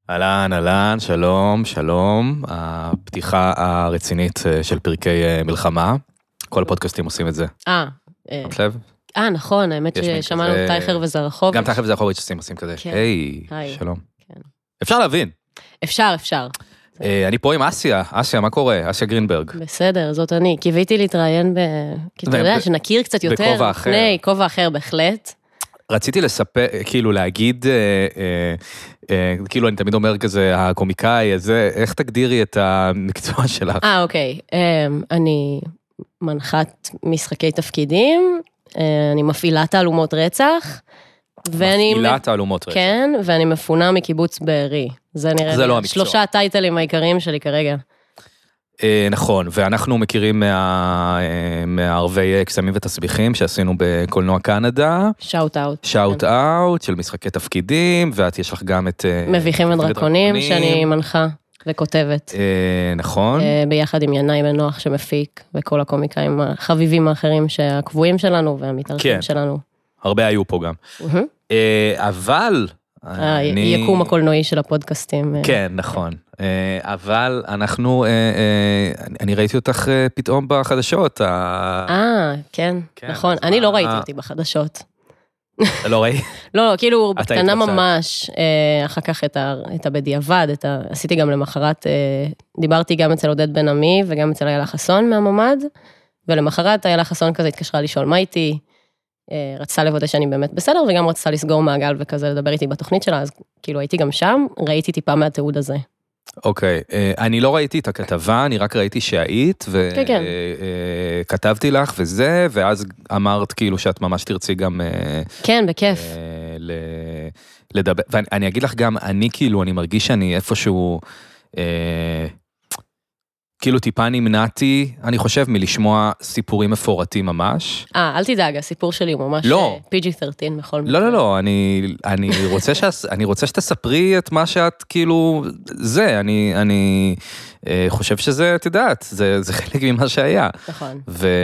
אהלן, אהלן, שלום, שלום. הפתיחה הרצינית של פרקי מלחמה. כל הפודקאסטים עושים את זה. שמת לב? נכון, האמת ששמענו טייכר וזרחוביץ'. גם טייכר וזרחוביץ' עושים כזה. היי, שלום. אפשר להבין. אפשר. אני פה עם אסיה, מה קורה? אסיה גרינברג. בסדר, זאת אני. קיוויתי להתראיין כי אתה יודע, שנכיר קצת יותר. בכובע אחר. כובע אחר, בהחלט. רציתי לספר, כאילו להגיד, כאילו אני תמיד אומר כזה, הקומיקאי, איך תגדירי את המקצוע שלך? אוקיי. אני מנחת משחקי תפקידים, אני מפעילה תעלומות רצח. מפעילה תעלומות רצח. כן, ואני מפונה מקיבוץ בארי. זה נראה זה לא לי המקצוע. 3 טייטלים העיקריים שלי כרגע. נכון, ואנחנו מכירים מהערבי קסמים ותסביכים שעשינו בקולנוע קנדה. שאוט אאוט. שאוט אאוט של משחקי תפקידים, ואת יש לך גם את... מביכים ודרקונים שאני מנחה וכותבת. נכון. ביחד עם ינאי בן נוח שמפיק, וכל הקומיקאים החביבים האחרים שהקבועים שלנו והמתארחים שלנו. הרבה היו פה גם. אבל... יקום הקולנועי של הפודקאסטים. כן, נכון. אבל אני ראיתי אותך פתאום בחדשות. כן, נכון. אני לא ראיתי אותי בחדשות. לא ראי? לא, כאילו, בקטנה ממש, אחר כך את הבדיעבד, עשיתי גם למחרת, דיברתי גם אצל עודד בן עמי, וגם אצל איילה חסון מהממד, ולמחרת איילה חסון כזה התקשרה לשאול מה איתי, רצתה לוודא שאני באמת בסדר, וגם רצתה לסגור מעגל וכזה לדבר איתי בתוכנית שלה, אז כאילו הייתי גם שם, ראיתי טיפה מהתיעוד הזה. אוקיי, אני לא ראיתי את הכתבה, אני רק ראיתי שהיית, וכתבתי לך וזה, ואז אמרת כאילו שאת ממש תרצי גם... כן, בכיף. לדבר, ואני אגיד לך גם, אני כאילו, אני מרגיש שאני איפשהו... כאילו טיפה נמנעתי, אני חושב, מלשמוע סיפורים מפורטים ממש. אל תדאג, הסיפור שלי הוא ממש PG-13 בכל מקרה. לא, אני רוצה שתספרי את מה שאת כאילו, זה, אני חושב שזה, את יודעת, זה חלק ממה שהיה. נכון.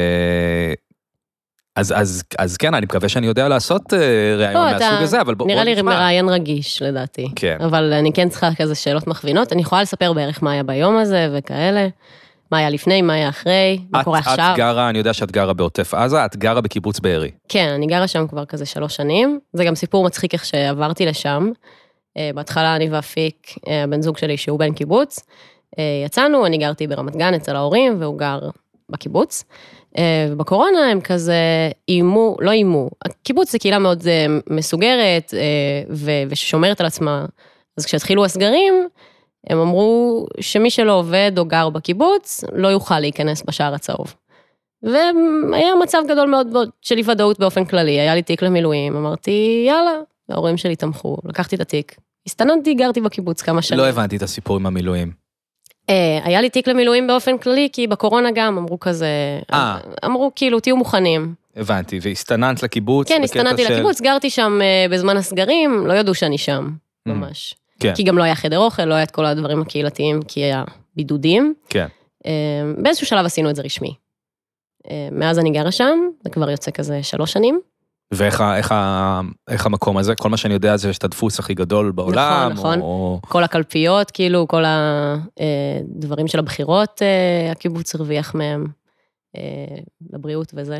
אז כן, אני מקווה שאני יודע לעשות ראיון מהסוג הזה, אבל בואו נשמע. נראה לי מראיין רגיש, לדעתי. כן. אבל אני כן צריכה כזה שאלות מכווינות, אני יכולה לספר בערך מה היה ביום הזה וכאלה, מה היה לפני, מה היה אחרי, מה קורה עכשיו. את גרה, אני יודע שאת גרה בעוטף עזה, את גרה בקיבוץ בארי. כן, אני גרה שם כבר כזה 3 שנים, זה גם סיפור מצחיק איך שעברתי לשם, בהתחלה אני ואפיק, הבן זוג שלי שהוא בן קיבוץ, יצאנו, אני גרתי ברמת גן אצל ההורים, והוא גר בקיבוץ, ובקורונה הם כזה לא אימו, הקיבוץ זה קהילה מאוד מסוגרת, וששומרת על עצמה, אז כשהתחילו הסגרים, הם אמרו שמי שלא עובד או גר בקיבוץ, לא יוכל להיכנס בשער הצהוב. והיה מצב גדול מאוד של אי ודאות באופן כללי, היה לי תיק למילואים, אמרתי יאללה, ההורים שלי תמכו, לקחתי את התיק, הסתננתי, גרתי בקיבוץ כמה שנים. לא הבנתי את הסיפור עם המילואים. היה לי תיק למילואים באופן כללי, כי בקורונה גם אמרו כזה, אמרו כאילו תהיו מוכנים. הבנתי, והסתננת לקיבוץ? כן, הסתננתי לקיבוץ, גרתי שם בזמן הסגרים, לא ידעו שאני שם, ממש. כי גם לא היה חדר אוכל, לא היה את כל הדברים הקהילתיים, כי היה בידודים. כן. באיזשהו שלב עשינו את זה רשמי. מאז אני גרה שם, זה כבר יוצא כזה 3 שנים. ואיך המקום הזה? כל מה שאני יודע זה שאת הדפוס הכי גדול בעולם. נכון. כל הקלפיות, כאילו, כל הדברים של הבחירות, הקיבוץ הרוויח מהם, לבריאות וזה.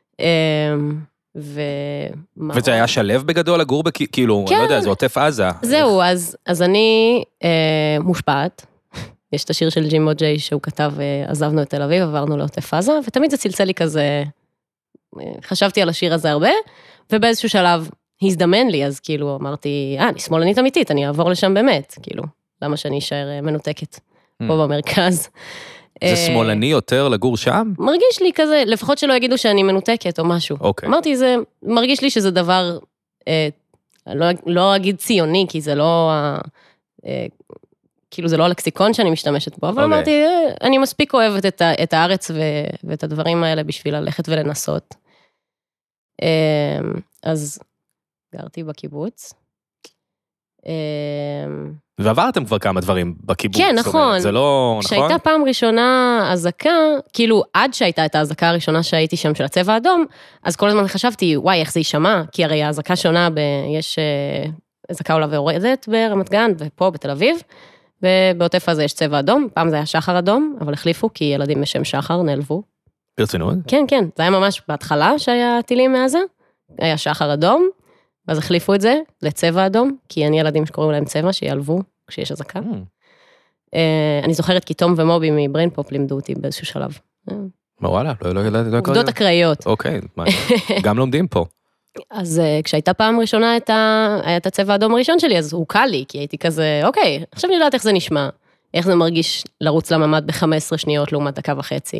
וזה היה שלב בגדול לגור, כאילו, אני לא יודע, זה עוטף עזה. זהו, אז אני מושפעת. יש את השיר של ג'ימבו ג'יי שהוא כתב, עזבנו את תל אביב, עברנו לעוטף עזה, ותמיד זה צלצל לי כזה, חשבתי על השיר הזה הרבה, ובאיזשהו שלב הזדמן לי, אז כאילו אמרתי, אני שמאלנית אמיתית, אני אעבור לשם באמת, כאילו, למה שאני אשאר מנותקת פה במרכז. זה שמאלני יותר לגור שם? מרגיש לי כזה, לפחות שלא יגידו שאני מנותקת או משהו. אמרתי, מרגיש לי שזה דבר, לא אגיד ציוני, כי זה לא, כאילו זה לא הלקסיקון שאני משתמשת בו, אבל אמרתי, אני מספיק אוהבת את הארץ ואת הדברים האלה בשביל ללכת ולנסות. אז גרתי בקיבוץ. ועברתם כבר כמה דברים בקיבוץ. כן, נכון. זה לא, נכון? כשהייתה פעם ראשונה הזקה, כאילו עד שהייתה את ההזקה הראשונה שהייתי שם של הצבע האדום, אז כל הזמן חשבתי, וואי, איך זה יישמע? כי הרי ההזקה שונה, יש אזעקה עולה ויורדת ברמת גן, ופה בתל אביב, ובעוטף הזה יש צבע אדום, פעם זה היה שחר אדום, אבל החליפו, כי ילדים בשם שחר נעלבו. ברצינות? כן, כן, זה היה ממש בהתחלה שהיה טילים מעזה, היה שחר אדום, ואז החליפו את זה לצבע אדום, כי אין ילדים שקוראים להם צבע, שיעלבו כשיש אזעקה. אני זוכרת כי תום ומובי מבריין פופ לימדו אותי באיזשהו שלב. וואלה, לא עובדות אקראיות. אוקיי, גם לומדים פה. אז כשהייתה פעם ראשונה, היה את הצבע האדום הראשון שלי, אז הוא קל לי, כי הייתי כזה, אוקיי, עכשיו אני יודעת איך זה נשמע, איך זה מרגיש לרוץ לממד ב-15 שניות לעומת דקה וחצי.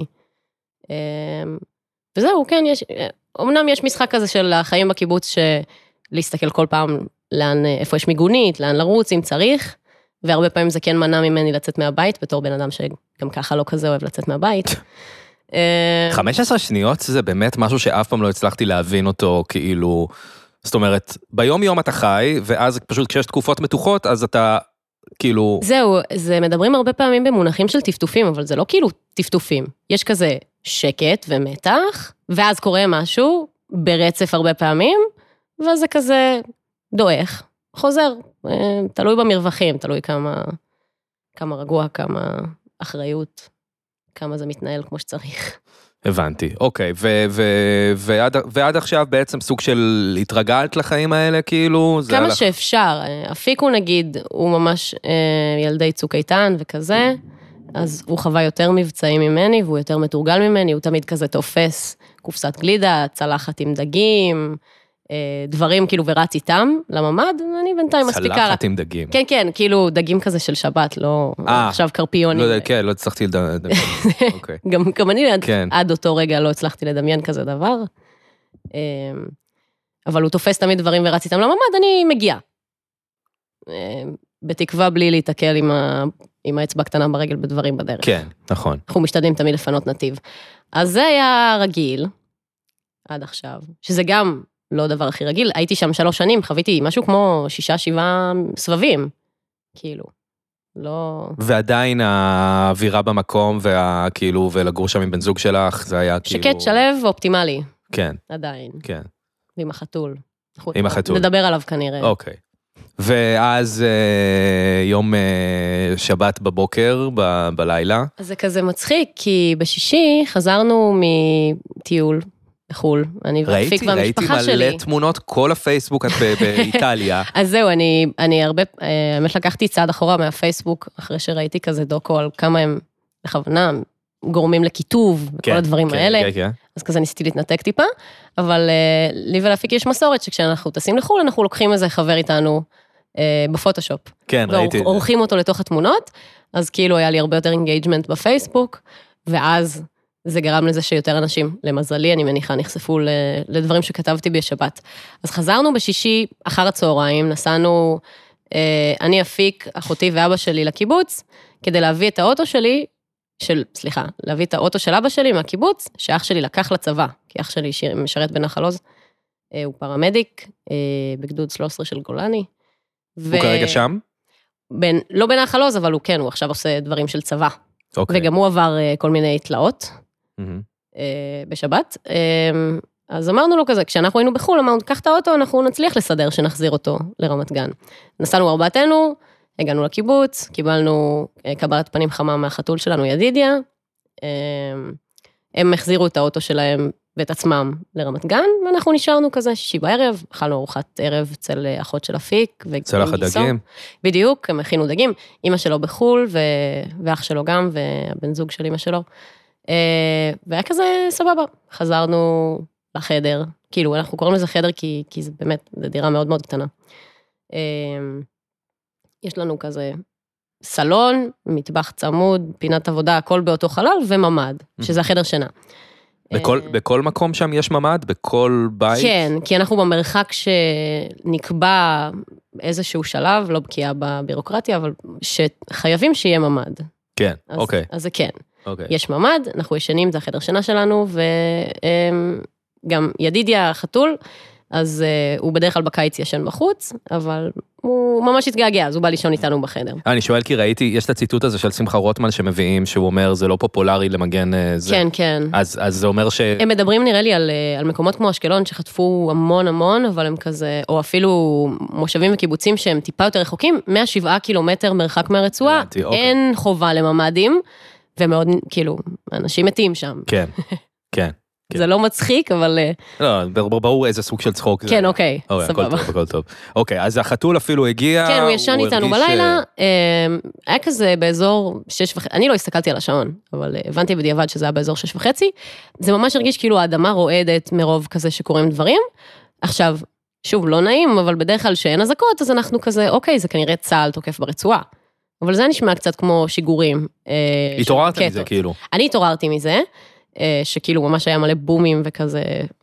וזהו, כן, אמנם יש משחק כזה של החיים בקיבוץ, להסתכל כל פעם איפה יש מיגונית, לאן לרוץ אם צריך, והרבה פעמים זה כן מנע ממני לצאת מהבית, בתור בן אדם שגם ככה לא כזה אוהב לצאת מהבית. 15 שניות זה באמת משהו שאף פעם לא הצלחתי להבין אותו, כאילו, זאת אומרת, ביום יום אתה חי, ואז פשוט כשיש תקופות מתוחות, אז אתה כאילו... זהו, זה מדברים הרבה פעמים במונחים של טפטופים, אבל זה לא כאילו טפטופים. יש כזה שקט ומתח, ואז קורה משהו ברצף הרבה פעמים, ואז זה כזה דועך, חוזר, תלוי במרווחים, תלוי כמה רגוע, כמה אחריות, כמה זה מתנהל כמו שצריך. הבנתי, אוקיי, ועד עכשיו בעצם סוג של התרגלת לחיים האלה, כאילו? כמה שאפשר, אפיקו נגיד, הוא ממש ילדי צוק איתן וכזה, אז הוא חווה יותר מבצעים ממני, והוא יותר מתורגל ממני, הוא תמיד כזה תופס קופסת גלידה, צלחת עם דגים, דברים כאילו ורץ איתם לממד, אני בינתיים מספיקה. צלחת עם דגים. כן, כן, כאילו דגים כזה של שבת, לא עכשיו קרפיונים. כן, לא הצלחתי לדמיין. גם אני עד אותו רגע לא הצלחתי לדמיין כזה דבר, אבל הוא תופס תמיד דברים ורץ איתם לממד, אני מגיעה. בתקווה בלי להתעכל עם האצבע הקטנה ברגל בדברים בדרך. כן, נכון. אנחנו משתדלים תמיד לפנות נתיב. אז זה היה רגיל, עד עכשיו, שזה גם לא דבר הכי רגיל, הייתי שם 3 שנים, חוויתי משהו כמו 6-7 סבבים, כאילו, לא... ועדיין האווירה במקום, כאילו, ולגור שם עם בן זוג שלך, זה היה כאילו... שקט, שלב, אופטימלי. כן. עדיין. כן. ועם החתול. עם החתול. נדבר עליו כנראה. אוקיי. ואז יום שבת בבוקר, בלילה. אז זה כזה מצחיק, כי בשישי חזרנו מטיול בחול, אני ואפיק והמשפחה שלי. ראיתי מלא תמונות, כל הפייסבוק את באיטליה. אז זהו, אני הרבה, האמת לקחתי צעד אחורה מהפייסבוק, אחרי שראיתי כזה דוקו על כמה הם בכוונה גורמים לכיתוב, וכל הדברים האלה. אז כזה ניסיתי להתנתק טיפה, אבל לי ולאפיק יש מסורת, שכשאנחנו טסים לחול, אנחנו לוקחים איזה חבר איתנו בפוטושופ. כן, ראיתי. ועורכים אותו לתוך התמונות, אז כאילו היה לי הרבה יותר אינגייג'מנט בפייסבוק, ואז זה גרם לזה שיותר אנשים, למזלי, אני מניחה, נחשפו לדברים שכתבתי בשבת. אז חזרנו בשישי אחר הצהריים, נסענו, אני אפיק, אחותי ואבא שלי לקיבוץ, כדי להביא את האוטו שלי, להביא את האוטו של אבא שלי מהקיבוץ, שאח שלי לקח לצבא, כי אח שלי משרת בנחל עוז, הוא פרמדיק, בגדוד 13 של גולני. הוא כרגע שם? לא בנחל עוז, אבל הוא כן, הוא עכשיו עושה דברים של צבא. וגם הוא עבר כל מיני תלאות. בשבת, אז אמרנו לו כזה, כשאנחנו היינו בחול, אמרנו, קח את האוטו, אנחנו נצליח לסדר שנחזיר אותו לרמת גן. נסענו 4, הגענו לקיבוץ, קיבלנו קבלת פנים חמה מהחתול שלנו, ידידיה, הם החזירו את האוטו שלהם ואת עצמם לרמת גן, ואנחנו נשארנו כזה 6 בערב, אכלנו ארוחת ערב אצל אחות של אפיק, צלח הדגים. בדיוק, הם הכינו דגים, אמא שלו בחול, ואח שלו גם, והבן זוג של אמא שלו, והיה כזה סבבה, חזרנו לחדר, כאילו אנחנו קוראים לזה חדר כי זה באמת, זו דירה מאוד מאוד קטנה. יש לנו כזה סלון, מטבח צמוד, פינת עבודה, הכל באותו חלל וממד, שזה החדר שינה. בכל מקום שם יש ממד? בכל בית? כן, כי אנחנו במרחק שנקבע איזשהו שלב, לא בקיאה בבירוקרטיה, אבל שחייבים שיהיה ממד. כן, אוקיי. אז זה כן. יש ממד, אנחנו ישנים, זה החדר שינה שלנו, וגם ידידיה החתול, אז הוא בדרך כלל בקיץ ישן בחוץ, אבל הוא ממש התגעגע, אז הוא בא לישון איתנו בחדר. אני שואל כי ראיתי, יש את הציטוט הזה של שמחה רוטמן שמביאים, שהוא אומר, זה לא פופולרי למגן זה. כן, כן. אז זה אומר ש... הם מדברים נראה לי על מקומות כמו אשקלון, שחטפו המון, אבל הם כזה, או אפילו מושבים וקיבוצים שהם טיפה יותר רחוקים, 107 קילומטר מרחק מהרצועה, אין חובה לממדים, ומאוד, כאילו, אנשים מתים שם. כן, כן. זה לא מצחיק, אבל... לא, ברור איזה סוג של צחוק זה. כן, אוקיי, סבבה. הכל טוב. אוקיי, אז החתול אפילו הגיע... כן, הוא ישן איתנו בלילה, היה כזה באזור 6:30, אני לא הסתכלתי על השעון, אבל הבנתי בדיעבד שזה היה באזור 6:30, זה ממש הרגיש כאילו האדמה רועדת מרוב כזה שקורים דברים. עכשיו, שוב, לא נעים, אבל בדרך כלל שאין אזעקות, אז אנחנו כזה, אוקיי, זה כנראה צהל תוקף ברצועה. אבל זה נשמע קצת כמו שיגורים. התעוררת מזה, כאילו. אני התעוררתי מזה, שכאילו ממש היה מלא בומים וכזה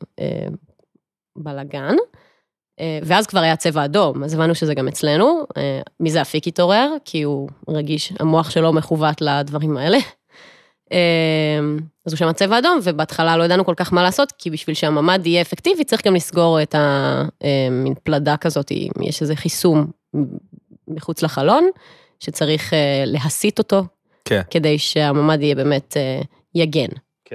בלגן, ואז כבר היה צבע אדום, אז הבנו שזה גם אצלנו, מזה אפיק התעורר, כי הוא רגיש, המוח שלו מכוות לדברים האלה, אז הוא שם צבע אדום, ובהתחלה לא ידענו כל כך מה לעשות, כי בשביל שהממד יהיה אפקטיבי, צריך גם לסגור את המין פלדה כזאת, יש איזה חיסום מחוץ לחלון, שצריך להסיט אותו, כדי שהממד יהיה באמת יגן.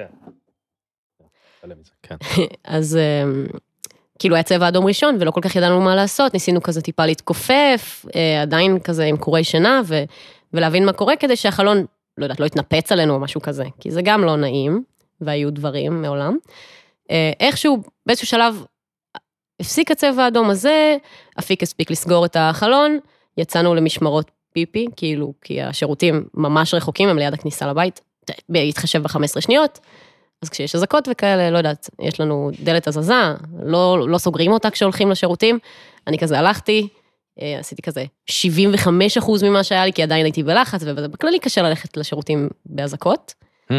כן. אז כאילו היה צבע אדום ראשון, ולא כל כך ידענו מה לעשות, ניסינו כזה טיפה להתכופף, עדיין כזה עם קורי שינה, ולהבין מה קורה, כדי שהחלון, לא יודעת, לא יתנפץ עלינו או משהו כזה, כי זה גם לא נעים, והיו דברים מעולם. איכשהו, באיזשהו שלב, הפסיק הצבע האדום הזה, אפיק הספיק לסגור את החלון, יצאנו למשמרות פיפי, כאילו, כי השירותים ממש רחוקים, הם ליד הכניסה לבית, בהתחשב ב-15 שניות, אז כשיש אזעקות וכאלה, לא יודעת, יש לנו דלת הזזה, לא סוגרים אותה כשהולכים לשירותים, אני כזה הלכתי, עשיתי כזה 75% ממה שהיה לי, כי עדיין הייתי בלחץ, ובכללי קשה ללכת לשירותים באזעקות.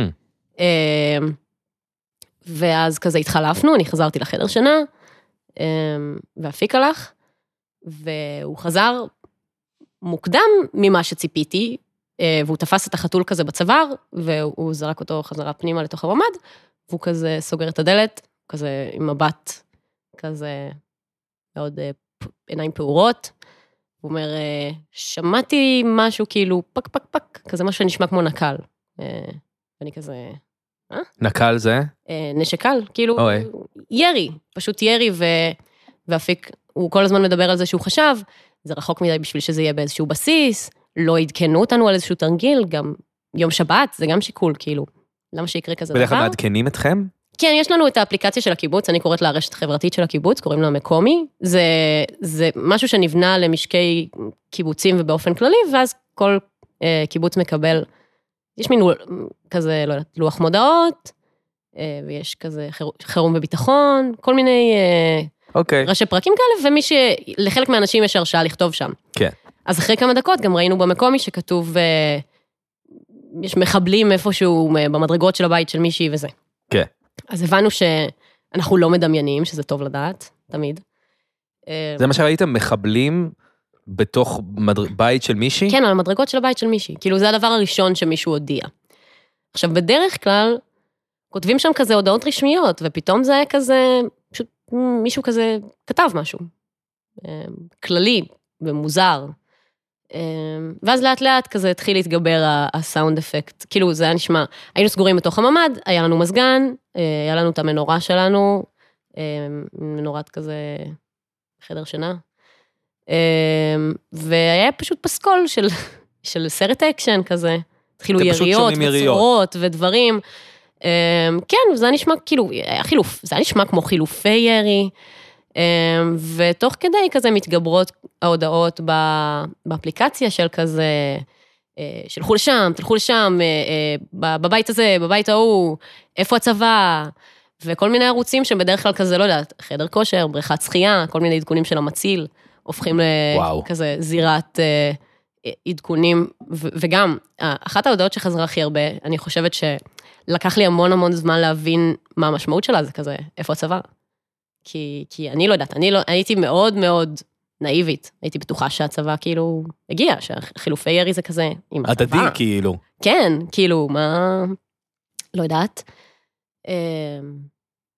ואז כזה התחלפנו, אני חזרתי לחדר שינה, ואפיק הלך, והוא חזר מוקדם ממה שציפיתי, והוא תפס את החתול כזה בצוואר, והוא זרק אותו חזרה פנימה לתוך הממד, והוא כזה סוגר את הדלת, כזה עם מבט, כזה מאוד עיניים פעורות, הוא אומר, שמעתי משהו כאילו פק פק פק, כזה משהו שנשמע כמו נקל, ואני כזה, נקל זה? נשק קל, כאילו, ירי, פשוט ירי, ואפיק, הוא כל הזמן מדבר על זה שהוא חשב, זה רחוק מדי בשביל שזה יהיה באיזשהו בסיס, לא עדכנו אותנו על איזשהו תרגיל, גם יום שבת, זה גם שיקול, כאילו, למה שיקרה כזה דבר? בדרך כלל מעדכנים אתכם? כן, יש לנו את האפליקציה של הקיבוץ, אני קוראת לה הרשת החברתית של הקיבוץ, קוראים לה מקומי, זה משהו שנבנה למשקי קיבוצים ובאופן כללי, ואז כל קיבוץ מקבל, יש מין כזה, לא יודעת, לוח מודעות, ויש כזה חירום וביטחון, כל מיני ראשי פרקים כאלה, לחלק מהאנשים יש הרשאה לכתוב שם. כן. אז אחרי כמה דקות גם ראינו במקומי שכתוב, יש מחבלים איפשהו במדרגות של הבית של מישהי וזה. כן. אז הבנו שאנחנו לא מדמיינים, שזה טוב לדעת, תמיד. זה מה שראיתם, מחבלים בתוך בית של מישהי? כן, על המדרגות של הבית של מישהי. כאילו זה הדבר הראשון שמישהו הודיע. עכשיו, בדרך כלל, כותבים שם כזה הודעות רשמיות, ופתאום זה היה כזה, פשוט מישהו כזה כתב משהו. כללי ומוזר. ואז לאט לאט כזה התחיל להתגבר הסאונד אפקט, כאילו זה היה נשמע, היינו סגורים בתוך הממד, היה לנו מזגן, היה לנו את המנורה שלנו, מנורת כזה חדר שינה, והיה פשוט פסקול של סרט אקשן כזה, התחילו יריות וצורות ודברים, כן, זה היה נשמע כאילו, זה היה נשמע כמו חילופי ירי, ותוך כדי כזה מתגברות ההודעות באפליקציה של כזה, תלכו לשם, בבית הזה, בבית ההוא, איפה הצבא, וכל מיני ערוצים שבדרך כלל כזה, לא יודעת, חדר כושר, בריכת שחייה, כל מיני עדכונים של המציל, הופכים לכזה זירת עדכונים, וגם, אחת ההודעות שחזרה הכי הרבה, אני חושבת שלקח לי המון זמן להבין מה המשמעות שלה, זה כזה, איפה הצבא? כי אני לא יודעת, הייתי מאוד נאיבית, הייתי בטוחה שהצבא כאילו הגיע, שהחילופי ירי זה כזה עם הצבא. הדדי כאילו. כן, כאילו, מה, לא יודעת.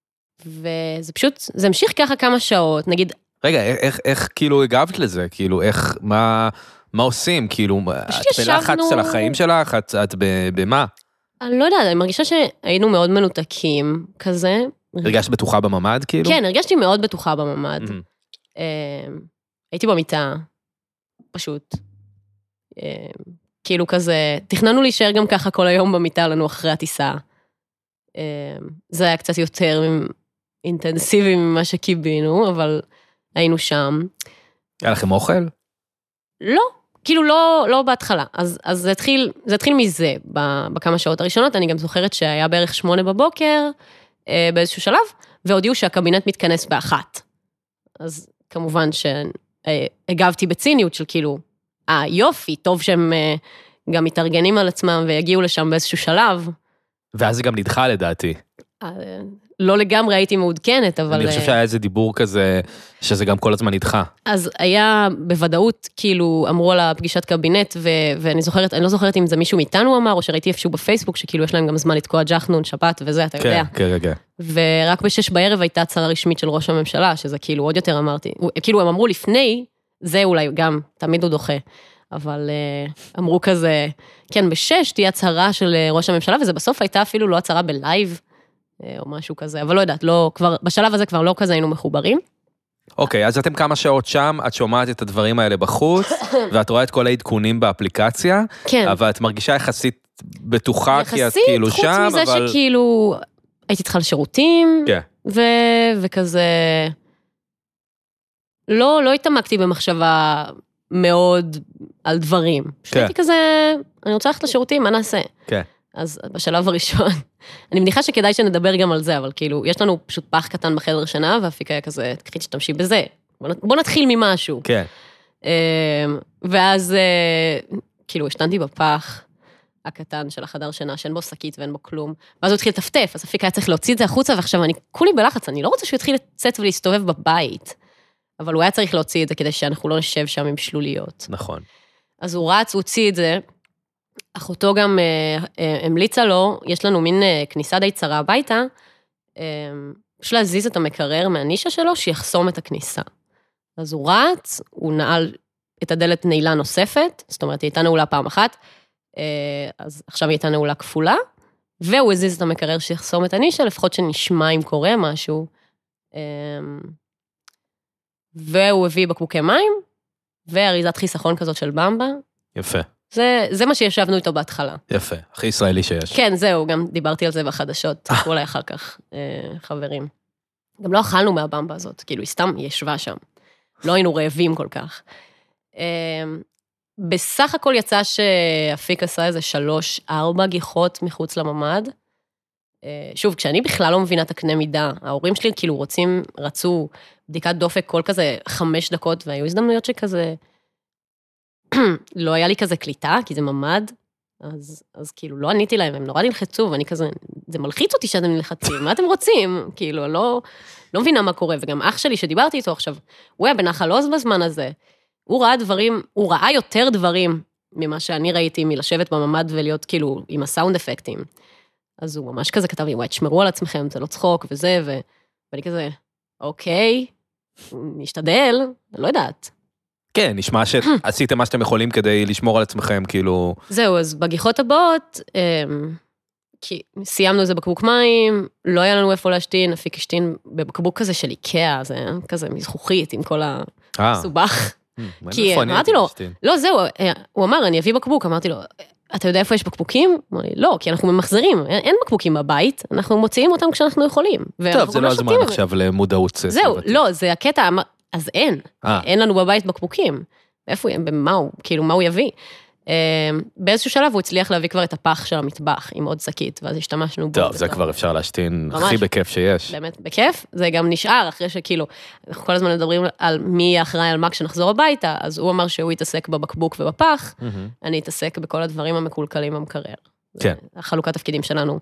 וזה פשוט, זה המשיך ככה כמה שעות, נגיד... רגע, איך כאילו הגבת לזה? כאילו, איך, מה עושים? כאילו, את בלחץ על החיים שלך? את במה? אני לא יודעת, אני מרגישה שהיינו מאוד מנותקים כזה. הרגשת בטוחה בממד, כאילו? כן, הרגשתי מאוד בטוחה בממד. הייתי במיטה, פשוט. כאילו כזה, תכננו להישאר גם ככה כל היום במיטה לנו אחרי הטיסה. זה היה קצת יותר אינטנסיבי ממה שקיבינו, אבל היינו שם. היה לכם אוכל? לא, כאילו לא בהתחלה. אז זה התחיל מזה, בכמה שעות הראשונות. אני גם זוכרת שהיה בערך 8 בבוקר, באיזשהו שלב, והודיעו שהקבינט מתכנס ב1. אז כמובן שהגבתי בציניות של כאילו, יופי, טוב שהם גם מתארגנים על עצמם ויגיעו לשם באיזשהו שלב. ואז זה גם נדחה לדעתי. לא לגמרי הייתי מעודכנת, אבל... אני חושב שהיה איזה דיבור כזה, שזה גם כל הזמן נדחה. אז היה בוודאות, כאילו, אמרו על הפגישת קבינט, ואני לא זוכרת אם זה מישהו מאיתנו אמר, או שראיתי איפשהו בפייסבוק, שכאילו יש להם גם זמן לתקוע ג'חנון, שבת וזה, אתה יודע. כן, כן. ורק ב6 בערב הייתה הצהרה רשמית של ראש הממשלה, שזה כאילו עוד יותר אמרתי, כאילו הם אמרו לפני, זה אולי גם, תמיד הוא דוחה, אבל אמרו כזה, כן, ב6 תהיה הצהרה של ראש הממשלה, וזה בסוף הייתה אפילו לא הצהרה בלייב, או משהו כזה, אבל לא יודעת, כבר, בשלב הזה כבר לא כזה היינו מחוברים. אוקיי, אז אתם כמה שעות שם, את שומעת את הדברים האלה בחוץ, ואת רואה את כל העדכונים באפליקציה, כן. אבל את מרגישה יחסית בטוחה, כי את כאילו שם, אבל... יחסית, חוץ מזה שכאילו, הייתי צריכה לשירותים, כן. וכזה, לא התעמקתי במחשבה מאוד על דברים. פשוט הייתי כזה, אני רוצה ללכת לשירותים, מה נעשה? כן. אז בשלב הראשון, אני מניחה שכדאי שנדבר גם על זה, אבל כאילו, יש לנו פשוט פח קטן בחדר שינה, והפיק היה כזה, תקחי שתמשי בזה. בוא נתחיל ממשהו. כן. ואז, כאילו, השתנתי בפח הקטן של החדר שינה, שאין בו שקית ואין בו כלום, ואז הוא התחיל לטפטף, אז הפיק היה צריך להוציא את זה החוצה, ועכשיו אני כולי בלחץ, אני לא רוצה שהוא יתחיל לצאת ולהסתובב בבית, אבל הוא היה צריך להוציא את זה, כדי שאנחנו לא נשב שם עם שלוליות. נכון. אז הוא רץ, הוא הוציא את זה, אחותו גם המליצה לו, יש לנו מין כניסה די צרה הביתה, פשוט להזיז את המקרר מהנישה שלו, שיחסום את הכניסה. אז הוא רץ, הוא נעל את הדלת נעילה נוספת, זאת אומרת, היא הייתה נעולה פעם אחת, אז עכשיו היא הייתה נעולה כפולה, והוא הזיז את המקרר שיחסום את הנישה, לפחות שנשמע אם קורה משהו, והוא הביא בקבוקי מים, ואריזת חיסכון כזאת של במבה. יפה. זה מה שישבנו איתו בהתחלה. יפה, הכי ישראלי שיש. כן, זהו, גם דיברתי על זה בחדשות, אולי אחר כך, חברים. גם לא אכלנו מהבמבה הזאת, כאילו, היא סתם ישבה שם. לא היינו רעבים כל כך. בסך הכל יצא שאפיק עשה איזה 3-4 גיחות מחוץ לממד. שוב, כשאני בכלל לא מבינה את הקנה מידה, ההורים שלי כאילו רצו בדיקת דופק כל כזה 5 דקות, והיו הזדמנויות שכזה, לא היה לי כזה קליטה, כי זה ממד, אז כאילו לא עניתי להם, הם נורא נלחצו, ואני כזה, זה מלחיץ אותי שאתם נלחצים, מה אתם רוצים? כאילו, לא מבינה מה קורה, וגם אח שלי שדיברתי איתו עכשיו, הוא היה בנחל עוז בזמן הזה, הוא ראה יותר דברים ממה שאני ראיתי, מלשבת בממד ולהיות כאילו עם הסאונד אפקטים. אז הוא ממש כזה כתב לי, וואי, תשמרו על עצמכם, זה לא צחוק וזה, ואני כזה, אוקיי, נשתדל, אני לא יודעת. כן, נשמע שעשיתם מה שאתם יכולים כדי לשמור על עצמכם, כאילו... זהו, אז בגיחות הבאות, כי סיימנו איזה בקבוק מים, לא היה לנו איפה להשתין, אפיק השתין בבקבוק כזה של איקאה, זה היה כזה מזכוכית עם כל הסובך. כי אמרתי לו, לא, זהו, הוא אמר, אני אביא בקבוק, אמרתי לו, אתה יודע איפה יש בקבוקים? אמר לי, לא, כי אנחנו ממחזרים, אין בקבוקים בבית, אנחנו מוציאים אותם כשאנחנו יכולים. טוב, זה לא הזמן עכשיו למודעות סביבתית. זהו, לא, זה הקטע, אז אין לנו בבית בקבוקים. איפה הוא, מה הוא יביא? באיזשהו שלב הוא הצליח להביא כבר את הפח של המטבח עם עוד שקית, ואז השתמשנו בו. טוב, זה כבר אפשר להשתין הכי בכיף שיש. באמת בכיף, זה גם נשאר אחרי שכאילו, אנחנו כל הזמן מדברים על מי אחראי על מה כשנחזור הביתה, אז הוא אמר שהוא יתעסק בבקבוק ובפח, אני אתעסק בכל הדברים המקולקלים במקרר. כן. החלוקת תפקידים שלנו.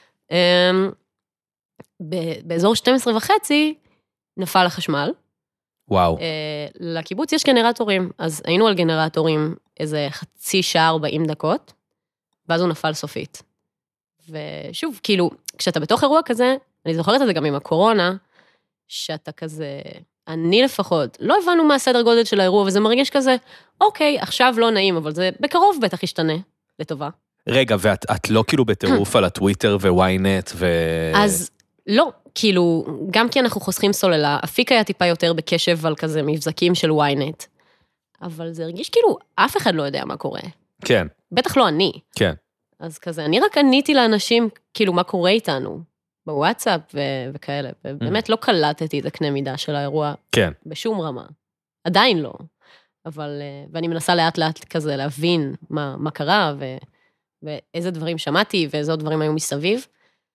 באזור 12:30 נפל החשמל. וואו. לקיבוץ יש גנרטורים, אז היינו על גנרטורים איזה חצי שעה 40 דקות, ואז הוא נפל סופית. ושוב, כאילו, כשאתה בתוך אירוע כזה, אני זוכרת את זה גם עם הקורונה, שאתה כזה, אני לפחות, לא הבנו מה הסדר גודל של האירוע, וזה מרגיש כזה, אוקיי, עכשיו לא נעים, אבל זה בקרוב בטח ישתנה, לטובה. רגע, ואת לא כאילו בטירוף על הטוויטר וויינט אז לא, כאילו, גם כי אנחנו חוסכים סוללה, אפיק היה טיפה יותר בקשב על כזה מבזקים של וויינט, אבל זה הרגיש כאילו, אף אחד לא יודע מה קורה. כן. בטח לא אני. כן. אז כזה, אני רק עניתי לאנשים, כאילו, מה קורה איתנו, בוואטסאפ וכאלה, ובאמת לא קלטתי את הקנה מידה של האירוע, כן. בשום רמה. עדיין לא. אבל, ואני מנסה לאט לאט כזה להבין מה קרה, ואיזה דברים שמעתי, ואיזה עוד דברים היו מסביב.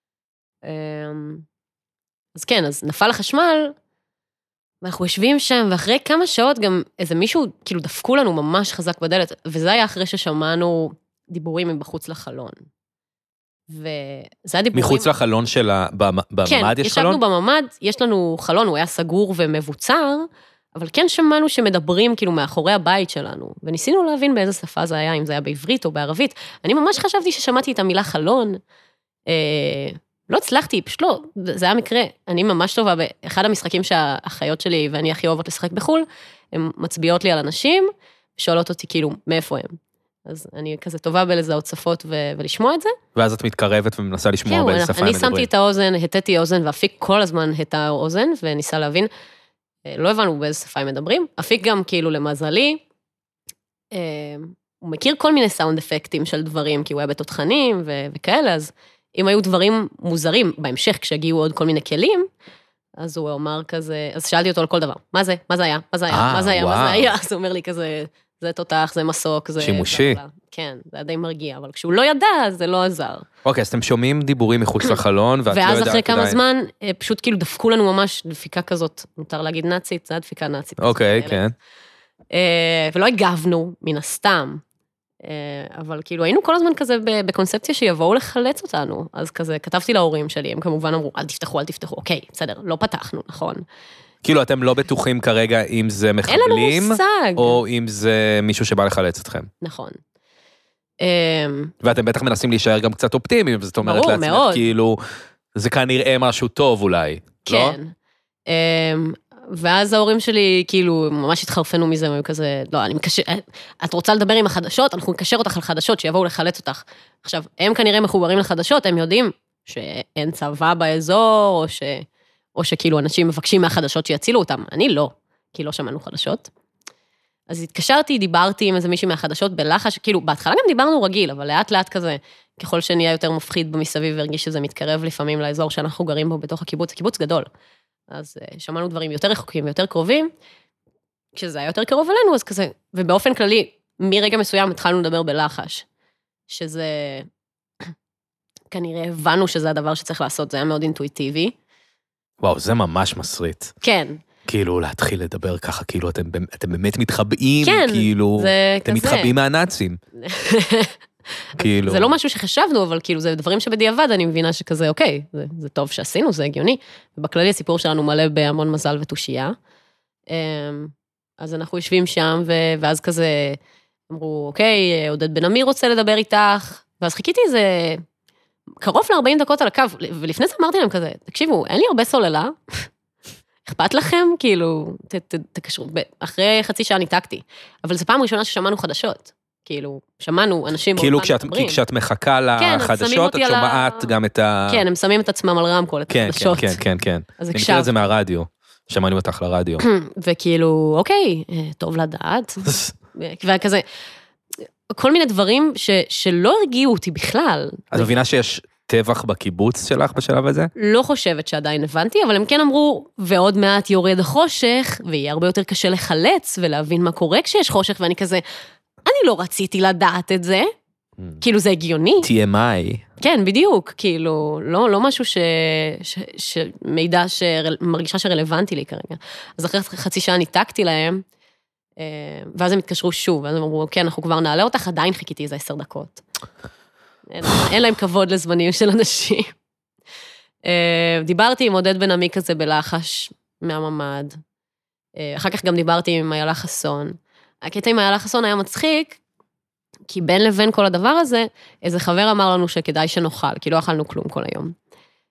אז כן, אז נפל החשמל, ואנחנו יושבים שם, ואחרי כמה שעות גם איזה מישהו, כאילו דפקו לנו ממש חזק בדלת, וזה היה אחרי ששמענו דיבורים מבחוץ לחלון. וזה היה דיבורים... מחוץ לחלון בממד יש חלון? כן, ישבנו בממד, יש לנו חלון, הוא היה סגור ומבוצר, אבל כן שמענו שמדברים כאילו מאחורי הבית שלנו, וניסינו להבין באיזה שפה זה היה, אם זה היה בעברית או בערבית. אני ממש חשבתי ששמעתי את המילה חלון, לא הצלחתי, פשוט לא, זה היה מקרה, אני ממש טובה, באחד המשחקים שהאחיות שלי ואני הכי אוהבות לשחק בחול, הן מצביעות לי על אנשים, ושואלות אותי כאילו, מאיפה הם? אז אני כזה טובה בלזהות שפות ולשמוע את זה. ואז את מתקרבת ומנסה לשמוע באיזה שפה הם מדברים. אני שמתי את האוזן, הטתי האוזן, ואפיק כל הזמן הטה האוזן, וניסה להבין, לא הבנו באיזה שפה הם מדברים. אפיק גם כאילו למזלי, הוא מכיר כל מיני סאונד אפקטים של דברים, כי הוא היה בתותחנים וכאלה, אז אם היו דברים מוזרים, בהמשך כשהגיעו עוד כל מיני כלים, אז הוא אמר כזה, אז שאלתי אותו על כל דבר, מה זה? מה זה היה? מה זה היה? מה זה היה? מה זה היה? אז הוא אומר לי כזה, זה תותח, זה מסוק, זה... שימושי. כן, זה היה די מרגיע, אבל כשהוא לא ידע, זה לא עזר. אוקיי, אז אתם שומעים דיבורים מחוץ לחלון, ואת לא יודעת... ואז אחרי כמה זמן, פשוט כאילו דפקו לנו ממש דפיקה כזאת, מותר להגיד נאצית, זה היה דפיקה נאצית. אוקיי, כן. ולא הגבנו, מן הסתם, אבל כאילו היינו כל הזמן כזה בקונספציה שיבואו לחלץ אותנו, אז כזה כתבתי להורים שלי, הם כמובן אמרו, אל תפתחו, אל תפתחו, אוקיי, בסדר, לא פתחנו, נכון. כאילו אתם לא בטוחים כרגע אם זה מחבלים, אין לנו מושג. או אם זה מישהו שבא לחלץ אתכם. נכון. ואתם בטח מנסים להישאר גם קצת אופטימיים, זאת אומרת ברור, לעצמך, מאוד. כאילו, זה כנראה משהו טוב אולי, לא? כן. ואז ההורים שלי כאילו ממש התחרפנו מזה, הם היו כזה, לא, אני מקשר, את רוצה לדבר עם החדשות, אנחנו נקשר אותך על חדשות, שיבואו לחלץ אותך. עכשיו, הם כנראה מחוברים לחדשות, הם יודעים שאין צבא באזור, או שכאילו אנשים מבקשים מהחדשות שיצילו אותם. אני לא, כי לא שמענו חדשות. אז התקשרתי, דיברתי עם איזה מישהי מהחדשות בלחש, כאילו, בהתחלה גם דיברנו רגיל, אבל לאט לאט כזה, ככל שנהיה יותר מפחיד במסביב, והרגיש שזה מתקרב לפעמים לאזור שאנחנו גרים בו בתוך הקיבוץ, הקיבוץ גדול. אז שמענו דברים יותר רחוקים ויותר קרובים, כשזה היה יותר קרוב אלינו, אז כזה, ובאופן כללי, מרגע מסוים התחלנו לדבר בלחש, שזה, כנראה הבנו שזה הדבר שצריך לעשות, זה היה מאוד אינטואיטיבי. וואו, זה ממש מסריט. כן. כאילו להתחיל לדבר ככה, כאילו אתם באמת מתחבאים, כן, כאילו, זה אתם כזה. מתחבאים מהנאצים. כאילו. זה לא משהו שחשבנו, אבל כאילו זה דברים שבדיעבד אני מבינה שכזה, אוקיי, זה טוב שעשינו, זה הגיוני. ובכללי הסיפור שלנו מלא בהמון מזל ותושייה. אז אנחנו יושבים שם, ואז כזה אמרו, אוקיי, עודד בן עמי רוצה לדבר איתך, ואז חיכיתי איזה קרוב ל-40 דקות על הקו, ולפני זה אמרתי להם כזה, תקשיבו, אין לי הרבה סוללה, אכפת לכם? כאילו, תקשרו, אחרי חצי שעה ניתקתי, אבל זו פעם ראשונה ששמענו חדשות. כאילו, שמענו אנשים... כאילו, כשאת מחכה לחדשות, את שומעת גם את ה... כן, הם שמים את עצמם על רמקול, את החדשות. כן. אני מכיר את זה מהרדיו, שמענו אותך לרדיו. וכאילו, אוקיי, טוב לדעת. וכזה, כל מיני דברים שלא הרגיעו אותי בכלל. את מבינה שיש טבח בקיבוץ שלך בשלב הזה? לא חושבת שעדיין הבנתי, אבל הם כן אמרו, ועוד מעט יורד החושך, ויהיה הרבה יותר קשה לחלץ ולהבין מה קורה כשיש חושך, ואני כזה... אני לא רציתי לדעת את זה, כאילו זה הגיוני. TMI. כן, בדיוק, כאילו, לא משהו מידע שמרגישה שרלוונטי לי כרגע. אז אחרי חצי שעה ניתקתי להם, ואז הם התקשרו שוב, ואז הם אמרו, כן, אנחנו כבר נעלה אותך, עדיין חיכיתי איזה 10 דקות. אין להם כבוד לזמנים של אנשים. דיברתי עם עודד בן עמי כזה בלחש מהממד, אחר כך גם דיברתי עם איילה חסון, הקטע עם איילה חסון היה מצחיק, כי בין לבין כל הדבר הזה, איזה חבר אמר לנו שכדאי שנאכל, כי לא אכלנו כלום כל היום.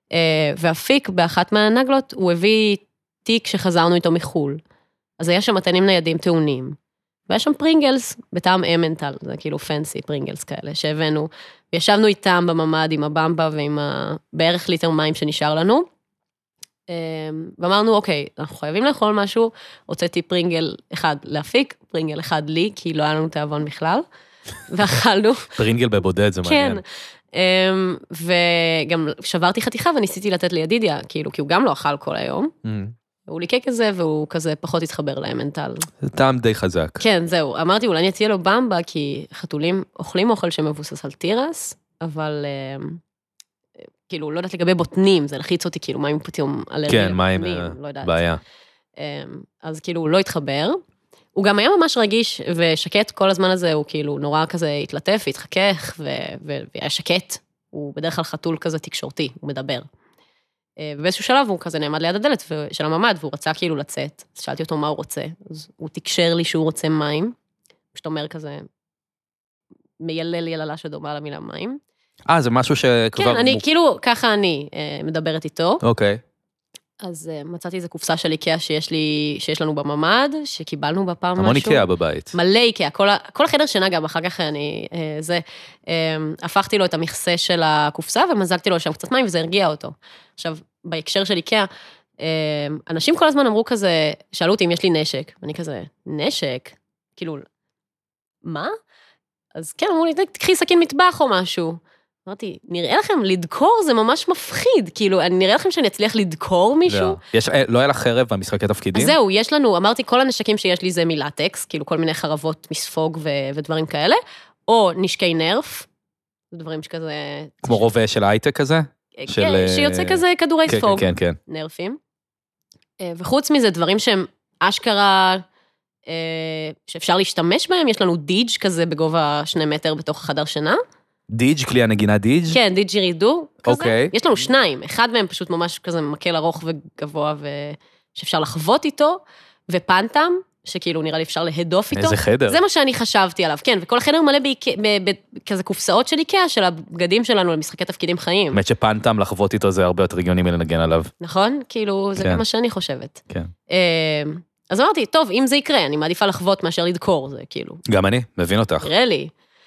ואפיק באחת מהנגלות, הוא הביא תיק שחזרנו איתו מחול. אז היה שם מתנים ניידים טעונים. והיה שם פרינגלס, בטעם אמנטל, זה כאילו פנסי פרינגלס כאלה, שהבאנו, וישבנו איתם בממד עם הבמבה ועם בערך ליטר מים שנשאר לנו, ואמרנו, אוקיי, אנחנו חייבים לאכול משהו, הוצאתי פרינגל אחד להפיק, פרינגל אחד לי, כי לא היה לנו תאבון בכלל, ואכלנו. פרינגל בבודד, זה מעניין. כן, וגם שברתי חתיכה וניסיתי לתת לידידיה, כאילו, כי הוא גם לא אכל כל היום, הוא ליקק כזה, והוא כזה פחות התחבר לאמנטל. זה טעם די חזק. כן, זהו. אמרתי, אולי אני אציע לו במבה, כי חתולים אוכלים אוכל שמבוסס על תירס, אבל כאילו, לא יודעת לגבי בוטנים, זה לחץ אותי, כאילו, מים פתאום אלרגיה. כן, מים, בעיה. אז כאילו, הוא לא התחבר. הוא גם היה ממש רגיש ושקט כל הזמן הזה, הוא כאילו נורא כזה התלטף, התחכך, והיה שקט. הוא בדרך כלל חתול כזה תקשורתי, הוא מדבר. ובאיזשהו שלב הוא כזה נעמד ליד הדלת של הממד, והוא רצה כאילו לצאת, אז שאלתי אותו מה הוא רוצה, אז הוא תקשר לי שהוא רוצה מים, פשוט אומר כזה, מיילל יללה שדומה למילה מים. זה משהו שכבר... כן, כאילו, ככה אני מדברת איתו. אוקיי. אז מצאתי איזו קופסה של איקאה שיש לנו בממד, שקיבלנו בפעם משהו. המון איקאה בבית. מלא איקאה, כל החדר שינה גם, אחר כך הפכתי לו את המכסה של הקופסה, ומזגתי לו שם קצת מים, וזה הרגיע אותו. עכשיו, בהקשר של איקאה, אנשים כל הזמן אמרו כזה, שאלו אותי אם יש לי נשק, ואני כזה, נשק? כאילו, מה? אז כן, אמרו לי, תקחי סכין מטבח או משהו. אמרתי, נראה לכם, לדקור זה ממש מפחיד, כאילו, נראה לכם שאני אצליח לדקור מישהו? לא היה לך חרב במשחקי תפקידים? אז זהו, יש לנו, אמרתי, כל הנשקים שיש לי זה מלטקס, כאילו כל מיני חרבות מספוג ודברים כאלה, או נשקי נרף, דברים שכזה... כמו רובה של הייטק כזה? כן, שיוצא כזה כדורי ספוג, כן, כן. נרפים. וחוץ מזה, דברים שהם אשכרה, שאפשר להשתמש בהם, יש לנו דיג' כזה בגובה 2 מטר בתוך החדר שינה, דיג' כלי הנגינה דיג'? כן, דיג'ירידו כזה. אוקיי. יש לנו 2, אחד מהם פשוט ממש כזה מקל ארוך וגבוה, שאפשר לחוות איתו, ופנטם, שכאילו נראה לי אפשר להדוף איתו. איזה חדר. זה מה שאני חשבתי עליו, כן, וכל החדר מלא בכזה קופסאות של איקאה, של הבגדים שלנו למשחקי תפקידים חיים. באמת שפנטם לחוות איתו זה הרבה יותר הגיוני מלנגן עליו. נכון? כאילו, זה גם מה שאני חושבת. כן. אז אמרתי, טוב, אם זה יקרה, אני מעדיפה לחוות מאשר לדקור, זה כאילו. גם אני, מבין אותך. נראה לי.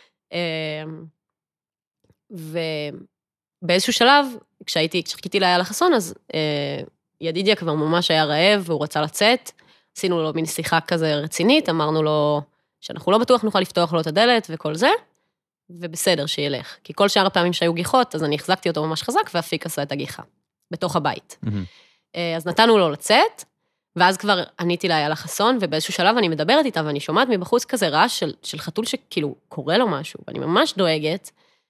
ובאיזשהו שלב, כשחיכיתי לאיילה חסון, אז ידידיה כבר ממש היה רעב, והוא רצה לצאת, עשינו לו מין שיחה כזה רצינית, אמרנו לו שאנחנו לא בטוח נוכל לפתוח לו את הדלת וכל זה, ובסדר שילך. כי כל שאר הפעמים שהיו גיחות, אז אני החזקתי אותו ממש חזק, ואפיק עשה את הגיחה, בתוך הבית. אז נתנו לו לצאת, ואז כבר עניתי לאיילה חסון, ובאיזשהו שלב אני מדברת איתה, ואני שומעת מבחוץ כזה רעש של חתול שכאילו קורה לו משהו, ואני ממש דואגת,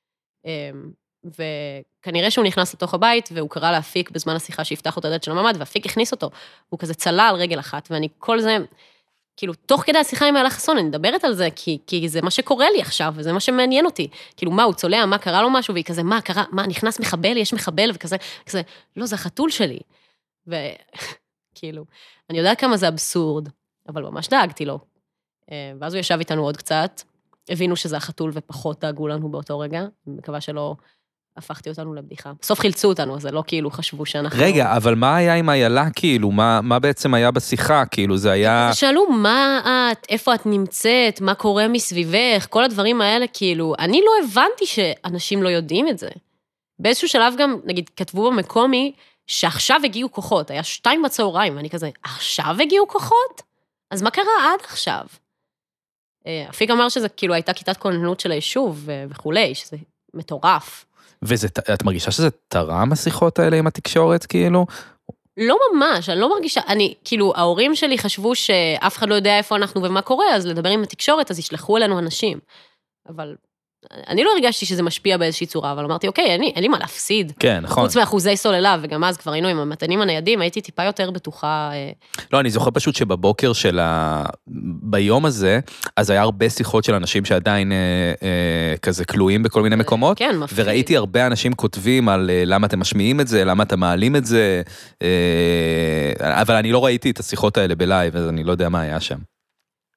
וכנראה שהוא נכנס לתוך הבית, והוא קרא להפיק בזמן השיחה שיפתח את הדלת של הממד, ואפיק הכניס אותו, הוא כזה צלה על רגל אחת, ואני כל זה, כאילו, תוך כדי השיחה עם איילה חסון, אני מדברת על זה, כי זה מה שקורה לי עכשיו, וזה מה שמעניין אותי. כאילו, מה, הוא צולע, מה, קרה לו משהו, והיא כזה, מה, קרה, מה, נכנס מחבל, יש מחבל, וכזה, לא, זה החתול שלי. וכאילו, אני יודעת כמה זה אבסורד, אבל ממש דאגתי לו. ואז הוא ישב איתנו עוד קצת, הבינו שזה החתול ופחות דאגו לנו באותו רגע, אני מקווה שלא הפכתי אותנו לבדיחה. בסוף חילצו אותנו, אז זה לא כאילו חשבו שאנחנו... רגע, אבל מה היה עם איילה, כאילו? מה בעצם היה בשיחה? כאילו, זה היה... שאלו מה את, איפה את נמצאת, מה קורה מסביבך, כל הדברים האלה, כאילו, אני לא הבנתי שאנשים לא יודעים את זה. באיזשהו שלב גם, נגיד, כתבו במקומי, שעכשיו הגיעו כוחות, היה 2 בצהריים, ואני כזה, עכשיו הגיעו כוחות? אז מה קרה עד עכשיו? אפיק אמר שזה כאילו הייתה כיתת כוננות של היישוב וכולי, שזה מטורף. ואת מרגישה שזה תרם השיחות האלה עם התקשורת, כאילו? לא ממש, אני לא מרגישה, כאילו, ההורים שלי חשבו שאף אחד לא יודע איפה אנחנו ומה קורה, אז לדבר עם התקשורת, אז ישלחו אלינו אנשים. אבל אני לא הרגשתי שזה משפיע באיזושהי צורה, אבל אמרתי, אוקיי, אין לי מה להפסיד. כן, נכון. חוץ מאחוזי סוללה, וגם אז כבר היינו עם המתנים הניידים, הייתי טיפה יותר בטוחה. לא, אני זוכר פשוט שבבוקר ביום הזה, אז היה הרבה שיחות של אנשים שעדיין כזה כלואים בכל מיני מקומות. כן, מפחיד. וראיתי הרבה אנשים כותבים על למה אתם משמיעים את זה, למה אתם מעלים את זה, אבל אני לא ראיתי את השיחות האלה בלייב, אז אני לא יודע מה היה שם.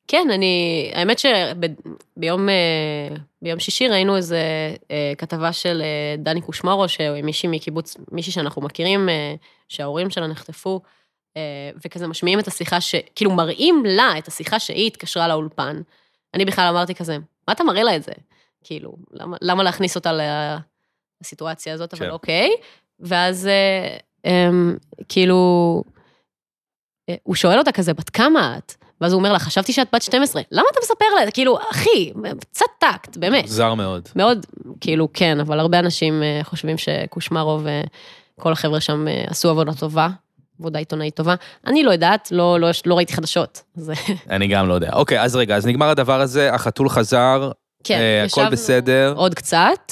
כן, האמת שביום שישי ראינו איזה כתבה של דני קושמרו, שמישהי מקיבוץ, מישהי שאנחנו מכירים, שההורים שלה נחטפו, וכזה משמיעים את השיחה, כאילו מראים לה את השיחה שהיא התקשרה לאולפן. אני בכלל אמרתי כזה, מה אתה מראה לה את זה? כאילו, למה להכניס אותה לסיטואציה הזאת, אבל אוקיי. ואז כאילו, הוא שואל אותה כזה, בת כמה את? ואז הוא אומר לה, חשבתי שאת בת 12, למה אתה מספר לה? כאילו, אחי, קצת טקט, באמת. זר מאוד. מאוד, כאילו, כן, אבל הרבה אנשים חושבים שקושמרו וכל החבר'ה שם עשו עבודה טובה, עבודה עיתונאית טובה. אני לא יודעת, לא ראיתי חדשות. אני גם לא יודע. אוקיי, אז רגע, אז נגמר הדבר הזה, החתול חזר, הכל בסדר. עוד קצת.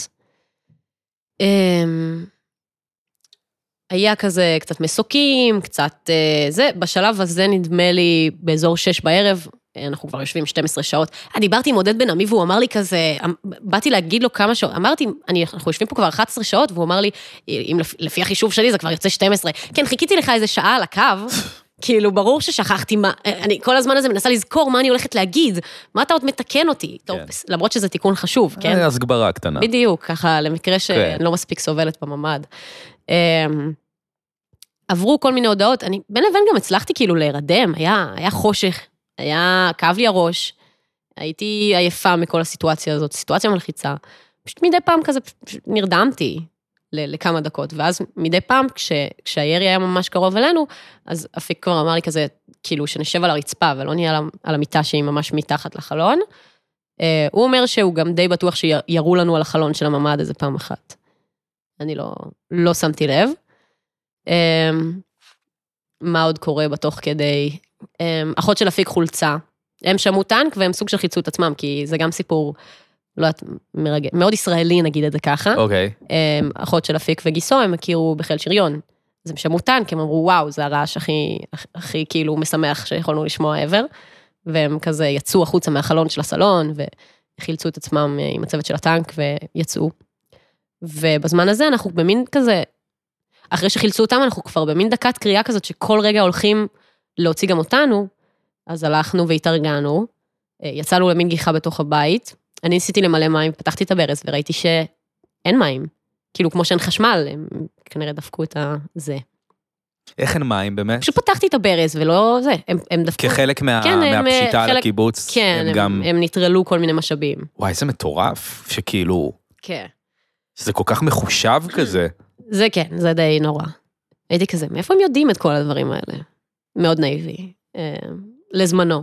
היה כזה קצת מסוקים, קצת זה, בשלב הזה נדמה לי באזור 6 בערב, אנחנו כבר יושבים 12 שעות, דיברתי עם עודד בן עמי והוא אמר לי כזה, באתי להגיד לו כמה שעות, אמרתי, אנחנו יושבים פה כבר 11 שעות, והוא אמר לי, לפי החישוב שלי זה כבר יוצא 12, כן, חיכיתי לך איזה שעה על הקו, כאילו ברור ששכחתי מה, אני כל הזמן הזה מנסה לזכור מה אני הולכת להגיד, מה אתה עוד מתקן אותי, טוב, למרות שזה תיקון חשוב, כן? אז גברה קטנה. בדיוק, ככה, למקרה שאני לא מספיק סובלת בממד. עברו כל מיני הודעות, אני בין לבין גם הצלחתי כאילו להירדם, היה חושך, כאב לי הראש, הייתי עייפה מכל הסיטואציה הזאת, סיטואציה מלחיצה, פשוט מדי פעם כזה נרדמתי לכמה דקות, ואז מדי פעם כשהירי היה ממש קרוב אלינו, אז אפיק כבר אמר לי כזה, כאילו שנשב על הרצפה, ולא נהיה על המיטה שהיא ממש מתחת לחלון, הוא אומר שהוא גם די בטוח שיראו לנו על החלון של הממד איזה פעם אחת. אני לא שמתי לב. מה עוד קורה בתוך כדי, אחות של אפיק חולצה, הם שמעו טנק והם סוג של חיצו את עצמם, כי זה גם סיפור, לא יודעת, מאוד ישראלי נגיד את זה ככה, אחות של אפיק וגיסו הם הכירו בחיל שריון, אז הם שמעו טנק, הם אמרו וואו, זה הרעש הכי כאילו משמח שיכולנו לשמוע עבר, והם כזה יצאו החוצה מהחלון של הסלון, וחילצו את עצמם עם הצוות של הטנק ויצאו, ובזמן הזה אנחנו במין כזה, אחרי שחילצו אותם, אנחנו כבר במין דקת קריאה כזאת, שכל רגע הולכים להוציא גם אותנו, אז הלכנו והתארגנו, יצאנו למין גיחה בתוך הבית, אני ניסיתי למלא מים, פתחתי את הברז, וראיתי שאין מים, כאילו כמו שאין חשמל, הם כנראה דפקו את זה. איך אין מים באמת? פשוט פתחתי את הברז, ולא זה, הם דפקו. כחלק מהפשיטה על הקיבוץ, כן, הם נטרלו כל מיני משאבים. וואי, זה מטורף, שכאילו, כן. זה כל כך מחושב כזה. זה כן, זה די נורא. הייתי כזה, מאיפה הם יודעים את כל הדברים האלה? מאוד נאיבי, לזמנו.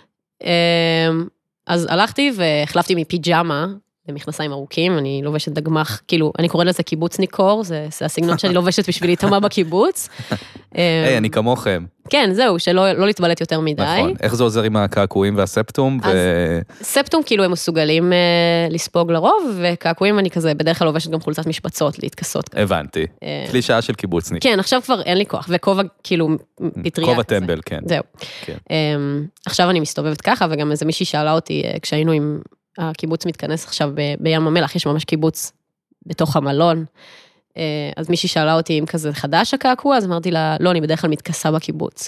אז הלכתי והחלפתי מפיג'מה, למכנסיים ארוכים, אני לובשת דגמח, כאילו, אני קוראת לזה קיבוץ ניקור, זה הסגנון שאני לובשת בשביל להתאמה בקיבוץ. היי, אני כמוכם. כן, זהו, שלא להתבלט יותר מדי. נכון, איך זה עוזר עם הקעקועים והספטום? ספטום, כאילו, הם מסוגלים לספוג לרוב, וקעקועים אני כזה, בדרך כלל לובשת גם חולצת משבצות, להתכסות. הבנתי, קלישאה של קיבוצניק. כן, עכשיו כבר אין לי כוח, וכובע, כאילו, פטריה. כובע טמבל, כן. זהו. עכשיו אני מסתובבת ככה, וגם איזה מישהי שאלה אותי, כשהיינו עם הקיבוץ מתכנס עכשיו בים המלח, יש ממש קיבוץ בתוך המלון, אז מישהי שאלה אותי אם כזה חדש הקעקוע, אז אמרתי לה, לא, אני בדרך כלל מתכסה בקיבוץ.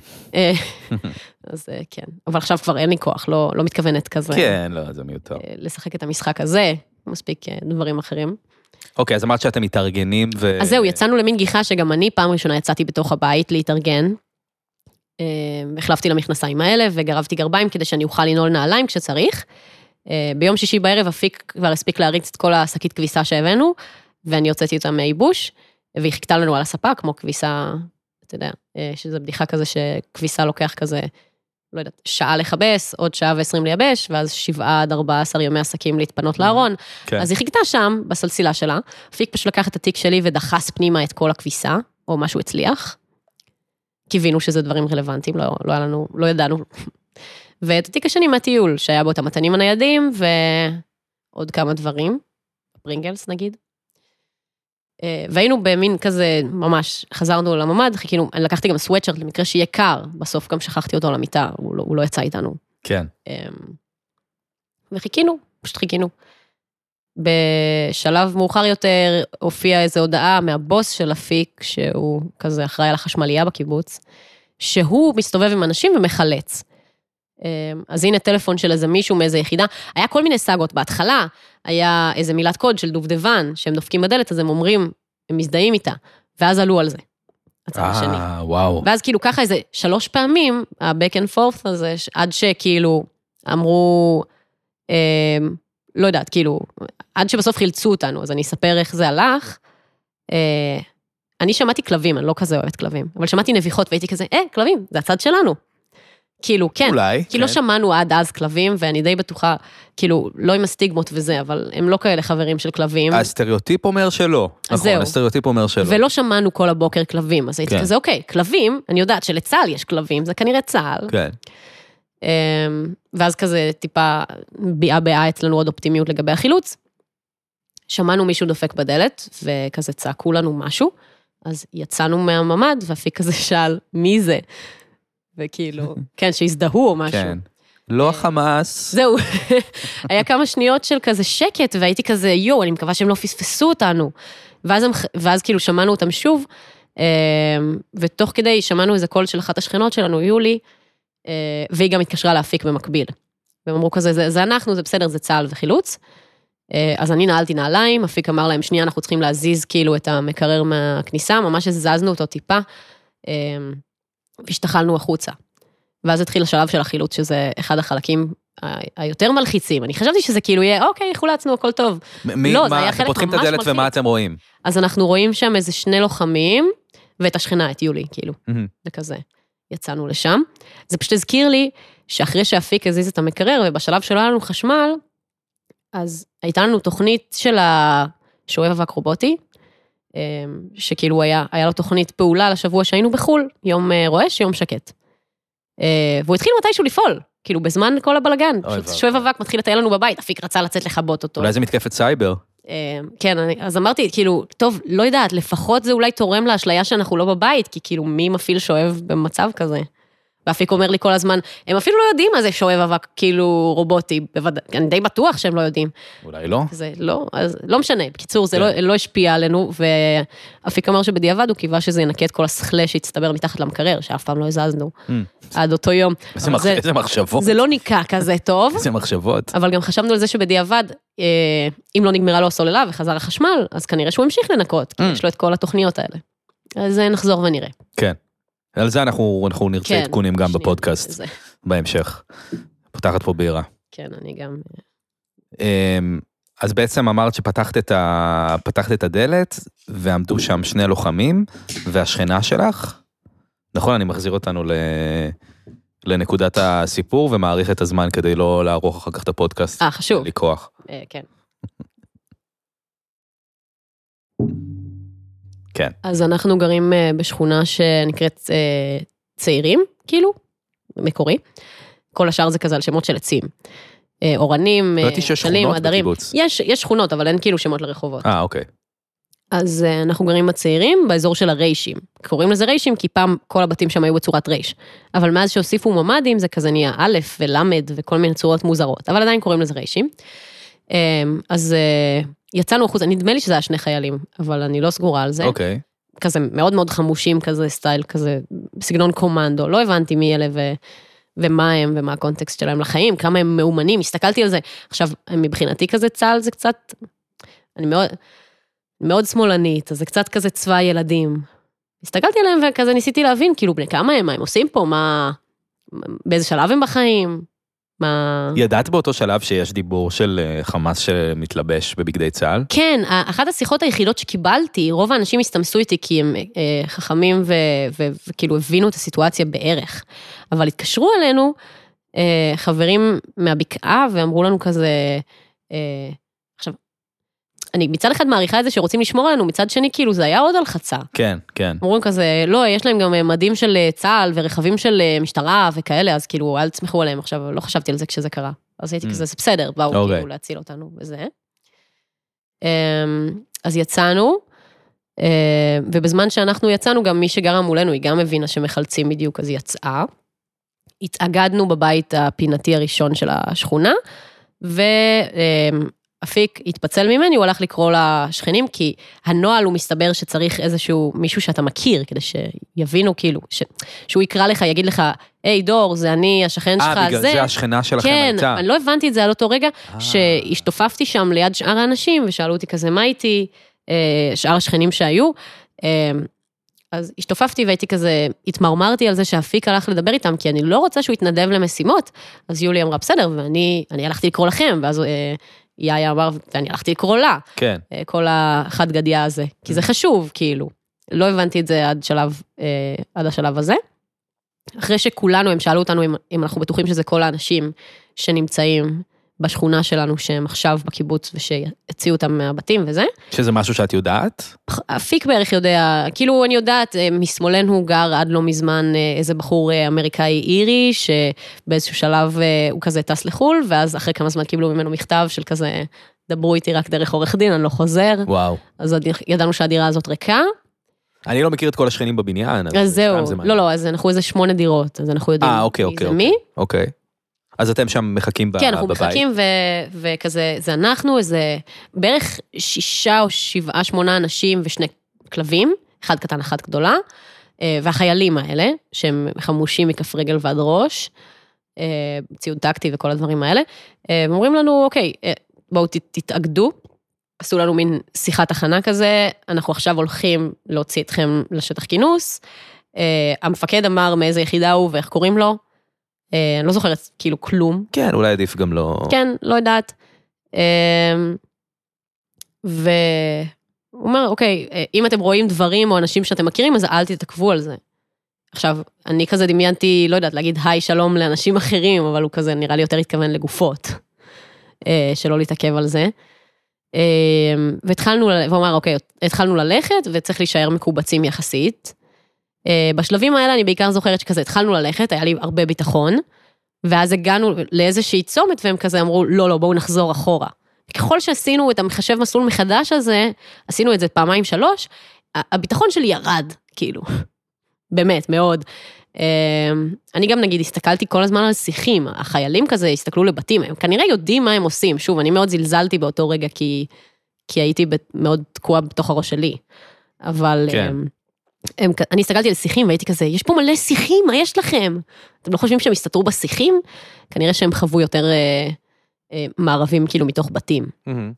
אז כן, אבל עכשיו כבר אין לי כוח, לא מתכוונת כזה. כן, לא, זה מיותר. לשחק את המשחק הזה, מספיק דברים אחרים. אוקיי, אז אמרת שאתם מתארגנים ו... אז זהו, יצאנו למין גיחה שגם אני פעם ראשונה יצאתי בתוך הבית להתארגן, החלפתי למכנסיים האלה וגרבתי גרביים כדי שאני אוכל לנעול נעליים כשצריך. ביום שישי בערב אפיק כבר הספיק להריץ את כל השקית כביסה שהבאנו, ואני הוצאתי אותה מהייבוש, והיא חיכתה לנו על הספה, כמו כביסה, אתה יודע, שזה בדיחה כזה שכביסה לוקח כזה, לא יודעת, שעה לחבס, עוד שעה ו20 לייבש, ואז 7 עד 14 ימי עסקים להתפנות לארון. כן. אז היא חיכתה שם, בסלסילה שלה, אפיק פשוט לקח את התיק שלי ודחס פנימה את כל הכביסה, או משהו הצליח. קיווינו שזה דברים רלוונטיים, לא היה לנו, לא ידענו. ואת התיק השני מהטיול, שהיה בו את המתנים הניידים, ועוד כמה דברים, פרינגלס נגיד. והיינו במין כזה, ממש, חזרנו לממד, חיכינו, אני לקחתי גם סוואטשרט למקרה שיהיה קר, בסוף גם שכחתי אותו למיטה, הוא לא יצא איתנו. כן. וחיכינו, פשוט חיכינו. בשלב מאוחר יותר, הופיעה איזו הודעה מהבוס של אפיק, שהוא כזה אחראי על החשמליה בקיבוץ, שהוא מסתובב עם אנשים ומחלץ. אז הנה טלפון של איזה מישהו מאיזה יחידה, היה כל מיני סאגות בהתחלה, היה איזה מילת קוד של דובדבן, שהם דופקים בדלת, אז הם אומרים, הם מזדהים איתה, ואז עלו על זה, הצד השני. וואו. ואז כאילו ככה איזה 3 פעמים, ה-back and forth הזה, עד שכאילו אמרו, לא יודעת, כאילו, עד שבסוף חילצו אותנו, אז אני אספר איך זה הלך, אני שמעתי כלבים, אני לא כזה אוהבת כלבים, אבל שמעתי נביחות והייתי כזה, כלבים, זה הצד שלנו. כאילו, כן. אולי. כי לא שמענו עד אז כלבים, ואני די בטוחה, כאילו, לא עם הסטיגמות וזה, אבל הם לא כאלה חברים של כלבים. הסטריאוטיפ אומר שלא. נכון, הסטריאוטיפ אומר שלא. ולא שמענו כל הבוקר כלבים, אז הייתי כזה, אוקיי, כלבים, אני יודעת שלצה"ל יש כלבים, זה כנראה צה"ל. כן. ואז כזה טיפה ביעה אצלנו עוד אופטימיות לגבי החילוץ. שמענו מישהו דופק בדלת, וכזה צעקו לנו משהו, אז יצאנו מהממד, ואפיק כזה שאל, מי זה? וכאילו, כן, שהזדהו או משהו. כן. לא החמאס. זהו, היה כמה שניות של כזה שקט, והייתי כזה, אני מקווה שהם לא פספסו אותנו. ואז כאילו שמענו אותם שוב, ותוך כדי שמענו איזה קול של אחת השכנות שלנו, יולי, והיא גם התקשרה להפיק במקביל. והם אמרו כזה, זה אנחנו, זה בסדר, זה צה"ל וחילוץ. אז אני נעלתי נעליים, אפיק אמר להם, שנייה, אנחנו צריכים להזיז כאילו את המקרר מהכניסה, ממש הזזנו אותו טיפה, והשתחלנו החוצה. ואז התחיל השלב של החילוץ, שזה אחד החלקים היותר מלחיצים. אני חשבתי שזה כאילו יהיה, אוקיי, חולצנו, הכל טוב. לא, זה היה חלק ממש מלחיץ. פותחים את הדלת ומה אתם רואים? אז אנחנו רואים שם איזה 2 לוחמים, ואת השכנה, את יולי, כאילו, וכזה. יצאנו לשם. זה פשוט הזכיר לי, שאחרי שאפיק הזיז את המקרר, ובשלב שלא היה לנו חשמל, אז הייתה לנו תוכנית של השואב אבק רובוטי, שכאילו היה לו תוכנית פעולה לשבוע שהיינו בחול, יום רועש, יום שקט. והוא התחיל מתישהו לפעול, כאילו בזמן כל הבלגן, שואב אבק מתחיל לטייל לנו בבית, אפיק רצה לצאת לחבות אותו. אולי זה מתקפת סייבר. כן, אז אמרתי, כאילו, טוב, לא יודעת, לפחות זה אולי תורם לאשליה שאנחנו לא בבית, כי כאילו מי מפעיל שואב במצב כזה? ואפיק אומר לי כל הזמן, הם אפילו לא יודעים מה זה שואב אבק, כאילו רובוטי, אני די בטוח שהם לא יודעים. אולי לא. זה לא, אז לא משנה, בקיצור, זה לא השפיע עלינו, ואפיק אמר שבדיעבד הוא קיווה שזה ינקה את כל השכלה שהצטבר מתחת למקרר, שאף פעם לא הזזנו, עד אותו יום. איזה מחשבות. זה לא ניקה כזה טוב. איזה מחשבות. אבל גם חשבנו על זה שבדיעבד, אם לא נגמרה לו הסוללה וחזר החשמל, אז כנראה שהוא המשיך לנקות, כי יש לו את כל התוכניות האלה. אז נחזור ונראה. כן. על זה אנחנו נרצה עדכונים גם בפודקאסט, בהמשך. פותחת פה בירה. כן, אני גם... אז בעצם אמרת שפתחת את הדלת, ועמדו שם 2 לוחמים, והשכנה שלך, נכון, אני מחזיר אותנו לנקודת הסיפור, ומעריך את הזמן כדי לא לערוך אחר כך את הפודקאסט. חשוב. לקוח. כן. כן. אז אנחנו גרים בשכונה שנקראת צעירים, כאילו, מקורי. כל השאר זה כזה על שמות של עצים. אורנים, שנים, עדרים. יש שכונות, אבל אין כאילו שמות לרחובות. אוקיי. אז אנחנו גרים בצעירים באזור של הריישים. קוראים לזה ריישים, כי פעם כל הבתים שם היו בצורת רייש. אבל מאז שהוסיפו ממ"דים, זה כזה נהיה א' ולמד וכל מיני צורות מוזרות. אבל עדיין קוראים לזה ריישים. אז יצאנו החוצה, נדמה לי שזה היה 2 חיילים, אבל אני לא סגורה על זה. אוקיי. כזה מאוד מאוד חמושים, כזה סטייל, כזה סגנון קומנדו, לא הבנתי מי אלה ומה הם, ומה הקונטקסט שלהם לחיים, כמה הם מאומנים, הסתכלתי על זה. עכשיו, מבחינתי כזה צה"ל זה קצת, אני מאוד שמאלנית, אז זה קצת כזה צבא ילדים. הסתכלתי עליהם וכזה ניסיתי להבין, כאילו, בני כמה הם, מה הם עושים פה, באיזה שלב הם בחיים, ידעת באותו שלב שיש דיבור של חמאס שמתלבש בבגדי צה"ל? כן, אחת השיחות היחידות שקיבלתי, רוב האנשים הסתמסו איתי כי הם חכמים וכאילו הבינו את הסיטואציה בערך, אבל התקשרו אלינו חברים מהבקעה ואמרו לנו כזה, עכשיו, אני מצד אחד מעריכה את זה שרוצים לשמור עלינו, מצד שני כאילו זה היה עוד הלחצה. כן, כן. אמרו כזה, לא, יש להם גם מדים של צה"ל ורכבים של משטרה וכאלה, אז כאילו אל תסמכו עליהם, עכשיו לא חשבתי על זה כשזה קרה. אז הייתי כזה, זה בסדר, באו כאילו להציל אותנו וזה. אז יצאנו, ובזמן שאנחנו יצאנו, גם מי שגרה מולנו, היא גם הבינה שמחלצים בדיוק, אז היא יצאה. התאגדנו בבית הפינתי הראשון של השכונה, אפיק התפצל ממני, הוא הלך לקרוא לשכנים, כי הנועל הוא מסתבר שצריך איזשהו מישהו שאתה מכיר, כדי שיבינו כאילו, שהוא יקרא לך, יגיד לך היי דור, זה אני, השכן שלך, בגלל זה השכנה שלכם הייתה. כן, אני לא הבנתי את זה על אותו רגע, שהשתופפתי שם ליד שאר האנשים, ושאלו אותי כזה, מה איתי, שאר השכנים שהיו, אז השתופפתי והייתי כזה, התמרמרתי על זה שאפיק הלך לדבר איתם, כי אני לא רוצה שהוא יתנדב למשימות, אז יולי אמרה, בסדר, ואני הלכתי לקרוא לכם, ואז יאיה אמר, ואני הלכתי לקרוא לה, כן. כל החד גדיה הזה, כי זה חשוב, כאילו, לא הבנתי את זה עד השלב הזה, אחרי שכולנו, הם שאלו אותנו אם אנחנו בטוחים שזה כל האנשים שנמצאים בשכונה שלנו, שהם עכשיו בקיבוץ, ושהציעו אותם מהבתים וזה. שזה משהו שאת יודעת? אפיק בערך יודע, כאילו אני יודעת, משמאלנו הוא גר עד לא מזמן איזה בחור אמריקאי אירי, שבאיזשהו שלב הוא כזה טס לחול, ואז אחרי כמה זמן קיבלו ממנו מכתב של כזה, דברו איתי רק דרך עורך דין, אני לא חוזר. וואו. אז ידענו שהדירה הזאת ריקה. אני לא מכיר את כל השכנים בבניין. אז זהו, לא, אז אנחנו איזה 8 דירות, אז אנחנו יודעים מי זה מי. אוקיי. אז אתם שם מחכים בבית? כן, אנחנו מחכים וכזה, זה אנחנו, איזה בערך 6 או 7, 8 אנשים ו2 כלבים, אחד קטן, אחד גדולה, והחיילים האלה, שהם חמושים מכף רגל ועד ראש, ציוד טקטי וכל הדברים האלה, ואומרים לנו, אוקיי, בואו תתאגדו, עשו לנו מין שיחת הכנה כזה, אנחנו עכשיו הולכים להוציא אתכם לשטח כינוס, המפקד אמר מאיזה יחידה הוא ואיך קוראים לו, אני לא זוכרת כאילו כלום. כן, אולי עדיף גם לא... כן, לא יודעת. והוא אומר, אוקיי, אם אתם רואים דברים או אנשים שאתם מכירים, אז אל תתעכבו על זה. עכשיו, אני כזה דמיינתי, לא יודעת, להגיד היי שלום לאנשים אחרים, אבל הוא כזה נראה לי יותר התכוון לגופות, שלא להתעכב על זה. והתחלנו, והוא אמר, אוקיי, התחלנו ללכת, וצריך להישאר מקובצים יחסית. בשלבים האלה אני בעיקר זוכרת שכזה התחלנו ללכת, היה לי הרבה ביטחון, ואז הגענו לאיזושהי צומת, והם כזה אמרו, לא, בואו נחזור אחורה. ככל שעשינו את המחשב מסלול מחדש הזה, עשינו את זה 2-3, הביטחון שלי ירד, כאילו, באמת, מאוד. אני גם נגיד, הסתכלתי כל הזמן על שיחים, החיילים כזה הסתכלו לבתים, הם כנראה יודעים מה הם עושים, שוב, אני מאוד זלזלתי באותו רגע, כי הייתי מאוד תקועה בתוך הראש שלי, אבל... כן. אני הסתכלתי על שיחים, והייתי כזה, יש פה מלא שיחים, מה יש לכם? אתם לא חושבים שהם הסתתרו בשיחים? כנראה שהם חוו יותר מערבים, כאילו, מתוך בתים.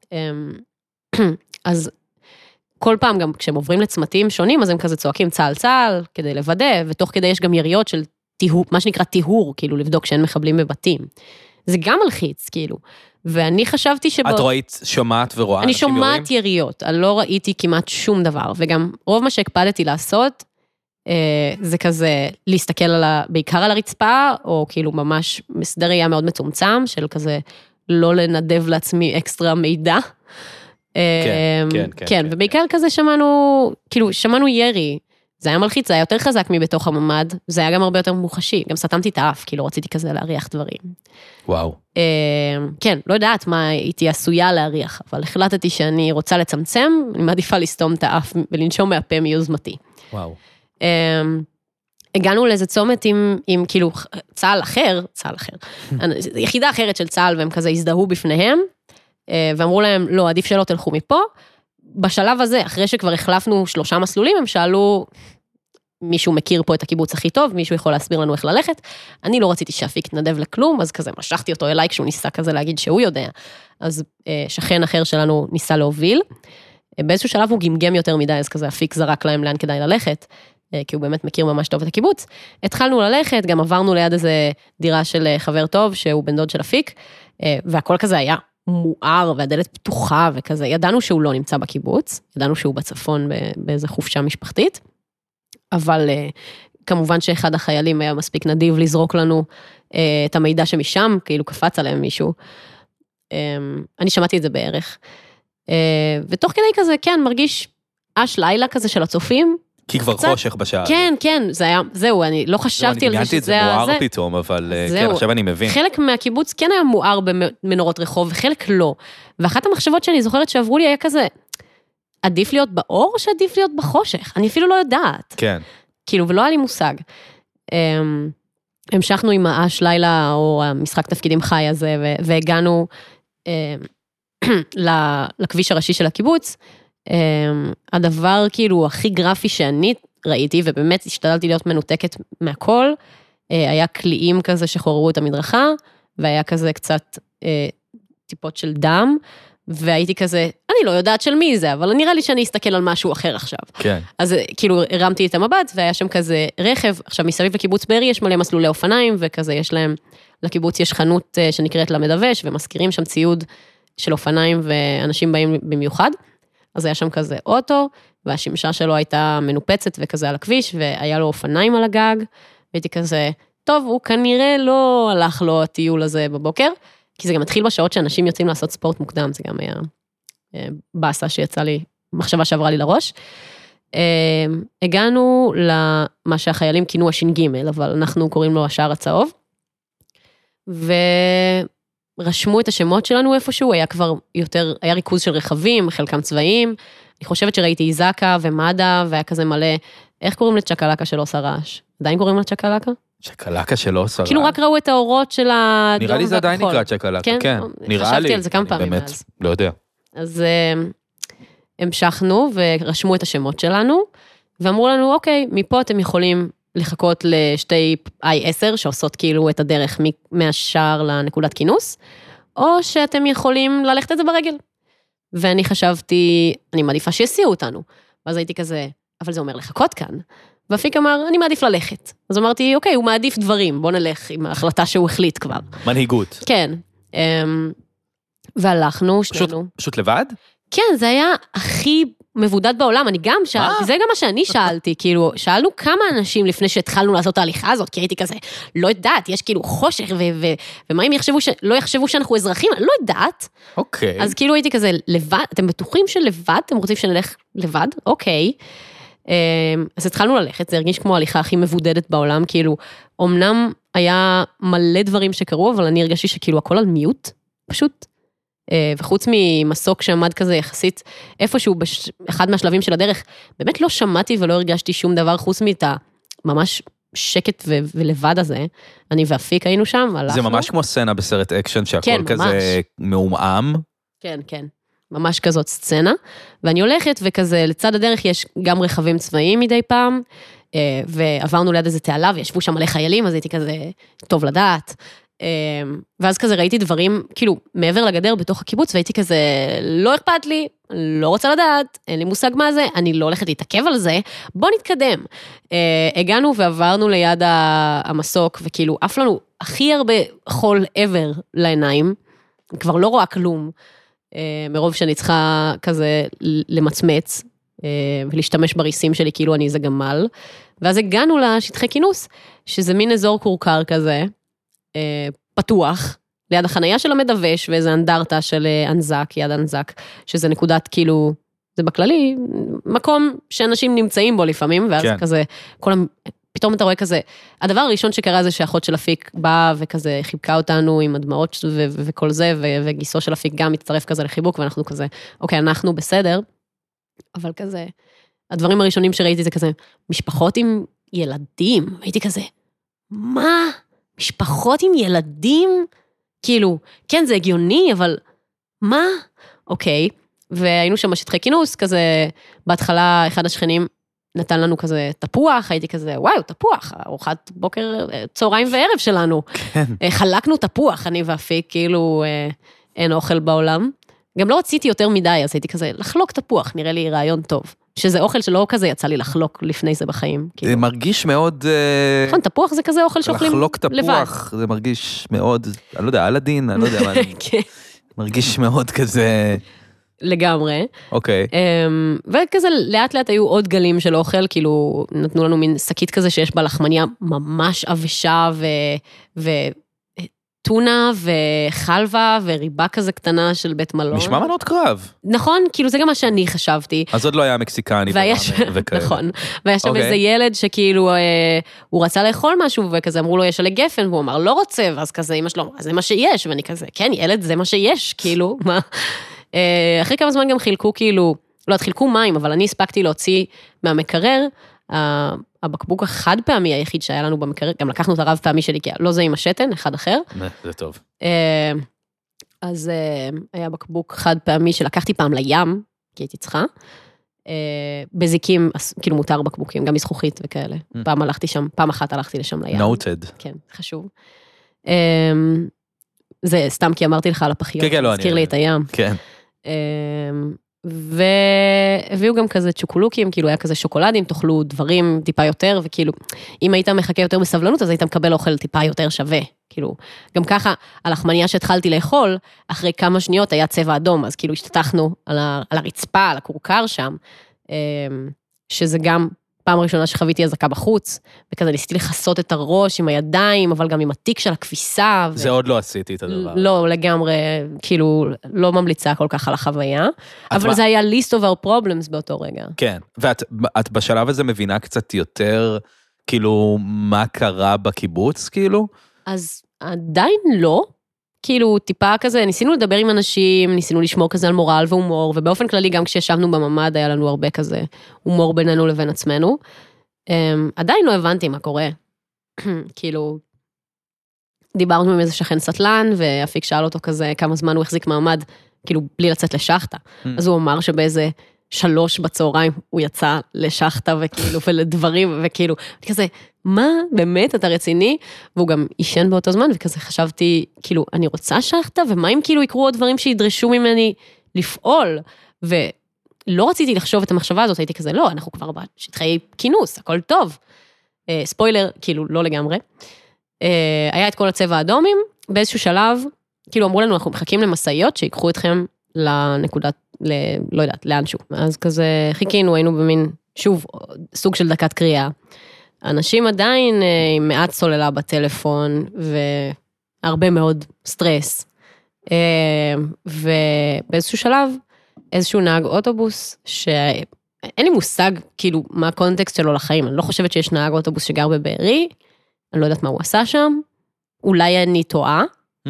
אז כל פעם, גם כשהם עוברים לצמתים שונים, אז הם כזה צועקים צהל, כדי לוודא, ותוך כדי יש גם יריות של מה שנקרא טיהור, כאילו, לבדוק שאין מחבלים בבתים. זה גם מלחיץ, כאילו. ואני חשבתי את ראית, שומעת ורואה? אני שומעת יריות, אני לא ראיתי כמעט שום דבר, וגם רוב מה שהקפדתי לעשות, זה כזה להסתכל בעיקר על הרצפה, או כאילו ממש מסדר ראייה מאוד מצומצם, של כזה לא לנדב לעצמי אקסטרה מידע. כן, ובעיקר כזה שמענו ירי, זה היה מלחיץ, זה היה יותר חזק מבתוך הממד, זה היה גם הרבה יותר מוחשי, גם סתמתי את האף, כאילו רציתי כזה להריח דברים. וואו. כן, לא יודעת מה הייתי עשויה להריח, אבל החלטתי שאני רוצה לצמצם, אני מעדיפה לסתום את האף ולנשום מהפה מיוזמתי. וואו. הגענו לאיזה צומת עם כאילו צהל אחר, יחידה אחרת של צהל, והם כזה הזדהו בפניהם, ואמרו להם, לא, עדיף שלא תלכו מפה, בשלב הזה, אחרי שכבר החלפנו 3 מסלולים, הם שאלו, מישהו מכיר פה את הקיבוץ הכי טוב, מישהו יכול להסביר לנו איך ללכת, אני לא רציתי שאפיק יתנדב לכלום, אז כזה משכתי אותו אליי, כשהוא ניסה כזה להגיד שהוא יודע, אז שכן אחר שלנו ניסה להוביל, באיזשהו שלב הוא גמגם יותר מדי, אז כזה אפיק זרק להם לאן כדאי ללכת, כי הוא באמת מכיר ממש טוב את הקיבוץ, התחלנו ללכת, גם עברנו ליד איזה דירה של חבר טוב, שהוא בן דוד של אפיק, והכל כזה היה מואר, והדלת פתוחה וכזה, ידענו שהוא לא נמצא בקיבוץ, ידענו שהוא בצפון באיזה חופשה משפחתית, אבל כמובן שאחד החיילים היה מספיק נדיב לזרוק לנו את המידע שמשם, כאילו קפץ עליהם מישהו, אני שמעתי את זה בערך, ותוך כדי כזה, כן, מרגיש אש לילה כזה של הצופים, כי כבר חושך בשעה. כן, כן, זהו, אני לא חשבתי על זה שזה... אני גיגנתי את זה מואר פתאום, אבל כן, עכשיו אני מבין. חלק מהקיבוץ כן היה מואר במנורות רחוב, וחלק לא. ואחת המחשבות שאני זוכרת שעברו לי היה כזה, עדיף להיות באור או שעדיף להיות בחושך? אני אפילו לא יודעת. כן. כאילו, ולא היה לי מושג. המשכנו עם האש לילה, או המשחק תפקידים חי הזה, והגענו לכביש הראשי של הקיבוץ, הדבר כאילו הכי גרפי שאני ראיתי, ובאמת השתדלתי להיות מנותקת מהכל, היה קליעים כזה שחוררו את המדרכה, והיה כזה קצת טיפות של דם, והייתי כזה, אני לא יודעת של מי זה, אבל נראה לי שאני אסתכל על משהו אחר עכשיו. כן. אז כאילו הרמתי את המבט, והיה שם כזה רכב, עכשיו מסביב לקיבוץ בארי יש מלא מסלולי אופניים, וכזה יש להם, לקיבוץ יש חנות שנקראת למדווש, ומזכירים שם ציוד של אופניים, ואנשים באים במיוחד, אז היה שם כזה אוטו, והשמשה שלו הייתה מנופצת וכזה על הכביש, והיה לו אופניים על הגג, והייתי כזה, טוב, הוא כנראה לא הלך לו הטיול הזה בבוקר, כי זה גם התחיל בשעות שאנשים יוצאים לעשות ספורט מוקדם, זה גם היה בסה שיצא לי, מחשבה שעברה לי לראש. הגענו למה שהחיילים כינו הש"ג, אבל אנחנו קוראים לו השער הצהוב, ורשמו את השמות שלנו איפשהו, היה כבר יותר, היה ריכוז של רכבים, חלקם צבאיים, אני חושבת שראיתי איזקה ומד"א, והיה כזה מלא, איך קוראים לצ'קלקה שלא עושה רעש? עדיין קוראים לצ'קלקה? צ'קלקה שלא עושה רעש. כאילו רק ראו את האורות של האדום והכחול. נראה לי זה עדיין נקרא צ'קלקה, כן. נראה לי. חשבתי על זה כמה פעמים באמת, אז. לא יודע. אז המשכנו ורשמו את השמות שלנו, ואמרו לנו, אוקיי, מפה אתם יכולים לחכות לשתי I10, שעושות כאילו את הדרך מהשער לנקודת כינוס, או שאתם יכולים ללכת את זה ברגל. ואני חשבתי, אני מעדיפה שיסיעו אותנו. ואז הייתי כזה, אבל זה אומר לחכות כאן. ואפיק אמר, אני מעדיף ללכת. אז אמרתי, אוקיי, הוא מעדיף דברים, בוא נלך עם ההחלטה שהוא החליט כבר. מנהיגות. כן. והלכנו, שנינו. פשוט לבד? כן, זה היה הכי מבודד בעולם, אני גם שאלתי, זה גם מה שאני שאלתי, כאילו, שאלנו כמה אנשים לפני שהתחלנו לעשות את ההליכה הזאת, כי הייתי כזה, לא יודעת, יש כאילו חושך, ומה אם לא יחשבו שאנחנו אזרחים, אני לא יודעת. אוקיי. אז כאילו הייתי כזה, לבד, אתם בטוחים שלבד, אתם רוצים שנלך לבד? אוקיי. אז התחלנו ללכת, זה הרגיש כמו ההליכה הכי מבודדת בעולם, כאילו, אמנם היה מלא דברים שקרו, אבל אני הרגשתי שכאילו הכל על מיוט, פשוט, וחוץ ממסוק שעמד כזה יחסית, איפשהו באחד מהשלבים של הדרך, באמת לא שמעתי ולא הרגשתי שום דבר, חוץ מאיתה ממש שקט ולבד הזה, אני ואפיק היינו שם, הלכנו. זה ממש כמו סצנה בסרט אקשן, שהכל כזה מעומעם. כן, כן. ממש כזאת סצנה, ואני הולכת וכזה לצד הדרך יש גם רכבים צבאיים מדי פעם, ועברנו ליד איזה תעלה וישבו שם מלא חיילים, אז הייתי כזה טוב לדעת, ואז כזה ראיתי דברים כאילו מעבר לגדר בתוך הקיבוץ, והייתי כזה לא אכפת לי, לא רוצה לדעת, אין לי מושג מה זה, אני לא הולכת להתעכב על זה, בוא נתקדם. הגענו ועברנו ליד המסוק, וכאילו אף לנו הכי הרבה חול עבר לעיניים, כבר לא רואה כלום, מרוב שאני צריכה כזה למצמץ, ולהשתמש בריסים שלי כאילו אני איזה גמל, ואז הגענו לשטחי כינוס, שזה מין אזור קורקר כזה, פתוח, ליד החנייה של המדווש, ואיזה אנדרטה של אנזק, יד אנזק, שזה נקודת כאילו, זה בכללי, מקום שאנשים נמצאים בו לפעמים, ואז כן. כזה, פתאום אתה רואה כזה, הדבר הראשון שקרה זה שאחות של אפיק באה וכזה חיבקה אותנו עם הדמעות וכל זה, וגיסו של אפיק גם מצטרף כזה לחיבוק, ואנחנו כזה, אוקיי, אנחנו בסדר, אבל כזה, הדברים הראשונים שראיתי זה כזה, משפחות עם ילדים, הייתי כזה, מה? משפחות עם ילדים? כאילו, כן, זה הגיוני, אבל מה? אוקיי, והיינו שם בשטחי כינוס, כזה, בהתחלה אחד השכנים נתן לנו כזה תפוח, הייתי כזה, וואו, תפוח, ארוחת בוקר, צהריים וערב שלנו. כן. חלקנו תפוח, אני ואפיק, כאילו, אין אוכל בעולם. גם לא רציתי יותר מדי, אז הייתי כזה, לחלוק תפוח, נראה לי רעיון טוב. שזה אוכל שלא כזה יצא לי לחלוק לפני זה בחיים. זה מרגיש מאוד... נכון, תפוח זה כזה אוכל שאוכלים לבד. לחלוק תפוח, זה מרגיש מאוד, אני לא יודע, אלאדין, אני לא יודע מה, מרגיש מאוד כזה... לגמרי. אוקיי. וכזה לאט לאט היו עוד גלים של אוכל, כאילו נתנו לנו מין שקית כזה שיש בה לחמניה ממש אבשה טונה וחלבה וריבה כזה קטנה של בית מלון. נשמע מנות קרב. נכון, כאילו זה גם מה שאני חשבתי. אז עוד לא היה מקסיקני וכאלה. נכון, והיה שם איזה ילד שכאילו הוא רצה לאכול משהו וכזה אמרו לו יש עלי גפן והוא אמר לא רוצה, ואז כזה אמא שלו, זה מה שיש, ואני כזה, כן ילד זה מה שיש, כאילו, מה? אחרי כמה זמן גם חילקו כאילו, לא, חילקו מים, אבל אני הספקתי להוציא מהמקרר, הבקבוק החד פעמי היחיד שהיה לנו במקרר, גם לקחנו את הרב פעמי שלי, כי לא זה עם השתן, אחד אחר. זה טוב. אז היה בקבוק חד פעמי שלקחתי פעם לים, כי הייתי צריכה, בזיקים, כאילו מותר בקבוקים, גם מזכוכית וכאלה. פעם אחת הלכתי לשם לים. Noted. כן, חשוב. זה סתם כי אמרתי לך על הפחיות, הזכיר לי את הים. כן. והביאו גם כזה צ'וקולוקים, כאילו היה כזה שוקולדים, תאכלו דברים טיפה יותר, וכאילו, אם היית מחכה יותר בסבלנות, אז היית מקבל אוכל טיפה יותר שווה. כאילו, גם ככה, הלחמניה שהתחלתי לאכול, אחרי כמה שניות היה צבע אדום, אז כאילו השתתחנו על הרצפה, על הקורקר שם, שזה גם פעם ראשונה שחוויתי הזקה בחוץ, וכזה ניסיתי לחסות את הראש עם הידיים, אבל גם עם התיק של הכביסה. זה עוד לא עשיתי את הדבר. לא, לגמרי, כאילו, לא ממליצה כל כך על החוויה, אבל זה היה list of our problems באותו רגע. כן, ואת בשלב הזה מבינה קצת יותר, כאילו, מה קרה בקיבוץ, כאילו? אז עדיין לא, כאילו טיפה כזה, ניסינו לדבר עם אנשים, ניסינו לשמור כזה על מורל והומור, ובאופן כללי גם כשישבנו בממד היה לנו הרבה כזה הומור בינינו לבין עצמנו. עדיין לא הבנתי מה קורה. כאילו, דיברנו עם איזה שכן סטלן, ואפיק שאל אותו כזה כמה זמן הוא החזיק מעמד, כאילו בלי לצאת לשחטה. אז הוא אמר שבאיזה 3 בצהריים הוא יצא לשחטה וכאילו ולדברים וכאילו, כזה, מה באמת אתה רציני? והוא גם ישן באותו זמן וכזה חשבתי, כאילו, אני רוצה שחטה ומה אם כאילו יקרו עוד דברים שידרשו ממני לפעול? ולא רציתי לחשוב את המחשבה הזאת, הייתי כזה, לא, אנחנו כבר בשטחי כינוס, הכל טוב. ספוילר, כאילו, לא לגמרי. היה את כל הצבע האדומים, באיזשהו שלב, כאילו אמרו לנו, אנחנו מחכים למסעיות שיקחו אתכם לנקודת, לא יודעת, לאנשהו. אז כזה חיכינו, היינו במין, שוב, סוג של דקת קריאה. אנשים עדיין עם מעט סוללה בטלפון, והרבה מאוד סטרס. ובאיזשהו שלב, איזשהו נהג אוטובוס, שאין לי מושג, כאילו, מה הקונטקסט שלו לחיים. אני לא חושבת שיש נהג אוטובוס שגר בבארי, אני לא יודעת מה הוא עשה שם, אולי אני טועה,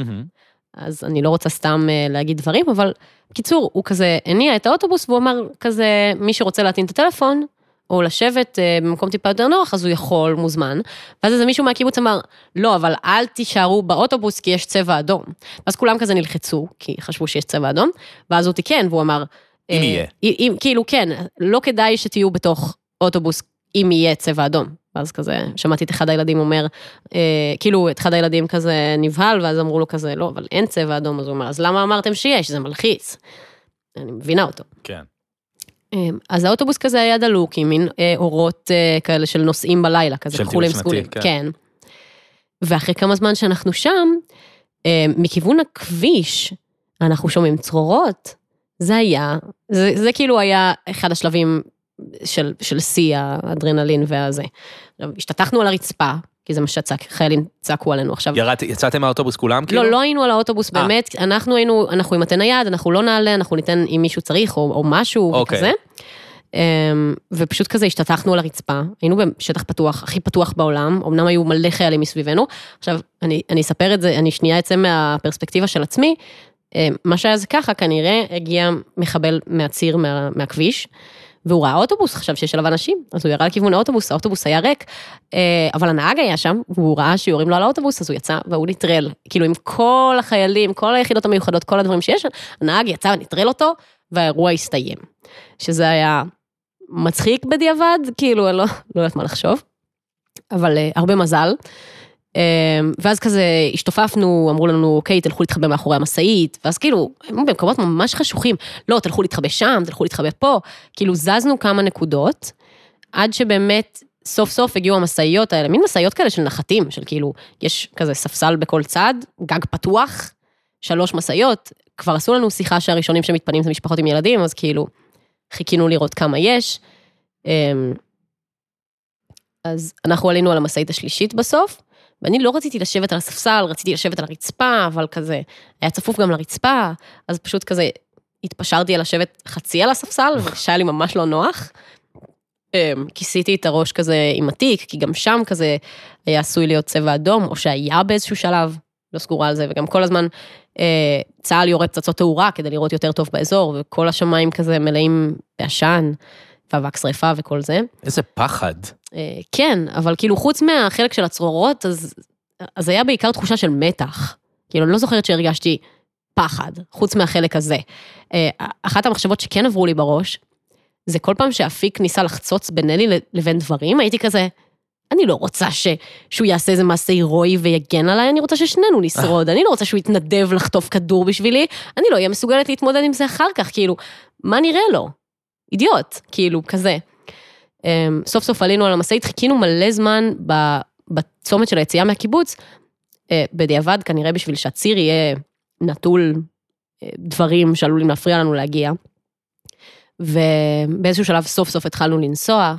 אז אני לא רוצה סתם להגיד דברים, אבל בקיצור, הוא כזה הניע את האוטובוס, והוא אמר כזה, מי שרוצה להטעין את הטלפון, או לשבת במקום טיפה יותר נוח, אז הוא יכול, מוזמן, ואז איזה מישהו מהקיבוץ אמר, לא, אבל אל תישארו באוטובוס, כי יש צבע אדום. ואז כולם כזה נלחצו, כי חשבו שיש צבע אדום, ואז הוא תיקן, והוא אמר, אם יהיה. כאילו כן, לא כדאי שתהיו בתוך אוטובוס, אם יהיה צבע אדום. ואז כזה, שמעתי את אחד הילדים אומר, כאילו, את אחד הילדים כזה נבהל, ואז אמרו לו כזה, לא, אבל אין צבע אדום, אז הוא אומר, אז למה אמרתם שיש? זה מלחיץ. אני מבינה אותו. כן. אז האוטובוס כזה היה דלוק, עם מין אורות כאלה של נוסעים בלילה, כזה כחולים סגולים. כן. ואחרי כמה זמן שאנחנו שם, מכיוון הכביש, אנחנו שומעים צרורות, זה כאילו היה אחד השלבים של שיא האדרנלין והזה. השתתחנו על הרצפה, כי זה מה שחיילים צעקו עלינו עכשיו. יצאתם מהאוטובוס כולם? לא היינו על האוטובוס באמת, אנחנו עם מתן היד, אנחנו לא נעלה, אנחנו ניתן אם מישהו צריך או משהו וכזה. ופשוט כזה השתתחנו על הרצפה, היינו בשטח פתוח, הכי פתוח בעולם, אמנם היו מלא חיילים מסביבנו. עכשיו, אני אספר את זה, אני שנייה אצא מהפרספקטיבה של עצמי, מה שהיה זה ככה, כנראה הגיע מחבל מהציר מהכביש, והוא ראה אוטובוס, חשב שיש עליו אנשים, אז הוא ירה לכיוון האוטובוס, האוטובוס היה ריק, אבל הנהג היה שם, והוא ראה שיורים לו על האוטובוס, אז הוא יצא, והוא נטרל, כאילו עם כל החיילים, כל היחידות המיוחדות, כל הדברים שיש, הנהג יצא ונטרל אותו, והאירוע הסתיים. שזה היה מצחיק בדיעבד, כאילו, לא יודעת מה לחשוב, אבל הרבה מזל. ואז כזה השתופפנו, אמרו לנו, אוקיי, תלכו להתחבא מאחורי המסעית, ואז כאילו, במקומות ממש חשוכים, לא, תלכו להתחבא שם, תלכו להתחבא פה, כאילו זזנו כמה נקודות, עד שבאמת סוף סוף הגיעו המסעיות האלה, מין מסעיות כאלה של נחתים, של כאילו, יש כזה ספסל בכל צד, גג פתוח, 3 מסעיות, כבר עשו לנו שיחה שהראשונים שמתפנים זה משפחות עם ילדים, אז כאילו, חיכינו לראות כמה יש, אז אנחנו עלינו על המסעית השלישית בסוף, ואני לא רציתי לשבת על הספסל, רציתי לשבת על הרצפה, אבל כזה, היה צפוף גם לרצפה, אז פשוט כזה, התפשרתי על לשבת חצי על הספסל, ושהיה לי ממש לא נוח, כיסיתי את הראש כזה עם התיק, כי גם שם כזה היה עשוי להיות צבע אדום, או שהיה באיזשהו שלב, לא סגורה על זה, וגם כל הזמן צהל יורה פצצות תאורה, כדי לראות יותר טוב באזור, וכל השמיים כזה מלאים בעשן, ואבק שריפה וכל זה. איזה פחד. כן, אבל כאילו חוץ מהחלק של הצרורות, אז היה בעיקר תחושה של מתח. כאילו, אני לא זוכרת שהרגשתי פחד, חוץ מהחלק הזה. אחת המחשבות שכן עברו לי בראש, זה כל פעם שאפיק ניסה לחצוץ ביני לבין דברים, הייתי כזה, אני לא רוצה שהוא יעשה איזה מעשה הירואי ויגן עליי, אני רוצה ששנינו נשרוד, אני לא רוצה שהוא יתנדב לחטוף כדור בשבילי, אני לא אהיה מסוגלת להתמודד עם זה אחר כך, כאילו, מה נראה לו? אידיוט, כאילו, כזה. סוף סוף עלינו על המשאית, חיכינו מלא זמן בצומת של היציאה מהקיבוץ, בדיעבד, כנראה בשביל שהציר יהיה נטול דברים שעלולים להפריע לנו להגיע, ובאיזשהו שלב סוף סוף התחלנו לנסוע,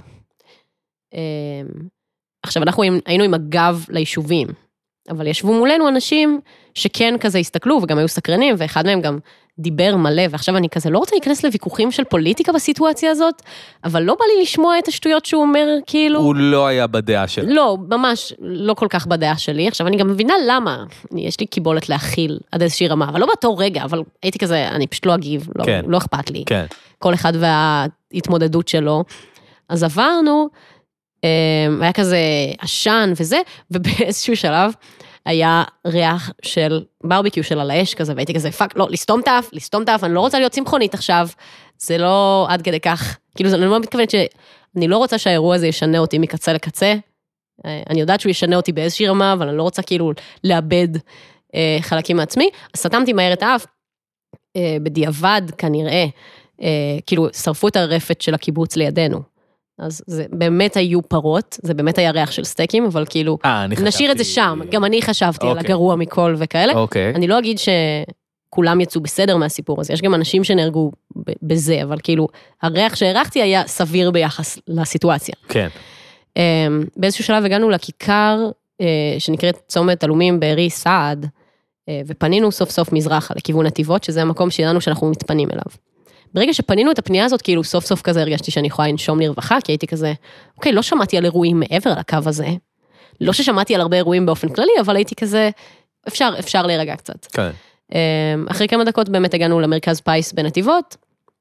עכשיו אנחנו היינו עם הגב ליישובים, אבל ישבו מולנו אנשים שכן כזה הסתכלו וגם היו סקרנים, ואחד מהם גם דיבר מלא, ועכשיו אני כזה לא רוצה להיכנס לוויכוחים של פוליטיקה בסיטואציה הזאת, אבל לא בא לי לשמוע את השטויות שהוא אומר, כאילו... הוא לא היה בדעה שלו. לא, ממש לא כל כך בדעה שלי, עכשיו אני גם מבינה למה, יש לי קיבולת להכיל עד איזושהי רמה, אבל לא באותו רגע, אבל הייתי כזה, אני פשוט לא אגיב, לא אכפת לי. כן. כל אחד וההתמודדות שלו. אז עברנו, היה כזה עשן וזה, ובאיזשהו שלב היה ריח של ברביקיו של על האש כזה, והייתי כזה, פאק, לא, לסתום תף, אני לא רוצה להיות צמחונית עכשיו, זה לא עד כדי כך, כאילו, אני לא מתכוונת שאני לא רוצה שהאירוע הזה ישנה אותי מקצה לקצה, אני יודעת שהוא ישנה אותי באיזושהי רמה, אבל אני לא רוצה כאילו לאבד חלקים מעצמי, אז סתמתי מהר את האף, בדיעבד כנראה, כאילו, שרפו את הרפת של הקיבוץ לידינו, אז זה באמת היו פרות, זה באמת היה ריח של סטייקים, אבל כאילו, נשאיר את זה שם, גם אני חשבתי על הגרוע מכל וכאלה, אני לא אגיד שכולם יצאו בסדר מהסיפור הזה, יש גם אנשים שנהרגו בזה, אבל כאילו, הריח שהערכתי היה סביר ביחס לסיטואציה. כן. באיזשהו שלב הגענו לכיכר, שנקראת צומת אלומים בערי סעד, ופנינו סוף סוף מזרחה לכיוון נתיבות, שזה המקום שידענו שאנחנו מתפנים אליו. ברגע שפנינו את הפנייה הזאת, כאילו סוף סוף כזה הרגשתי שאני יכולה לנשום לרווחה, כי הייתי כזה, אוקיי, לא שמעתי על אירועים מעבר לקו הזה, לא ששמעתי על הרבה אירועים באופן כללי, אבל הייתי כזה, אפשר להירגע קצת. כן. אחרי כמה דקות באמת הגענו למרכז פייס בנתיבות,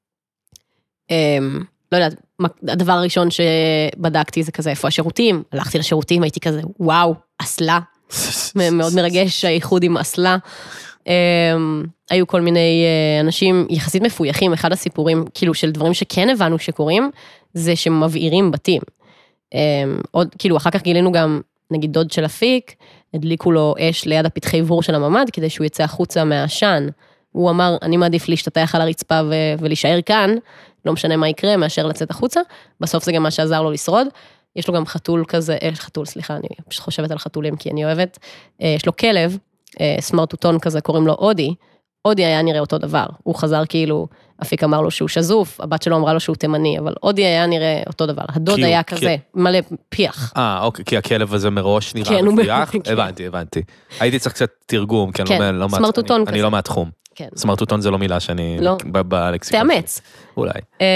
לא יודעת, הדבר הראשון שבדקתי זה כזה, איפה השירותים, הלכתי לשירותים, הייתי כזה, וואו, אסלה, מאוד מרגש, האיחוד עם אסלה, היו כל מיני אנשים יחסית מפויחים, אחד הסיפורים כאילו של דברים שכן הבנו שקורים, זה שמבעירים בתים. עוד כאילו אחר כך גילינו גם, נגיד דוד של אפיק, הדליקו לו אש ליד הפתחי בור של הממד, כדי שהוא יצא החוצה מהעשן. הוא אמר, אני מעדיף להשתטח על הרצפה ולהישאר כאן, לא משנה מה יקרה, מאשר לצאת החוצה, בסוף זה גם מה שעזר לו לשרוד. יש לו גם חתול כזה, סליחה, אני פשוט חושבת על חתולים, כי אני אוהבת, יש לו כלב, סמרטוטון כזה, קוראים לו אודי, אודי היה נראה אותו דבר, הוא חזר כאילו, אפיק אמר לו שהוא שזוף, הבת שלו אמרה לו שהוא תימני, אבל אודי היה נראה אותו דבר, הדוד היה כזה, מלא פיח. אוקיי, כי הכלב הזה מראש נראה מפיח, הבנתי. הייתי צריך קצת תרגום, כי אני לא מהתחום. סמרטוטון זה לא מילה שאני, בלקסיקון. תאמץ. אולי.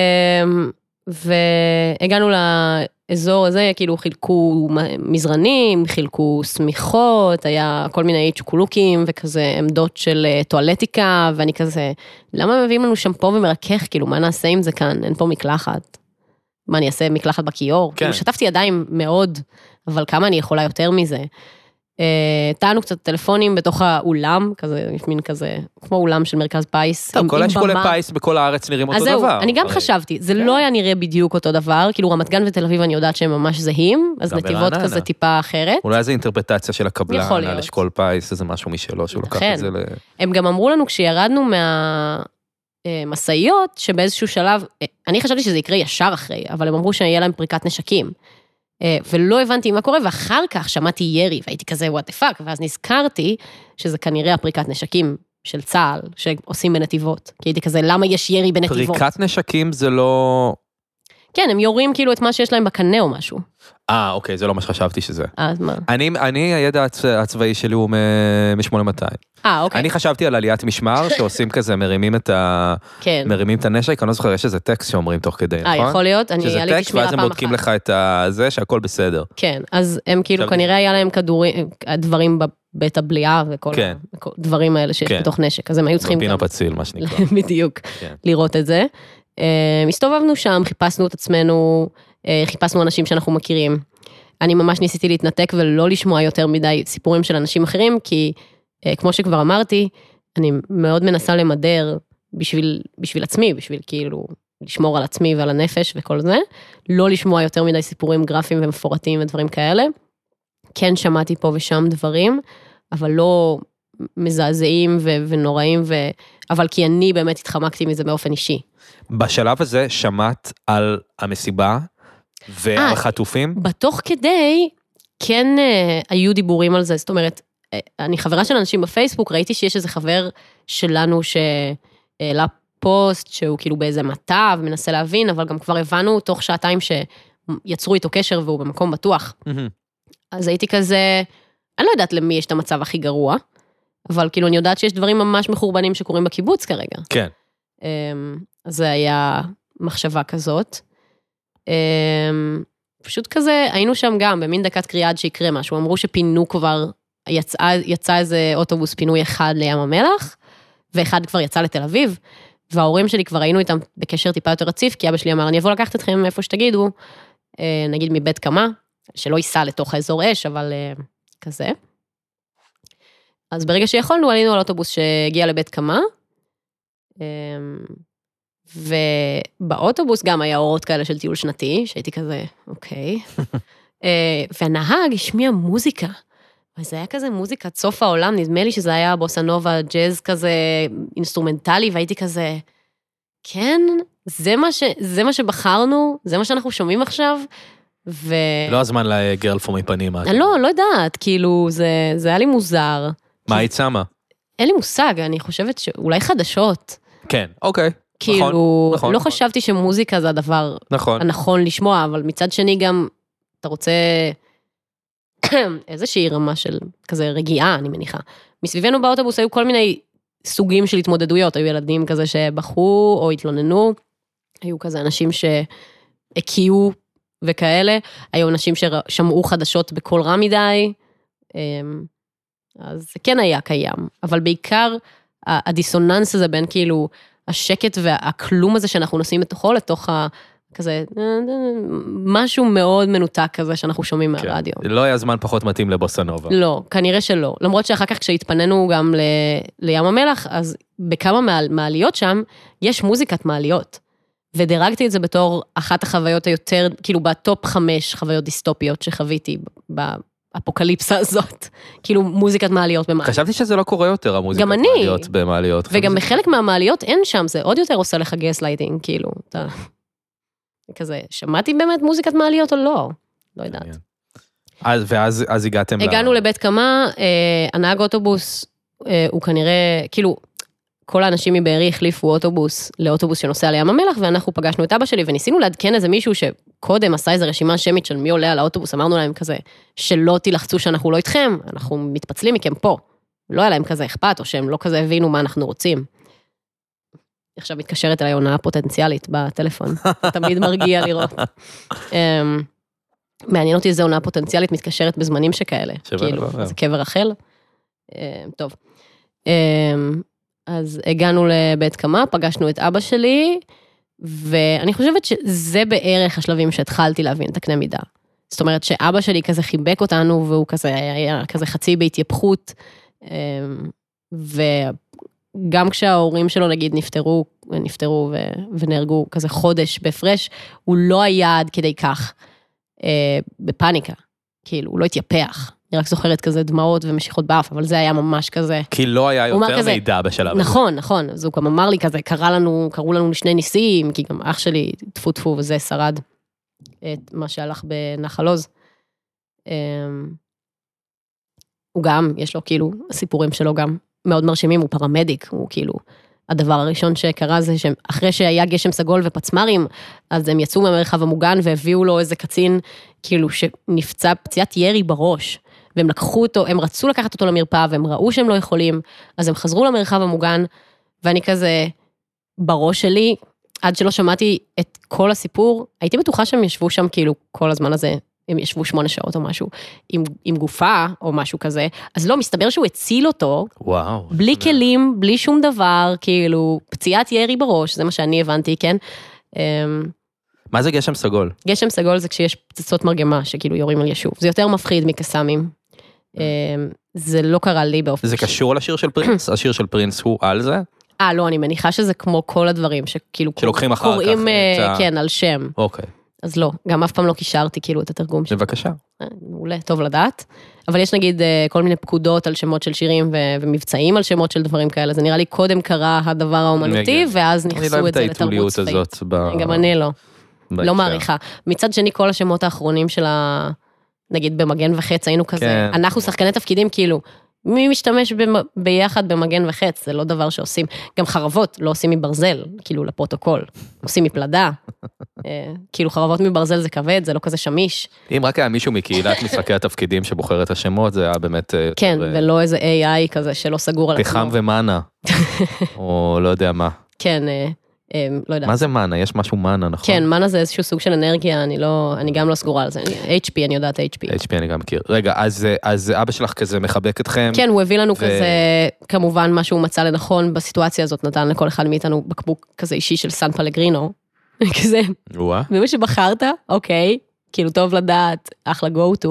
והגענו לאזור הזה, כאילו חילקו מזרנים, חילקו סמיכות, היה כל מיני צ'וקולוקים וכזה עמדות של טואלטיקה, ואני כזה, למה מביאים לנו שמפו ומרכך, כאילו מה נעשה עם זה כאן, אין פה מקלחת, מה אני אעשה מקלחת בכיור, כאילו שטפתי ידיים מאוד, אבל כמה אני יכולה יותר מזה, טענו קצת טלפונים בתוך האולם, כזה, מין כזה, כמו אולם של מרכז פייס. טוב, כל האשכולי פייס בכל הארץ נראים אותו דבר. אז זהו, אני גם חשבתי, זה לא היה נראה בדיוק אותו דבר, כאילו רמת גן ותל אביב אני יודעת שהם ממש זהים, אז נתיבות כזה טיפה אחרת. אולי זו אינטרפרטציה של הקבלן, על אשכול פייס, איזה משהו משלו, שהוא לקח את זה ל... הם גם אמרו לנו כשירדנו מהמסעיות, שבאיזשהו שלב, אני חשבתי שזה יקרה ישר אחרי, אבל הם אמרו שיהיה להם פריקת נשקים. ולא הבנתי מה קורה, ואחר כך שמעתי ירי, והייתי כזה, what the fuck, ואז נזכרתי שזה כנראה הפריקת נשקים של צה"ל, שעושים בנתיבות, כי הייתי כזה, למה יש ירי בנתיבות? פריקת נשקים זה לא... כן, הם יורים כאילו את מה שיש להם בקנה או משהו. אוקיי, זה לא מה שחשבתי שזה. אז מה? אני, הידע הצבאי שלי הוא מ-8200. אוקיי. אני חשבתי על עליית משמר, שעושים כזה, מרימים את הנשק, אני לא זוכר, יש איזה טקסט שאומרים תוך כדי, נכון? יכול להיות, אני עליתי שמירה פעם אחת. שזה טקסט, ואז הם בודקים לך את זה, שהכל בסדר. כן, אז הם כאילו, כנראה היה להם דברים בבית הבליעה, וכל הדברים האלה שיש בתוך נשק, אז הם היו צריכים... פינה פציל, מה שנקרא. בדיוק, לראות את זה. הסתובבנו שם, חיפשנו את עצמנו, חיפשנו אנשים שאנחנו מכירים. אני ממש ניסיתי להתנתק ולא לשמוע יותר מדי סיפורים של אנשים אחרים, כי כמו שכבר אמרתי, אני מאוד מנסה למדר בשביל עצמי, בשביל כאילו לשמור על עצמי ועל הנפש וכל זה, לא לשמוע יותר מדי סיפורים גרפיים ומפורטים ודברים כאלה. כן שמעתי פה ושם דברים, אבל לא מזעזעים ונוראים, אבל כי אני באמת התחמקתי מזה באופן אישי. בשלב הזה שמעת על המסיבה ועל החטופים? בתוך כדי, כן היו דיבורים על זה, זאת אומרת, אני חברה של אנשים בפייסבוק, ראיתי שיש איזה חבר שלנו שהעלה פוסט, שהוא כאילו באיזה מטה ומנסה להבין, אבל גם כבר הבנו תוך שעתיים שיצרו איתו קשר והוא במקום בטוח. אז הייתי כזה, אני לא יודעת למי יש את המצב הכי גרוע, אבל כאילו אני יודעת שיש דברים ממש מחורבנים שקורים בקיבוץ כרגע. כן. אז זה היה מחשבה כזאת. פשוט כזה, היינו שם גם, במין דקת קריאה עד שיקרה משהו, אמרו שפינו כבר, יצא איזה אוטובוס פינוי אחד לים המלח, ואחד כבר יצא לתל אביב, וההורים שלי כבר היינו איתם בקשר טיפה יותר רציף, כי אבא שלי אמר, אני אבוא לקחת אתכם איפה שתגידו, נגיד מבית קמה, שלא ייסע לתוך האזור אש, אבל כזה. אז ברגע שיכולנו, עלינו על אוטובוס שהגיע לבית קמה, ובאוטובוס גם היה אורות כאלה של טיול שנתי, שהייתי כזה, אוקיי. והנהג השמיע מוזיקה, וזה היה כזה מוזיקת סוף העולם, נדמה לי שזה היה בוסה נובה, ג'אז כזה אינסטרומנטלי, והייתי כזה, כן, זה מה שבחרנו, זה מה שאנחנו שומעים עכשיו, לא הזמן לגרל פור מפנים. אני לא יודעת, כאילו, זה היה לי מוזר. מה היית שמה? אין לי מושג, אני חושבת שאולי חדשות. כן, אוקיי. כאילו, לא חשבתי שמוזיקה זה הדבר הנכון לשמוע, אבל מצד שני גם, אתה רוצה איזושהי רמה של כזה רגיעה, אני מניחה. מסביבנו באוטובוס היו כל מיני סוגים של התמודדויות, היו ילדים כזה שבחרו או התלוננו, היו כזה אנשים שהקיעו וכאלה, היו אנשים ששמעו חדשות בכל רע מדי, אז זה כן היה קיים, אבל בעיקר הדיסוננס הזה בין כאילו השקט והכלום הזה שאנחנו נוסעים בתוכו, לתוך כזה, משהו מאוד מנותק כזה שאנחנו שומעים מהרדיו. לא היה זמן פחות מתאים לבוסה נובה. לא, כנראה שלא. למרות שאחר כך כשהתפנינו גם לים המלח, אז בכמה מעליות שם, יש מוזיקת מעליות. ודרגתי את זה בתור אחת החוויות היותר, כאילו בטופ 5 חוויות דיסטופיות שחוויתי באפוקליפסה הזאת. כאילו מוזיקת מעליות במעליות. חשבתי שזה לא קורה יותר, המוזיקת מעליות במעליות. וגם בחלק מהמעליות אין שם, זה עוד יותר עושה לך גסלייטינג, כאילו, אתה... כזה, שמעתי באמת מוזיקת מעליות או לא? לא יודעת. ואז הגענו לבית קמה, הנהג אוטובוס, הוא כנראה, כאילו, כל האנשים מבארי החליפו אוטובוס לאוטובוס שנוסע לים המלח, ואנחנו פגשנו את אבא שלי, וניסינו לעדכן איזה מישהו שקודם עשה איזו רשימה שמית של מי עולה על האוטובוס, אמרנו להם כזה, שלא תלחצו שאנחנו לא איתכם, אנחנו מתפצלים מכם פה. לא היה להם כזה אכפת, או שהם לא כזה הבינו מה אנחנו רוצים. עכשיו מתקשרת אליי הונאה פוטנציאלית בטלפון, תמיד מרגיע לראות. מעניין אותי איזה הונאה פוטנציאלית מתקשרת בזמנים שכאלה, כאילו, זה קבר רחל. טוב. אז הגענו לבית קמה, פגשנו את אבא שלי, ואני חושבת שזה בערך השלבים שהתחלתי להבין את הקנה מידה. זאת אומרת שאבא שלי כזה חיבק אותנו, והוא כזה היה כזה חצי בהתייפכות, וגם כשההורים שלו נגיד נפטרו ונהרגו כזה חודש בהפרש, הוא לא היה עד כדי כך בפאניקה, כאילו הוא לא התייפח. אני רק זוכרת כזה דמעות ומשיכות באף, אבל זה היה ממש כזה. כי לא היה יותר מידע בשלב הזה. נכון, נכון. אז הוא גם אמר לי כזה, קראו לנו שני ניסים, כי גם אח שלי טפו וזה שרד את מה שהלך בנחל עוז. הוא גם, יש לו כאילו, הסיפורים שלו גם מאוד מרשימים, הוא פרמדיק, הוא כאילו, הדבר הראשון שקרה זה שאחרי שהיה גשם סגול ופצמרים, אז הם יצאו מהמרחב המוגן והביאו לו איזה קצין, כאילו שנפצע פציעת ירי בראש, והם לקחו אותו, הם רצו לקחת אותו למרפאה, והם ראו שהם לא יכולים, אז הם חזרו למרחב המוגן, ואני כזה, בראש שלי, עד שלא שמעתי את כל הסיפור, הייתי בטוחה שהם ישבו שם כאילו כל הזמן הזה, הם ישבו 8 שעות או משהו, עם גופה או משהו כזה, אז לא, מסתבר שהוא הציל אותו, וואו, בלי כלים, בלי שום דבר, כאילו, פציעת ירי בראש, זה מה שאני הבנתי, כן? מה זה גשם סגול? גשם סגול זה כשיש פצצות מרגמה, שכאילו יורים על ישוב, זה יותר מפחיד מקסאמים, זה לא קרה לי באופן. זה קשור לשיר של פרינס? השיר של פרינס הוא על זה? לא, אני מניחה שזה כמו כל הדברים, שכאילו שלוקחים אחר כך קוראים, את כן, על שם. אוקיי. אז לא, גם אף פעם לא קישרתי כאילו את התרגום שלי. בבקשה. מעולה, טוב לדעת. אבל יש נגיד כל מיני פקודות על שמות של שירים ומבצעים על שמות של דברים כאלה. זה נראה לי קודם קרה הדבר האומנותי, ואז נכנסו את זה לתרבות צבאית. גם אני לא. לא מעריכה. מצד שני, כל השמות האחרונים של נגיד במגן וחץ, היינו כזה, אנחנו שחקני תפקידים כאילו, מי משתמש ביחד במגן וחץ? זה לא דבר שעושים. גם חרבות לא עושים מברזל, כאילו לפרוטוקול. עושים מפלדה. כאילו חרבות מברזל זה כבד, זה לא כזה שמיש. אם רק היה מישהו מקהילת משחקי התפקידים שבוחר את השמות, זה היה באמת... כן, ולא איזה AI כזה שלא סגור על עצמו. פחם ומנה. או לא יודע מה. כן, לא יודע. מה זה מנה? יש משהו מנה, נכון? כן, מנה זה איזשהו סוג של אנרגיה, אני גם לא סגורה על זה. HP, אני יודעת HP. HP אני גם מכיר. רגע, אז אבא שלך כזה מחבק אתכם? כן, הוא הביא לנו כזה, כמובן מה שהוא מצא לנכון בסיטואציה הזאת, נתן לכל אחד מאיתנו בקבוק כזה אישי של סן פלגרינו. כזה. ומה שבחרת, אוקיי, כאילו טוב לדעת, אחלה go to.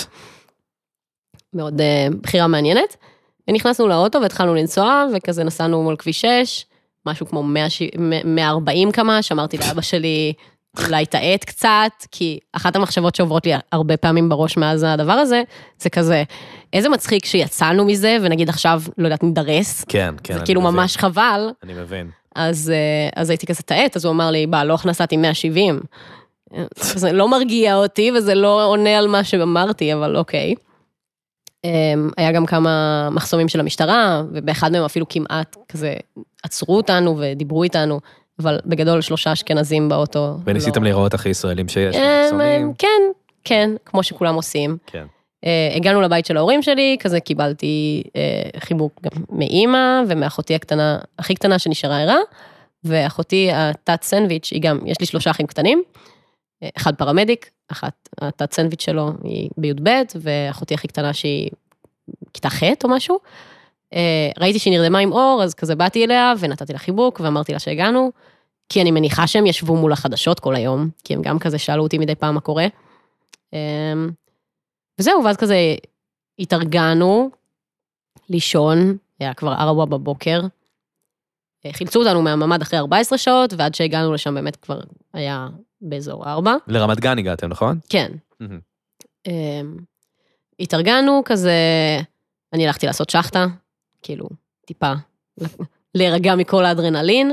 מאוד בחירה מעניינת. ונכנסנו לאוטו והתחלנו לנסוע, וכזה נסענו מול כביש 6, משהו כמו 140 כמה, שאמרתי לאבא שלי, אולי תעט קצת, כי אחת המחשבות שעוברות לי הרבה פעמים בראש מאז הדבר הזה, זה כזה, איזה מצחיק שיצאנו מזה, ונגיד עכשיו, לא יודעת, נדרס. כן, כן. זה כאילו ממש חבל. אני מבין. אז הייתי כזה תעט, אז הוא אמר לי, לא נסעתי 170. זה לא מרגיע אותי, וזה לא עונה על מה שאמרתי, אבל אוקיי. היה גם כמה מחסומים של המשטרה, ובאחד מהם אפילו כמעט כזה עצרו אותנו ודיברו איתנו, אבל בגדול 3 אשכנזים באוטו. וניסיתם לראות הכי ישראלים שיש, מחסומים? כן, כן, כמו שכולם עושים. כן. הגענו לבית של ההורים שלי, כזה קיבלתי חיבוק גם מאמא, ומאחותי הקטנה, הכי קטנה שנשארה ערה, ואחותי התת סנדוויץ', היא גם, יש לי 3 אחים קטנים, אחד פרמדיק, התת סנדוויץ' שלו היא בי"ב, ואחותי הכי קטנה שהיא כיתה ח' או משהו, ראיתי שהיא נרדמה עם אור, אז כזה באתי אליה, ונתתי לה חיבוק, ואמרתי לה שהגענו, כי אני מניחה שהם ישבו מול החדשות כל היום, כי הם גם כזה שאלו אותי מדי פעם מה קורה, וזהו, ואז כזה התארגנו לישון, היה כבר 4 בבוקר, חילצו אותנו מהממד אחרי 14 שעות, ועד שהגענו לשם באמת כבר היה באזור 4. לרמת גן הגעתם, נכון? כן. התארגנו כזה, אני הלכתי לעשות שחטה, כאילו טיפה להירגע מכל האדרנלין,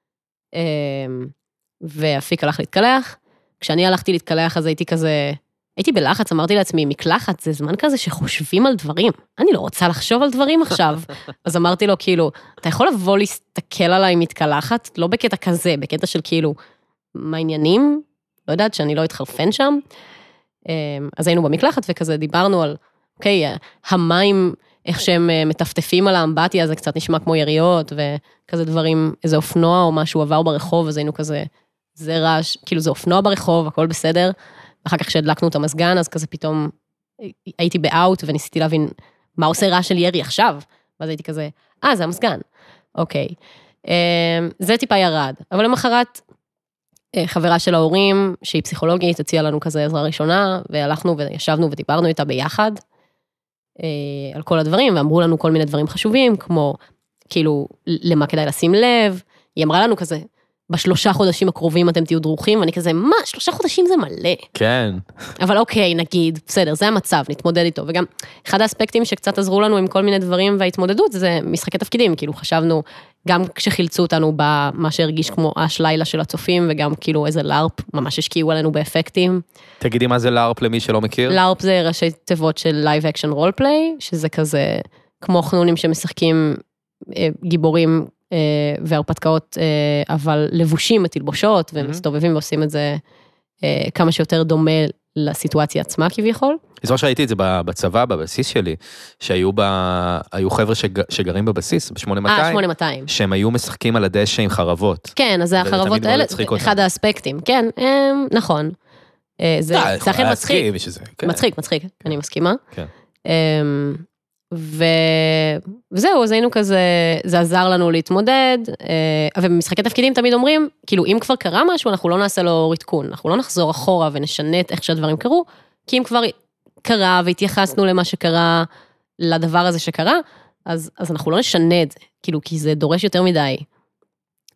ואפיק הלך להתקלח. כשאני הלכתי להתקלח אז הייתי כזה, הייתי בלחץ, אמרתי לעצמי, מקלחת זה זמן כזה שחושבים על דברים, אני לא רוצה לחשוב על דברים עכשיו. אז אמרתי לו כאילו, אתה יכול לבוא להסתכל עליי מתקלחת, לא בקטע כזה, בקטע של כאילו, מה העניינים? לא יודעת שאני לא אתחרפן שם. אז היינו במקלחת וכזה דיברנו על, אוקיי, המים, איך שהם מטפטפים על האמבטיה, זה קצת נשמע כמו יריות, וכזה דברים, איזה אופנוע או משהו עבר ברחוב, אז היינו כזה, זה רעש, כאילו זה אופנוע ברחוב, הכל בסדר. אחר כך שהדלקנו את המסגן, אז כזה פתאום הייתי באוט, וניסיתי להבין מה עושה רעש של ירי עכשיו. ואז הייתי כזה, זה המסגן. אוקיי. זה טיפה ירד. אבל למחרת, חברה של ההורים, שהיא פסיכולוגית, הציעה לנו כזה עזרה ראשונה, והלכנו וישבנו ודיברנו איתה ביחד, על כל הדברים, ואמרו לנו כל מיני דברים חשובים, כמו, כאילו, למה כדאי לשים לב. היא אמרה לנו כזה, ב3 חודשים הקרובים אתם תהיו דרוכים, ואני כזה, מה? 3 חודשים זה מלא. כן. אבל אוקיי, נגיד, בסדר, זה המצב, נתמודד איתו, וגם אחד האספקטים שקצת עזרו לנו עם כל מיני דברים וההתמודדות, זה משחקי תפקידים, כאילו חשבנו, גם כשחילצו אותנו במה שהרגיש כמו אש לילה של הצופים, וגם כאילו איזה לארפ, ממש השקיעו עלינו באפקטים. תגידי מה זה לארפ למי שלא מכיר? לארפ זה ראשי תיבות של Live Action Role Play, שזה כזה, כמו חנונים שמשחקים גיבורים והרפתקאות, אבל לבושים בתלבושות, ומסתובבים ועושים את זה כמה שיותר דומה לסיטואציה עצמה כביכול. זאת אומרת שראיתי את זה בצבא, בבסיס שלי, שהיו חבר'ה שגרים בבסיס, ב-8200, שהם היו משחקים על הדשא עם חרבות. כן, אז זה החרבות האלה, אחד האספקטים, כן, נכון. זה הכי מצחיק. מצחיק, אני מסכימה. כן. וזהו, אז היינו כזה, זה עזר לנו להתמודד, ובמשחקי תפקידים תמיד אומרים, כאילו אם כבר קרה משהו, אנחנו לא נעשה לו רתקון, אנחנו לא נחזור אחורה ונשנת איך שהדברים קרו, כי אם כבר קרה והתייחסנו למה שקרה, לדבר הזה שקרה, אז אנחנו לא נשנה את זה, כאילו, כי זה דורש יותר מדי.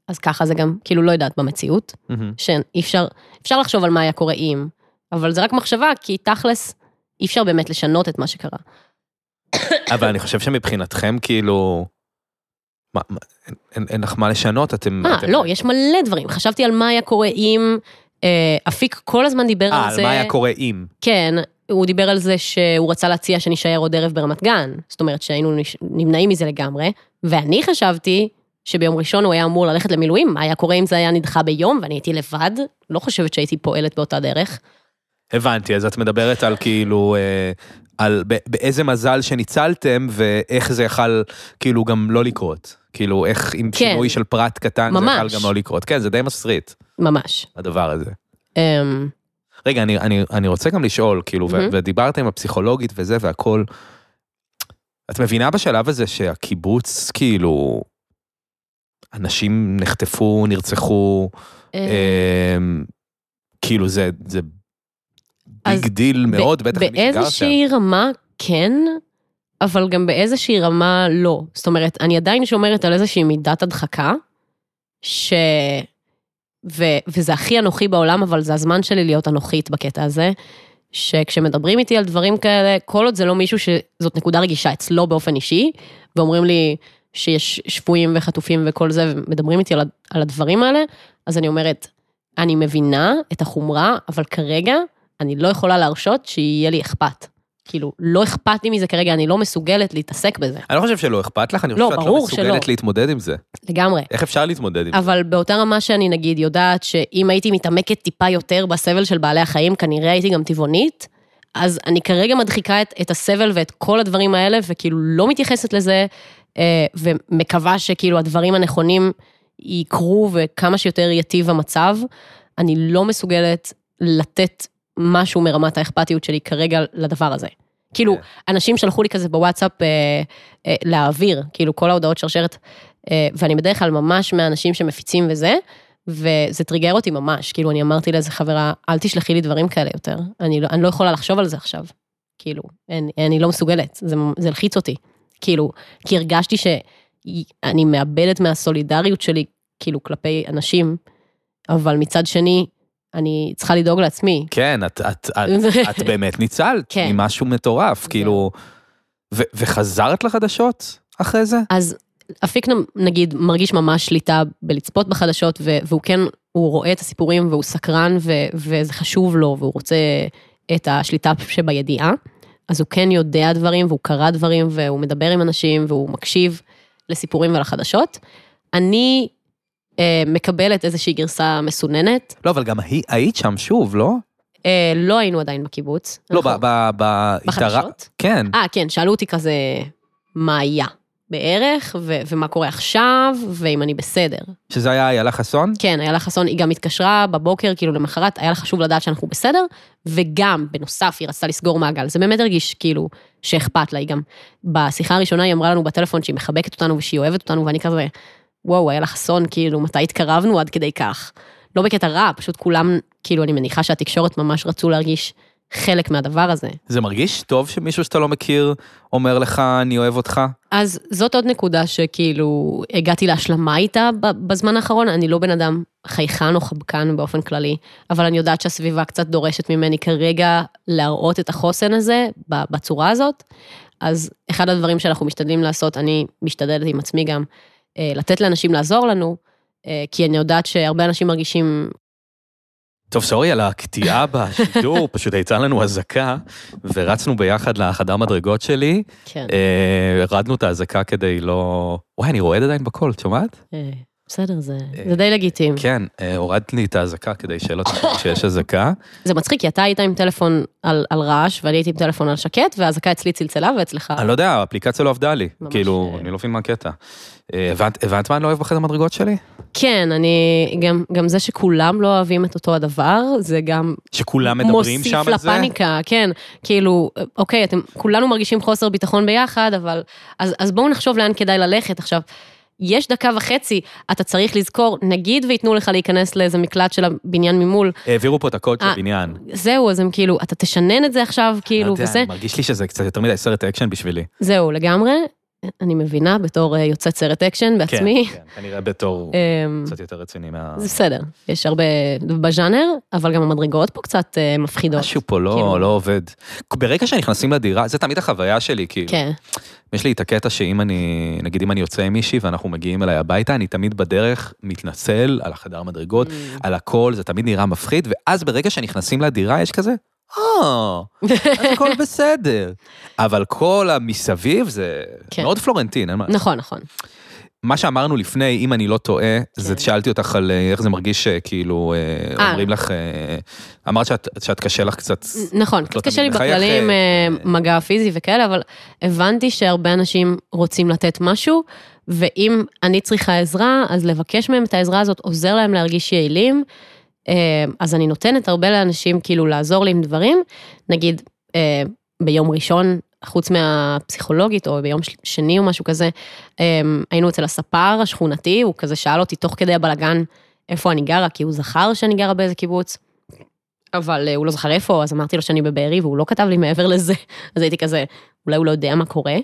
אז ככה זה גם, כאילו לא יודעת במציאות, שאי אפשר לחשוב על מה היה קורה אם, אבל זה רק מחשבה, כי תכלס, אי אפשר באמת לשנות את מה שקרה. אבל אני חושב שמבחינתכם, כאילו, אין לך מה לשנות, אתם... לא, יש מלא דברים. חשבתי על מה היה קורה אם, אפיק כל הזמן דיבר על זה... על מה היה קורה אם. כן, הוא דיבר על זה שהוא רצה להציע שנשאר עוד ערב ברמת גן, זאת אומרת שהיינו נמנעים מזה לגמרי, ואני חשבתי שביום ראשון הוא היה אמור ללכת למילואים, מה היה קורה אם זה היה נדחה ביום, ואני הייתי לבד, לא חושבת שהייתי פועלת באותה דרך. הבנתי, אז את מדברת על כאילו, על באיזה מזל שניצלתם, ואיך זה יכל כאילו גם לא לקרות. כאילו, איך עם שינוי של פרט קטן, זה יכל גם לא לקרות. כן, זה די מסריט. ממש. הדבר הזה. רגע, אני רוצה גם לשאול, כאילו, ודיברת עם הפסיכולוגית וזה והכל, את מבינה בשלב הזה שהקיבוץ, כאילו, אנשים נחטפו, נרצחו, כאילו, זה ביג דיל מאוד, בטח מי שגר שם. באיזושהי רמה, כן, אבל גם באיזושהי רמה לא. זאת אומרת, אני עדיין שומרת על איזושהי מידת הדחקה, וזה הכי אנוכי בעולם, אבל זה הזמן שלי להיות אנוכית בקטע הזה, שכשמדברים איתי על דברים כאלה, כל עוד זה לא מישהו שזאת נקודה רגישה אצלו באופן אישי, ואומרים לי שיש שבויים וחטופים וכל זה, ומדברים איתי על הדברים האלה, אז אני אומרת, אני מבינה את החומרה, אבל כרגע אני לא יכולה להרשות שיהיה לי אכפת. כאילו, לא אכפת לי מזה כרגע, אני לא מסוגלת להתעסק בזה. אני לא חושב שלא אכפת לך, אני חושב שאת לא מסוגלת להתמודד עם זה. לגמרי. איך אפשר להתמודד עם זה? אבל באותה רמה שאני נגיד יודעת שאם הייתי מתעמקת טיפה יותר בסבל של בעלי החיים, כנראה הייתי גם טבעונית, אז אני כרגע מדחיקה את הסבל ואת כל הדברים האלה, וכאילו לא מתייחסת לזה, ומקווה שכאילו הדברים הנכונים יקרו וכמה שיותר יטיב המצב. אני לא מסוגלת לתת משהו מרמת האכפתיות שלי כרגע לדבר הזה. כאילו, אנשים שלחו לי כזה בוואטסאפ להעביר, כאילו כל ההודעות שרשרת, ואני בדרך כלל ממש מהאנשים שמפיצים וזה טריגר אותי ממש, כאילו אני אמרתי לאיזה חברה, אל תשלחי לי דברים כאלה יותר, אני לא יכולה לחשוב על זה עכשיו, כאילו, אני לא מסוגלת, זה לחיץ אותי, כאילו, כי הרגשתי שאני מאבדת מהסולידריות שלי, כאילו, כלפי אנשים, אבל מצד שני, אני צריכה לדאוג לעצמי. כן, את באמת ניצלת ממשהו מטורף, כאילו, וחזרת לחדשות אחרי זה? אז אפיק נגיד מרגיש ממש שליטה בלצפות בחדשות, והוא כן, הוא רואה את הסיפורים והוא סקרן, וזה חשוב לו, והוא רוצה את השליטה שבידיעה, אז הוא כן יודע דברים, והוא קרא דברים, והוא מדבר עם אנשים, והוא מקשיב לסיפורים ולחדשות. אני מקבלת איזושהי גרסה מסוננת. לא, אבל גם היית שם שוב, לא? לא היינו עדיין בקיבוץ. לא, בחדשות? כן. כן, שאלו אותי כזה, מה היה בערך, ומה קורה עכשיו, ואם אני בסדר. שזה היה איילה חסון? כן, איילה חסון, היא גם התקשרה בבוקר, כאילו למחרת, היה לה חשוב לדעת שאנחנו בסדר, וגם, בנוסף, היא רצתה לסגור מעגל. זה באמת הרגיש, כאילו, שאכפת לה, היא גם, בשיחה הראשונה, היא אמרה לנו בטלפון, שהיא מחבקת אותנו, ושהיא אוהבת אותנו, ואני כזה, וואו, איילה חסון, כאילו, מתי התקרבנו עד כדי כך? לא בקטע רע, פשוט כולם, כאילו, אני מניחה שהתקשורת ממש רצו להרגיש חלק מהדבר הזה. זה מרגיש טוב שמישהו שאתה לא מכיר אומר לך, אני אוהב אותך? אז זאת עוד נקודה שכאילו הגעתי להשלמה איתה בזמן האחרון, אני לא בן אדם חייכן או חבקן באופן כללי, אבל אני יודעת שהסביבה קצת דורשת ממני כרגע להראות את החוסן הזה בצורה הזאת, אז אחד הדברים שאנחנו משתדלים לעשות, אני משתדלת עם עצמי גם, לתת לאנשים לעזור לנו, כי אני יודעת שהרבה אנשים מרגישים טוב, סורי על הקטיעה בשידור, פשוט הייתה לנו הזקה, ורצנו ביחד לחדר מדרגות שלי, הרדנו את ההזקה כדי לא... וואי, אני רועד עדיין בכל, את שומעת? בסדר, זה די לגיטימי. כן, הורדתי את ההזקה כדי שלא תקרא שיש הזקה. זה מצחיק, כי אתה היית עם טלפון על רעש, ואני הייתי עם טלפון על שקט, וההזקה אצלי צלצלה ואצלך... אני לא יודע, האפליקציה לא עבדה לי, כאילו, אני לא מבין מה הקטע. הבנת מה אני לא אוהב בחדר מדרגות שלי? כן, גם זה שכולם לא אוהבים את אותו הדבר, זה גם... שכולם מדברים שם על זה? מוסיף לפאניקה, כן, כאילו, אוקיי, כולנו מרגישים חוסר ביטחון ביחד, אבל, אז בואו נחשוב לאן כדאי ללכת. עכשיו, יש דקה וחצי, אתה צריך לזכור, נגיד ויתנו לך להיכנס לאיזה מקלט של הבניין ממול. העבירו פה את הקוד של הבניין. זהו, אז הם כאילו, אתה תשנן את זה עכשיו, כאילו, וזה. מרגיש לי שזה קצת יותר מדי סרט אקשן בשבילי. זהו, לגמרי. אני מבינה, בתור יוצאת סרט אקשן בעצמי. כן, כנראה בתור קצת יותר רציני זה בסדר, יש הרבה בז'אנר, אבל גם המדרגות פה קצת מפחידות. משהו פה לא עובד. ברגע שנכנסים לדירה, זה תמיד החוויה שלי, כאילו. כן. יש לי את הקטע שאם אני, נגיד אם אני יוצא עם מישהי ואנחנו מגיעים אליי הביתה, אני תמיד בדרך מתנצל על החדר מדרגות, על הכל, זה תמיד נראה מפחיד, ואז ברגע שנכנסים לדירה יש כזה, הכל בסדר. אבל כל המסביב זה מאוד פלורנטין. נכון, נכון. מה שאמרנו לפני, אם אני לא טועה, זה שאלתי אותך על איך זה מרגיש כאילו, אומרים לך, אמרת שאת קשה לך קצת. נכון, קצת קשה לי בכללים, מגע פיזי וכאלה, אבל הבנתי שהרבה אנשים רוצים לתת משהו, ואם אני צריכה עזרה, אז לבקש מהם את העזרה הזאת עוזר להם להרגיש יעילים, אז אני נותנת הרבה לאנשים כאילו לעזור לי עם דברים, נגיד ביום ראשון, חוץ מהפסיכולוגית, או ביום שני או משהו כזה, היינו אצל הספר השכונתי, הוא כזה שאל אותי תוך כדי הבלגן, איפה אני גרה, כי הוא זכר שאני גרה באיזה קיבוץ, אבל הוא לא זכר איפה, אז אמרתי לו שאני בבארי, והוא לא כתב לי מעבר לזה, אז הייתי כזה, אולי הוא לא יודע מה קורה.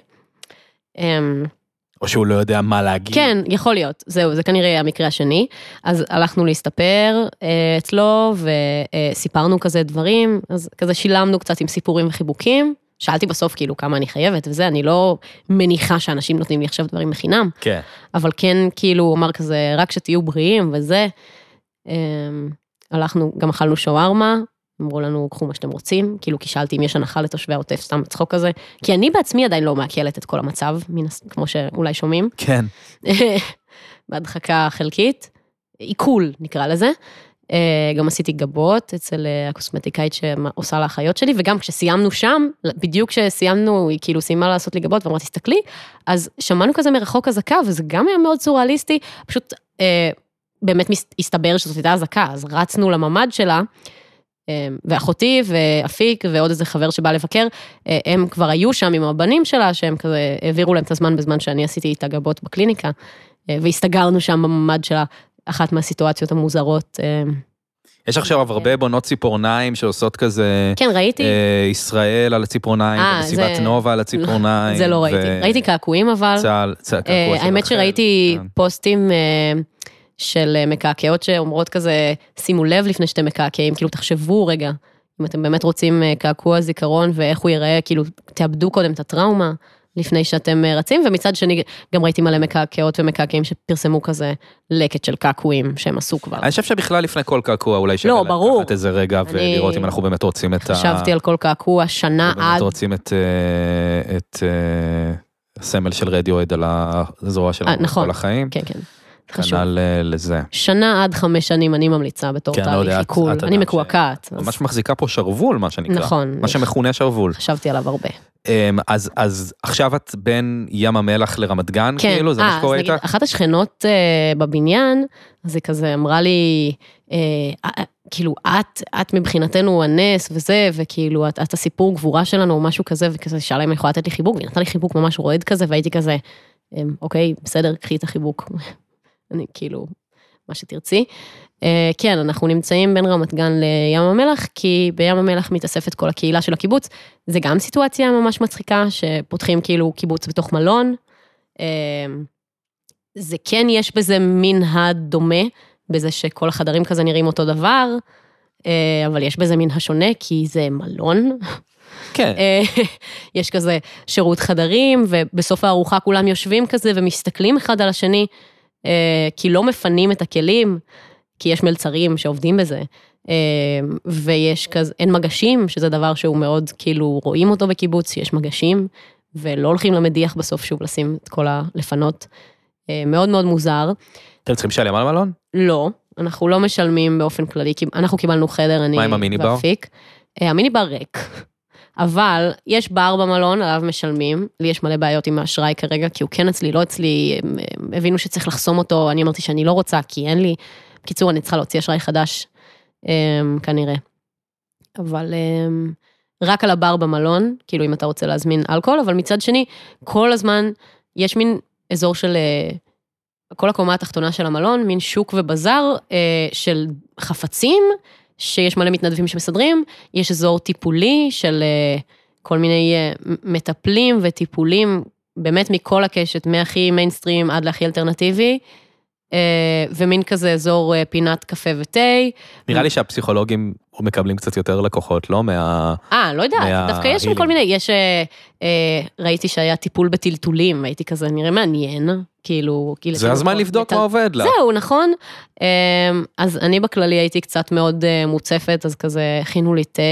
או שהוא לא יודע מה להגיד. כן, יכול להיות, זהו, זה כנראה המקרה השני, אז הלכנו להסתפר אצלו, וסיפרנו כזה דברים, אז כזה שילמנו קצת עם סיפורים וחיבוקים, שאלתי בסוף כאילו כמה אני חייבת, וזה, אני לא מניחה שאנשים נותנים לי עכשיו דברים בחינם, כן. אבל כן כאילו הוא אמר כזה, רק שתהיו בריאים וזה, הלכנו, גם אכלנו שווארמה, אמרו לנו, קחו מה שאתם רוצים, כאילו כי שאלתי אם יש הנחה לתושבי העוטף, סתם בצחוק כזה, כי אני בעצמי עדיין לא מעכלת את כל המצב, כמו שאולי שומעים. כן. בהדחקה חלקית, עיכול נקרא לזה, גם עשיתי גבות אצל הקוסמטיקאית שעושה לאחיות שלי, וגם כשסיימנו שם, בדיוק כשסיימנו, היא כאילו סיימה לעשות לי גבות, ואמרה, תסתכלי, אז שמענו כזה מרחוק הזקה, וזה גם היה מאוד סוריאליסטי, פשוט באמת הסתבר שזאת הייתה הזקה, אז רצנו לממד שלה, ואחותי ואפיק ועוד איזה חבר שבא לבקר, הם כבר היו שם עם הבנים שלה, שהם כזה העבירו להם את הזמן בזמן שאני עשיתי את הגבות בקליניקה, והסתגרנו שם בממד שלה, אחת מהסיטואציות המוזרות. יש עכשיו הרבה בונות ציפורניים שעושות כזה, כן, ראיתי. ישראל על הציפורניים, ומסיבת נובה על הציפורניים. זה לא ראיתי. ראיתי קעקועים אבל. האמת שראיתי פוסטים של מקעקעות שאומרות כזה, שימו לב לפני שאתם מקעקעים, כאילו תחשבו רגע, אם אתם באמת רוצים קעקוע זיכרון, ואיך הוא ייראה, כאילו תאבדו קודם את הטראומה, לפני שאתם רצים, ומצד שני גם ראיתי מלא מקעקעות ומקעקעים שפרסמו כזה לקט של קעקועים שהם עשו כבר. אני חושב שבכלל לפני כל קעקוע אולי שווה לקחת איזה רגע ולראות אם אנחנו באמת רוצים את חשבתי על כל קעקוע שנה עד. באמת רוצים את הסמל של רדיואד על הזרוע שלנו כל החיים. כן, כן. כנ"ל לזה. שנה עד 5 שנים אני ממליצה בתור תהליך עיכול. אני מקועקעת. ממש מחזיקה פה שרוול, מה שנקרא. נכון. מה שמכונה שרוול. חשבתי עליו הרבה. אז עכשיו את בין ים המלח לרמת גן, כאילו, זה מה שקורה איתך? אחת השכנות בבניין, זה כזה אמרה לי, כאילו, את מבחינתנו הנס וזה, וכאילו, את הסיפור גבורה שלנו או משהו כזה, וכזה שאלה אם אני יכולה לתת לי חיבוק, והיא נתנה לי חיבוק ממש רועד כזה, והייתי כזה, אוקיי, בסדר, קחי את החיבוק. אני כאילו, מה שתרצי. כן, אנחנו נמצאים בין רמת גן לים המלח, כי בים המלח מתאספת כל הקהילה של הקיבוץ, זה גם סיטואציה ממש מצחיקה, שפותחים כאילו קיבוץ בתוך מלון, זה כן יש בזה מין הדומה, בזה שכל החדרים כזה נראים אותו דבר, אבל יש בזה מין השונה, כי זה מלון, כן. יש כזה שירות חדרים, ובסוף הארוחה כולם יושבים כזה, ומסתכלים אחד על השני, כי לא מפנים את הכלים, כי יש מלצרים שעובדים בזה, ויש כזה, אין מגשים, שזה דבר שהוא מאוד, כאילו, רואים אותו בקיבוץ, יש מגשים, ולא הולכים למדיח בסוף שוב לשים את כל הלפנות, מאוד מאוד מוזר. אתם צריכים לשלם על מלון? לא, אנחנו לא משלמים באופן כללי, כי אנחנו קיבלנו חדר, אני ואפיק. המיניבר ריק. אבל יש בר במלון, עליו משלמים, לי יש מלא בעיות עם האשראי כרגע, כי הוא כן אצלי, לא אצלי, הם הבינו שצריך לחסום אותו, אני אמרתי שאני לא רוצה, כי אין לי, בקיצור, אני צריכה להוציא אשראי חדש, כנראה. אבל רק על הבר במלון, כאילו אם אתה רוצה להזמין אלכוהול, אבל מצד שני, כל הזמן יש מין אזור של, כל הקומה התחתונה של המלון, מין שוק ובזר של חפצים, שיש מלא מתנדבים שמסדרים, יש אזור טיפולי של כל מיני מטפלים וטיפולים, באמת מכל הקשת, מהכי מיינסטרים עד להכי אלטרנטיבי, ומין כזה אזור פינת קפה ותה. נראה לי שהפסיכולוגים מקבלים קצת יותר לקוחות, לא לא יודעת, דווקא יש שם כל מיני, ראיתי שהיה טיפול בטלטולים, הייתי כזה, נראה מעניין, כאילו... זה הזמן לבדוק מה עובד לה. זהו, נכון. אז אני בכללי הייתי קצת מאוד מוצפת, אז כזה הכינו לי תה,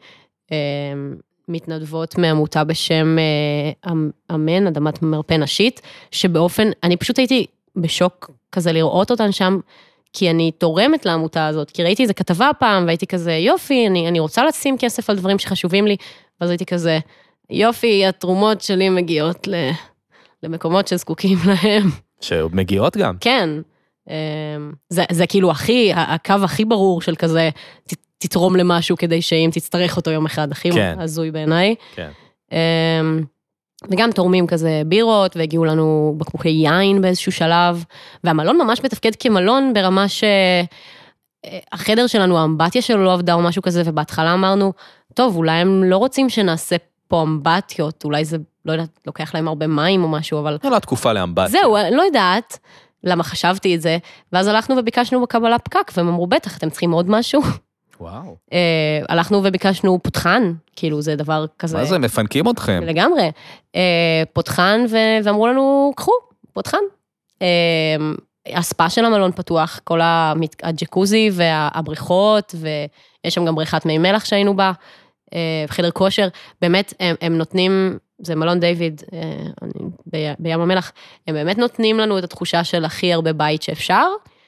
מתנדבות מעמותה בשם אמן, אדמת מרפא נשית, שבאופן, אני פשוט הייתי בשוק כזה לראות אותן שם, כי אני תורמת לעמותה הזאת, כי ראיתי איזה כתבה פעם, והייתי כזה, יופי, אני רוצה לשים כסף על דברים שחשובים לי, ואז הייתי כזה, יופי, התרומות שלי מגיעות למקומות שזקוקים להם. שמגיעות גם. כן, זה כאילו הקו הכי ברור של כזה, תתרום למשהו כדי שאם תצטרך אותו יום אחד, הכי הזוי בעיניי. כן. וגם תורמים כזה בירות, והגיעו לנו בקבוקי יין באיזשהו שלב, והמלון ממש מתפקד כמלון ברמה שהחדר שלנו, האמבטיה שלו לא עבדה או משהו כזה, ובהתחלה אמרנו, טוב, אולי הם לא רוצים שנעשה פה אמבטיות, אולי זה, לא יודעת, לוקח להם הרבה מים או משהו, אבל... לא תקופה לאמבטיה. זהו, לא יודעת למה חשבתי את זה, ואז הלכנו וביקשנו בקבלה פקק, והם אמרו, בטח, אתם צריכים עוד משהו. וואו. הלכנו וביקשנו פותחן, כאילו זה דבר כזה... מה זה, מפנקים אתכם? לגמרי. פותחן, ואמרו לנו, קחו, פותחן. הספה של המלון פתוח, כל הג'קוזי והבריכות, ויש שם גם בריכת מי מלח שהיינו בה, חדר כושר, באמת הם נותנים, זה מלון דיוויד, בים המלח, הם באמת נותנים לנו את התחושה של הכי הרבה בית שאפשר,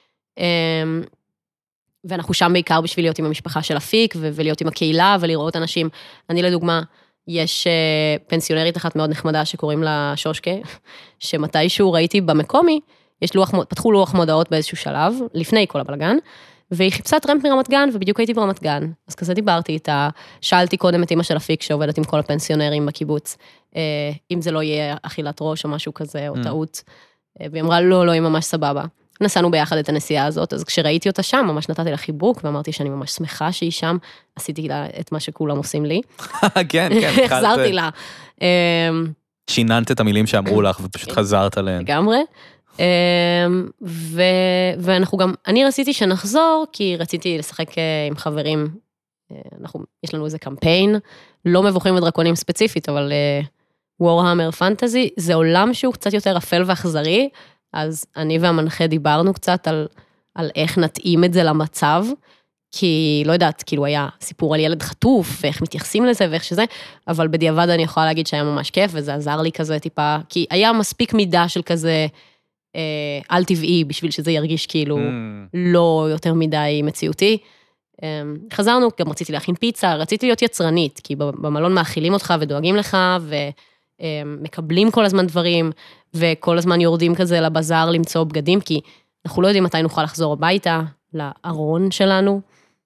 ואנחנו שם בעיקר בשביל להיות עם המשפחה של אפיק, ולהיות עם הקהילה, ולראות אנשים. אני לדוגמה, יש פנסיונרית אחת מאוד נחמדה, שקוראים לה שושקה, שמתישהו ראיתי במקומי, פתחו לוח מודעות באיזשהו שלב, לפני כל הבלגן, והיא חיפשה טרמפ מרמת גן, ובדיוק הייתי ברמת גן. אז כזה דיברתי איתה, שאלתי קודם את אמא של אפיק, שעובדת עם כל הפנסיונרים בקיבוץ, אם זה לא יהיה אכילת ראש או משהו כזה, או טעות. והיא אמרה, לא, היא ממש סבבה. נסענו ביחד את הנסיעה הזאת, אז כשראיתי אותה שם, ממש נתתי לה חיבוק, ואמרתי שאני ממש שמחה שהיא שם, עשיתי לה את מה שכולם עושים לי. כן, החזרתי לה. שיננת את המילים שאמרו לך, ופשוט חזרת עליהן. לגמרי. ואנחנו גם, אני רציתי שנחזור, כי רציתי לשחק עם חברים, יש לנו איזה קמפיין, לא מבוכים ודרקונים ספציפית, אבל וורהמר פנטזי, זה עולם שהוא קצת יותר אפל ואכזרי, אז אני והמנחה דיברנו קצת על איך נתאים את זה למצב, כי לא יודעת, כאילו היה סיפור על ילד חטוף, ואיך מתייחסים לזה ואיך שזה, אבל בדיעבד אני יכולה להגיד שהיה ממש כיף, וזה עזר לי כזה טיפה, כי היה מספיק מידה של כזה, על טבעי, בשביל שזה ירגיש כאילו לא יותר מדי מציאותי. חזרנו, גם רציתי להכין פיצה, רציתי להיות יצרנית, כי במלון מאכילים אותך ודואגים לך, ומקבלים כל הזמן דברים, וכל הזמן יורדים כזה לבזר למצוא בגדים, כי אנחנו לא יודעים מתי נוכל לחזור הביתה, לארון שלנו.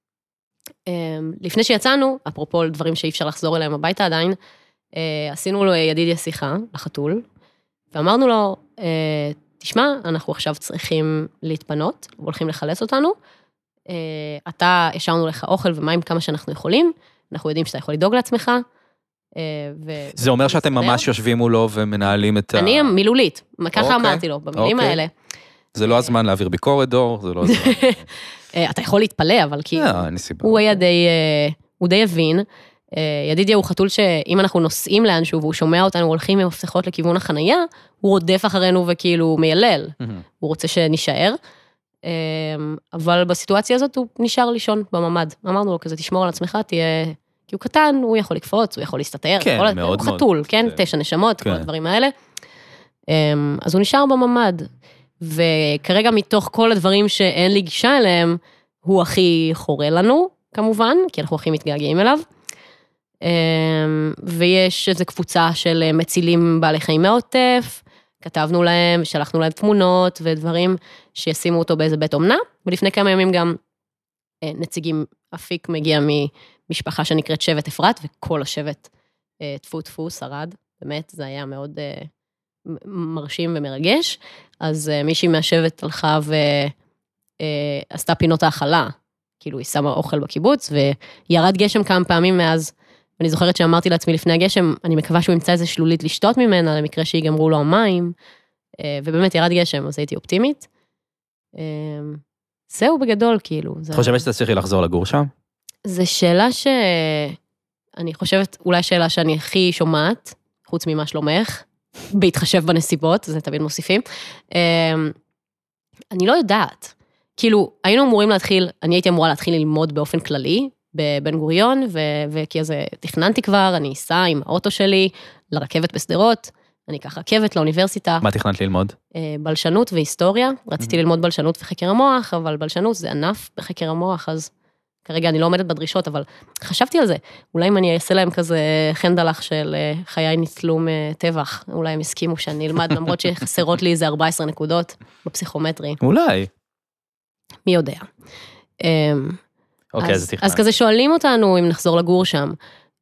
לפני שיצאנו, אפרופו דברים שאי אפשר לחזור אליהם הביתה עדיין, עשינו לו ידידיה שיחה, לחתול, ואמרנו לו, תשמע, אנחנו עכשיו צריכים להתפנות, והולכים לחלץ אותנו, אתה, השארנו לך אוכל ומים כמה שאנחנו יכולים, אנחנו יודעים שאתה יכול לדאוג לעצמך, זה אומר שאתם ממש יושבים מולו ומנהלים את אני מילולית, ככה אמרתי לו, במילים האלה. זה לא הזמן להעביר ביקורת דור, זה לא הזמן. אתה יכול להתפלא, אבל כי הוא היה די הבין, ידידיה הוא חתול שאם אנחנו נוסעים לאנשהו, והוא שומע אותנו הולכים עם מפתחות לכיוון החנייה, הוא רודף אחרינו וכאילו מיילל, הוא רוצה שנשאר, אבל בסיטואציה הזאת הוא נשאר לישון בממד, אמרנו לו כזה, תשמור על עצמך, תהיה, כי הוא קטן, הוא יכול לקפוץ, הוא יכול להסתתר, הוא חתול, כן, 9 נשמות, כל הדברים האלה, אז הוא נשאר בממד, וכרגע מתוך כל הדברים שאין לי גישה אליהם, הוא הכי חורה לנו, כמובן, כי אנחנו הכי מתגעגעים אליו, ויש איזו קבוצה של מצילים בעלי חיים מהעוטף, כתבנו להם, שלחנו להם תמונות ודברים שישימו אותו באיזה בית אומנה, ולפני כמה ימים גם נציגים אפיק מגיע ממשפחה שנקראת שבט אפרת, וכל השבט טפו טפו שרד, באמת זה היה מאוד מרשים ומרגש, אז מישהי מהשבט הלכה ועשתה פינות האכלה, כאילו היא שמה אוכל בקיבוץ, וירד גשם כמה פעמים מאז, ואני זוכרת שאמרתי לעצמי לפני הגשם, אני מקווה שהוא ימצא איזה שלולית לשתות ממנה, למקרה שיגמרו לו המים, ובאמת ירד גשם, אז הייתי אופטימית. זהו בגדול, כאילו. את חושבת שאתה צריכי לחזור לגור שם? זו שאלה אני חושבת, אולי שאלה שאני הכי שומעת, חוץ ממה שלומך, בהתחשב בנסיבות, זה תמיד מוסיפים. אני לא יודעת. כאילו, היינו אמורים אני הייתי אמורה להתחיל ללמוד באופן כללי, בבן גוריון, וכי אז תכננתי כבר, אני אסע עם האוטו שלי, לרכבת בסדרות, אני אקח רכבת לאוניברסיטה. מה תכננת ללמוד? בלשנות והיסטוריה, רציתי ללמוד בלשנות וחקר המוח, אבל בלשנות זה ענף בחקר המוח, אז כרגע אני לא עומדת בדרישות, אבל חשבתי על זה, אולי אם אני אעשה להם כזה חנדלח של חיי ניצלו מטבח, אולי הם הסכימו שאני אלמד, למרות שחסרות לי איזה 14 נקודות בפסיכומטרי. אולי. מי יודע. אוקיי, אז כזה שואלים אותנו אם נחזור לגור שם.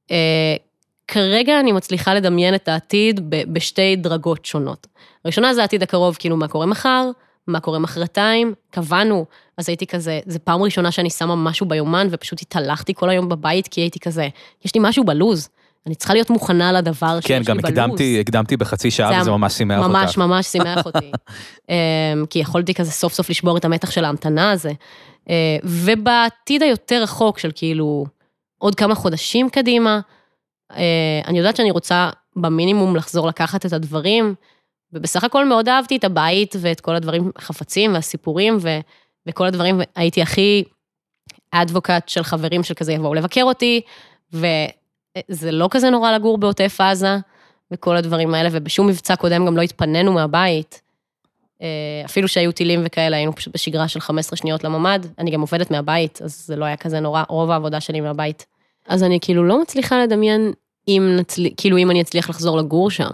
כרגע אני מצליחה לדמיין את העתיד בשתי דרגות שונות. הראשונה זה העתיד הקרוב, כאילו מה קורה מחר, מה קורה מחרתיים, קבענו, אז הייתי כזה, זה פעם ראשונה שאני שמה משהו ביומן, ופשוט התהלכתי כל היום בבית, כי הייתי כזה, יש לי משהו בלוז, אני צריכה להיות מוכנה לדבר שיש לי בלוז. כן, גם הקדמתי בחצי שעה, וזה ממש שימח אותך. ממש שימח אותי. כי יכולתי כזה סוף סוף לשבור את המתח של ההמתנה הזה. ובעתיד היותר רחוק של כאילו, עוד כמה חודשים קדימה, אני יודעת שאני רוצה במינימום לחזור לקחת את הדברים, ובסך הכל מאוד אהבתי את הבית, ואת כל הדברים החפצים והסיפורים, וכל הדברים, הייתי הכי אדבוקט של חברים של כזה יבואו לבקר אותי, וזה לא כזה נורא לגור בעוטף עזה, וכל הדברים האלה, ובשום מבצע קודם גם לא התפננו מהבית, אפילו שהיו טילים וכאלה, היינו פשוט בשגרה של 15 שניות לממד, אני גם עובדת מהבית, אז זה לא היה כזה נורא, רוב העבודה שלי מהבית. אז אני כאילו לא מצליחה לדמיין, אם אני אצליח לחזור לגור שם.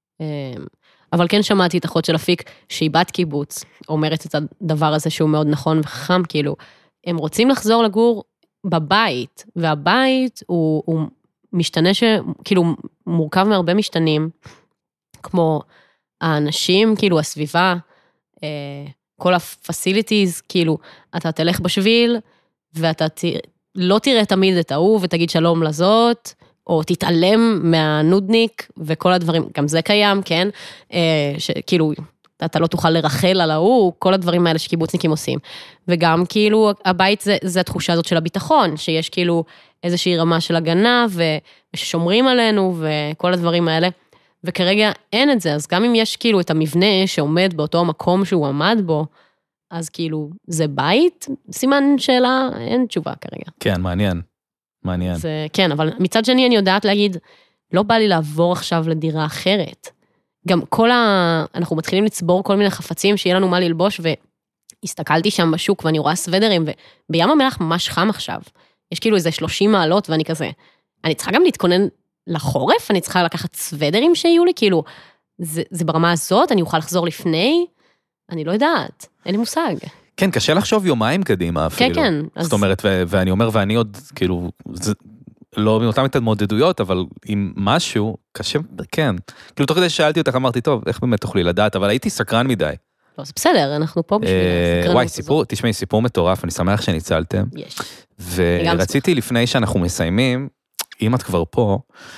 אבל כן שמעתי את אחות של אפיק, שהיא בת קיבוץ, אומרת את הדבר הזה שהוא מאוד נכון וחכם, כאילו, הם רוצים לחזור לגור בבית, והבית הוא משתנה כאילו מורכב מהרבה משתנים, כמו האנשים, כאילו הסביבה, כל הפסיליטיז, כאילו, אתה תלך בשביל, ואתה לא תראה תמיד את ההוא, ותגיד שלום לזאת, או תתעלם מהנודניק, וכל הדברים, גם זה קיים, כן? שכאילו, אתה לא תוכל לרחל על ההוא, כל הדברים האלה שקיבוצניקים עושים. וגם כאילו, הבית זה התחושה הזאת של הביטחון, שיש כאילו איזושהי רמה של הגנה, וששומרים עלינו, וכל הדברים האלה. וכרגע אין את זה, אז גם אם יש כאילו את המבנה שעומד באותו המקום שהוא עמד בו, אז כאילו, זה בית? סימן שאלה, אין תשובה כרגע. כן, מעניין. מעניין. זה, כן, אבל מצד שני אני יודעת להגיד, לא בא לי לעבור עכשיו לדירה אחרת. גם אנחנו מתחילים לצבור כל מיני חפצים, שיהיה לנו מה ללבוש, והסתכלתי שם בשוק, ואני רואה סוודרים, ובים המלח ממש חם עכשיו. יש כאילו איזה 30 מעלות, ואני כזה, אני צריכה גם להתכונן לחורף, אני צריכה לקחת סוודרים שיהיו לי, כאילו, זה ברמה הזאת, אני אוכל לחזור לפני, אני לא יודעת, אין לי מושג. כן, קשה לחשוב יומיים קדימה אפילו. כן, כן. זאת אומרת, ואני אומר, ואני עוד, כאילו, לא מאותם התמודדויות, אבל עם משהו, קשה, כן. כאילו, תוך כדי ששאלתי אותך, אמרתי, טוב, איך באמת תוכלי לדעת, אבל הייתי סקרן מדי. לא, זה בסדר, אנחנו פה בשביל הסקרנות הזאת. וואי, תשמעי, סיפור מטורף, אני שמח שניצלתם. יש. ורציתי לפני שאנחנו מסיימים, אם את כבר פה,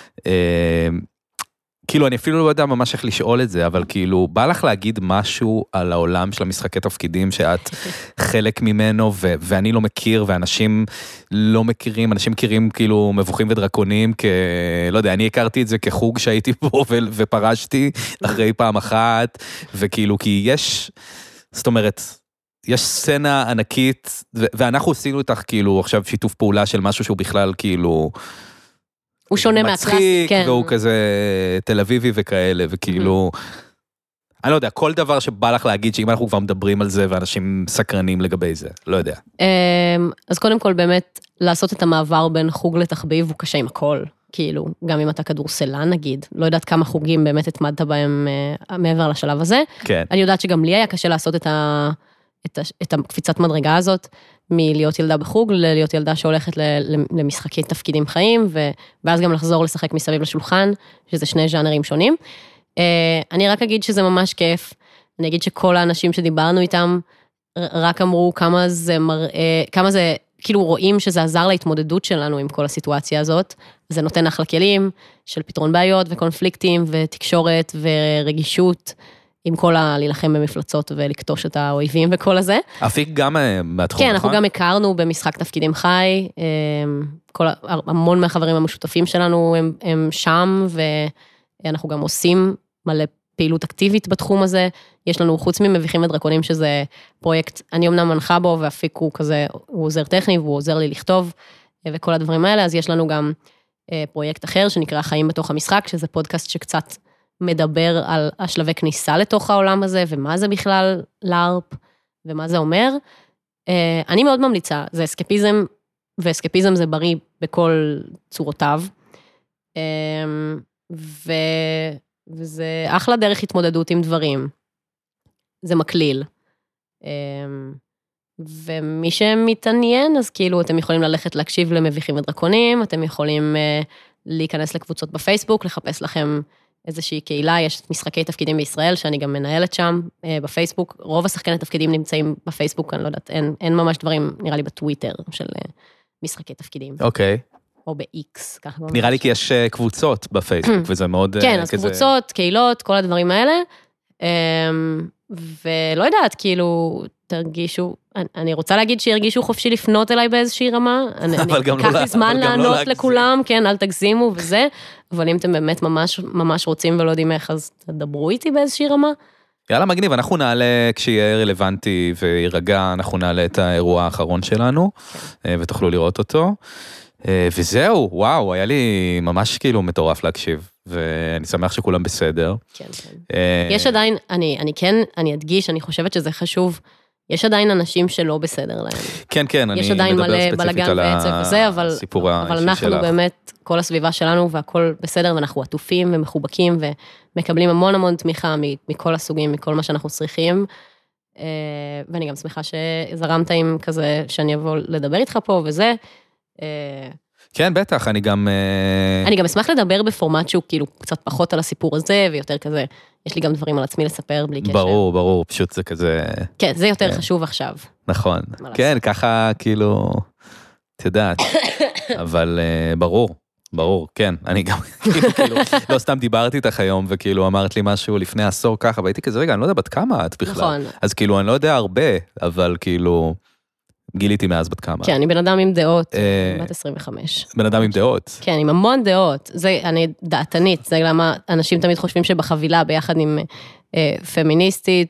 כאילו, אני אפילו לא יודע ממש איך לשאול את זה, אבל כאילו, בא לך להגיד משהו על העולם של המשחקי תפקידים, שאת חלק ממנו, ואני לא מכיר, ואנשים לא מכירים, אנשים מכירים כאילו מבוכים ודרקונים, לא יודע, אני הכרתי את זה כחוג שהייתי פה, ופרשתי אחרי פעם אחת, וכאילו, כי יש, זאת אומרת, יש סצנה ענקית, ואנחנו עשינו איתך כאילו, עכשיו שיתוף פעולה של משהו שהוא בכלל כאילו, הוא שונה מהקלאסי, כן. והוא כזה תל אביבי וכאלה, וכאילו, אני לא יודע, כל דבר שבא לך להגיד, שאם אנחנו כבר מדברים על זה, ואנשים סקרנים לגבי זה, לא יודע. אז קודם כל באמת, לעשות את המעבר בין חוג לתחביב, הוא קשה עם הכל, כאילו, גם אם אתה כדורסלן נגיד, לא יודעת כמה חוגים באמת התמדת בהם מעבר לשלב הזה. כן. אני יודעת שגם לי היה קשה לעשות את הקפיצת מדרגה הזאת, מלהיות ילדה בחוג, להיות ילדה שהולכת למשחקי תפקידים חיים, ואז גם לחזור לשחק מסביב לשולחן, שזה שני ז'אנרים שונים. אני רק אגיד שזה ממש כיף, אני אגיד שכל האנשים שדיברנו איתם, רק אמרו כמה זה מראה, כמה זה כאילו רואים שזה עזר להתמודדות שלנו עם כל הסיטואציה הזאת, זה נותן אחלה כלים של פתרון בעיות וקונפליקטים ותקשורת ורגישות, עם כל להילחם במפלצות ולקטוש את האויבים וכל הזה. אפיק גם מהתחום, כן, אנחנו גם הכרנו במשחק תפקידים חי, המון מהחברים המשותפים שלנו הם שם, ואנחנו גם עושים מלא פעילות אקטיבית בתחום הזה, יש לנו חוץ ממביכים ודרקונים, שזה פרויקט, אני אמנם מנחה בו, ואפיק הוא כזה, הוא עוזר טכני, והוא עוזר לי לכתוב, וכל הדברים האלה, אז יש לנו גם פרויקט אחר, שנקרא חיים בתוך המשחק, שזה פודקאסט שקצת מדבר על השלבי כניסה לתוך העולם הזה, ומה זה בכלל לארפ, ומה זה אומר. אני מאוד ממליצה, זה אסקפיזם, ואסקפיזם זה בריא בכל צורותיו, וזה אחלה דרך התמודדות עם דברים. זה מקליל. ומי שמתעניין, אז כאילו אתם יכולים ללכת להקשיב למביכים ודרקונים, אתם יכולים להיכנס לקבוצות בפייסבוק, לחפש לכם איזושהי קהילה, יש משחקי תפקידים בישראל, שאני גם מנהלת שם בפייסבוק, רוב השחקני תפקידים נמצאים בפייסבוק, אני לא יודעת, אין ממש דברים, נראה לי בטוויטר של משחקי תפקידים. אוקיי. או ב-X, ככה. נראה לי כי יש קבוצות בפייסבוק, וזה מאוד כן, אז קבוצות, קהילות, כל הדברים האלה, ולא יודעת, כאילו, תרגישו, אני רוצה להגיד שירגישו חופשי לפנות אליי באיזושהי רמה, אני אקח לי זמן לענות לכולם, כן, אל תגזימו וזה, אבל אם אתם באמת ממש רוצים ולא יודעים איך, אז תדברו איתי באיזושהי רמה. יאללה, מגניב, אנחנו נעלה, כשיהיה רלוונטי וירגע, אנחנו נעלה את האירוע האחרון שלנו, ותוכלו לראות אותו, וזהו, וואו, היה לי ממש כאילו מטורף להקשיב, ואני שמח שכולם בסדר. כן, כן. יש עדיין, אני אדגיש, אני חושבת שזה חשוב, יש עדיין אנשים שלא בסדר להם. כן, כן, אני יש עדיין מדבר מלא ספציפית בלגן על ועצב וזה, הסיפור האישי שלך. אבל אנחנו באמת, כל הסביבה שלנו והכל בסדר, ואנחנו עטופים ומחובקים, ומקבלים המון המון תמיכה מכל הסוגים, מכל מה שאנחנו צריכים, ואני גם שמחה שזרמת עם כזה, שאני אבוא לדבר איתך פה וזה. כן, בטח, אני גם אשמח לדבר בפורמט שהוא כאילו קצת פחות על הסיפור הזה, ויותר כזה, יש לי גם דברים על עצמי לספר בלי קשר. ברור, ברור, פשוט זה כזה... כן, זה יותר חשוב עכשיו. נכון, כן, ככה כאילו, את יודעת, אבל ברור, כן, אני גם כאילו, לא סתם דיברתי איתך היום, וכאילו אמרת לי משהו לפני עשור ככה, והייתי כזה, רגע, אני לא יודע בת כמה את בכלל. נכון. אז כאילו, אני לא יודע הרבה, אבל כאילו... גיליתי מאז בת כמה. כן, אני בן אדם עם דעות, בת 25. בן אדם עם דעות. כן, עם המון דעות. אני דעתנית, זה למה אנשים תמיד חושבים שבחבילה ביחד עם פמיניסטית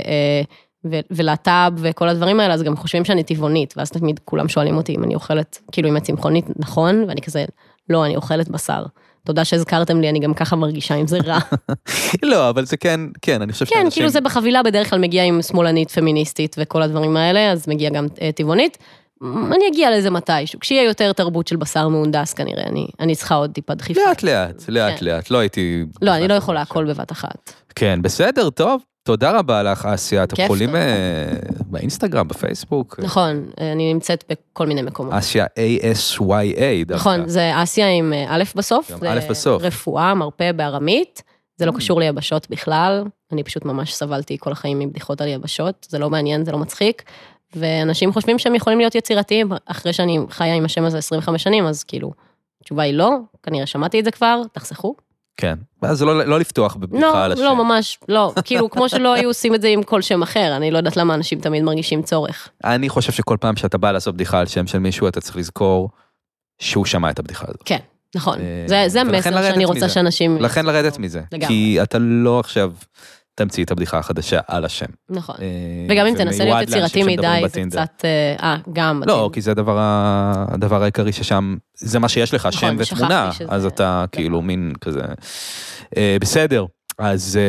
ולהט"ב וכל הדברים האלה, אז גם חושבים שאני טבעונית, ואז תמיד כולם שואלים אותי אם אני אוכלת, כאילו אם אני צמחונית, נכון? ואני כזה, לא, אני אוכלת בשר. תודה שהזכרתם לי, אני גם ככה מרגישה אם זה רע. לא, אבל זה כן, אני חושב שאנשים... כן, כאילו זה בחבילה בדרך כלל מגיע עם שמאלנית, פמיניסטית וכל הדברים האלה, אז מגיע גם טבעונית. אני אגיע לזה מתישהו, כשיהיה יותר תרבות של בשר מהונדס כנראה, אני צריכה עוד טיפה דחיפה. לאט, לא הייתי... לא, אני לא יכולה הכל בבת אחת. כן, בסדר, טוב. תודה רבה לך, אסיה, אתם יכולים באינסטגרם, בפייסבוק. נכון, אני נמצאת בכל מיני מקומות. אסיה, A-S-Y-A. נכון, זה אסיה עם א' בסוף. א' בסוף. רפואה, מרפא בארמית, זה לא קשור ליבשות בכלל, אני פשוט ממש סבלתי כל החיים מבדיחות על יבשות, זה לא מעניין, זה לא מצחיק, ואנשים חושבים שהם יכולים להיות יצירתיים, אחרי שאני חיה עם השם הזה 25 שנים, אז כאילו, התשובה היא לא, כנראה שמעתי את זה כבר, תחסכו. כן, אז לא לפתוח בבדיחה על השם. לא, ממש, לא, כאילו, כמו שלא היו עושים את זה עם כל שם אחר, אני לא יודעת למה אנשים תמיד מרגישים צורך. אני חושב שכל פעם שאתה בא לעשות בדיחה על שם של מישהו, אתה צריך לזכור שהוא שמע את הבדיחה הזאת. כן, נכון, זה המסר שאני רוצה שאנשים... לכן לרדת מזה, כי אתה לא עכשיו תמציא את הבדיחה החדשה על השם. נכון, וגם אם תנסה להיות יצירתי מדי, זה קצת, גם... לא, כי זה הדבר העיקרי ששם, זה מה שיש לך, שם ותמונה, אז אתה כאילו מין כזה... בסדר, אז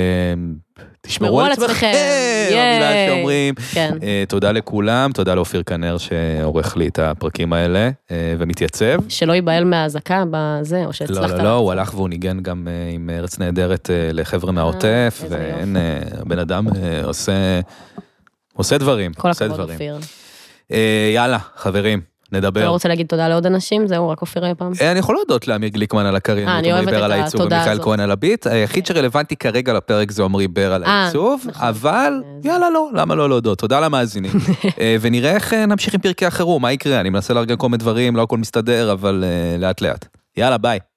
תשמרו על עצמכם, המילה שאומרים. תודה לכולם, תודה לאופיר כנר שעורך לי את הפרקים האלה, ומתייצב. שלא ייבהל מההזקה בזה, או שהצלחת... לא, הוא הלך והוא ניגן גם עם ארץ נהדרת לחבר'ה מהעוטף, והבן אדם עושה דברים. כל הכבוד אופיר. יאללה, חברים, נדבר. אתה לא רוצה להגיד תודה לעוד אנשים? זהו, רק אופיר פעם. אני יכול להודות לאמיר גליקמן על הקריינות, אני אוהבת את על העיצוב, התודה ומיכאל הזאת. כהן על הביט, היחיד שרלוונטי כרגע לפרק זה עמרי בר על העיצוב, נכון. אבל יאללה לא, למה לא להודות, תודה למאזינים. ונראה איך נמשיך עם פרקי החירום, מה יקרה, אני מנסה לארגן כל מיני דברים, לא הכל מסתדר, אבל לאט לאט. יאללה, ביי.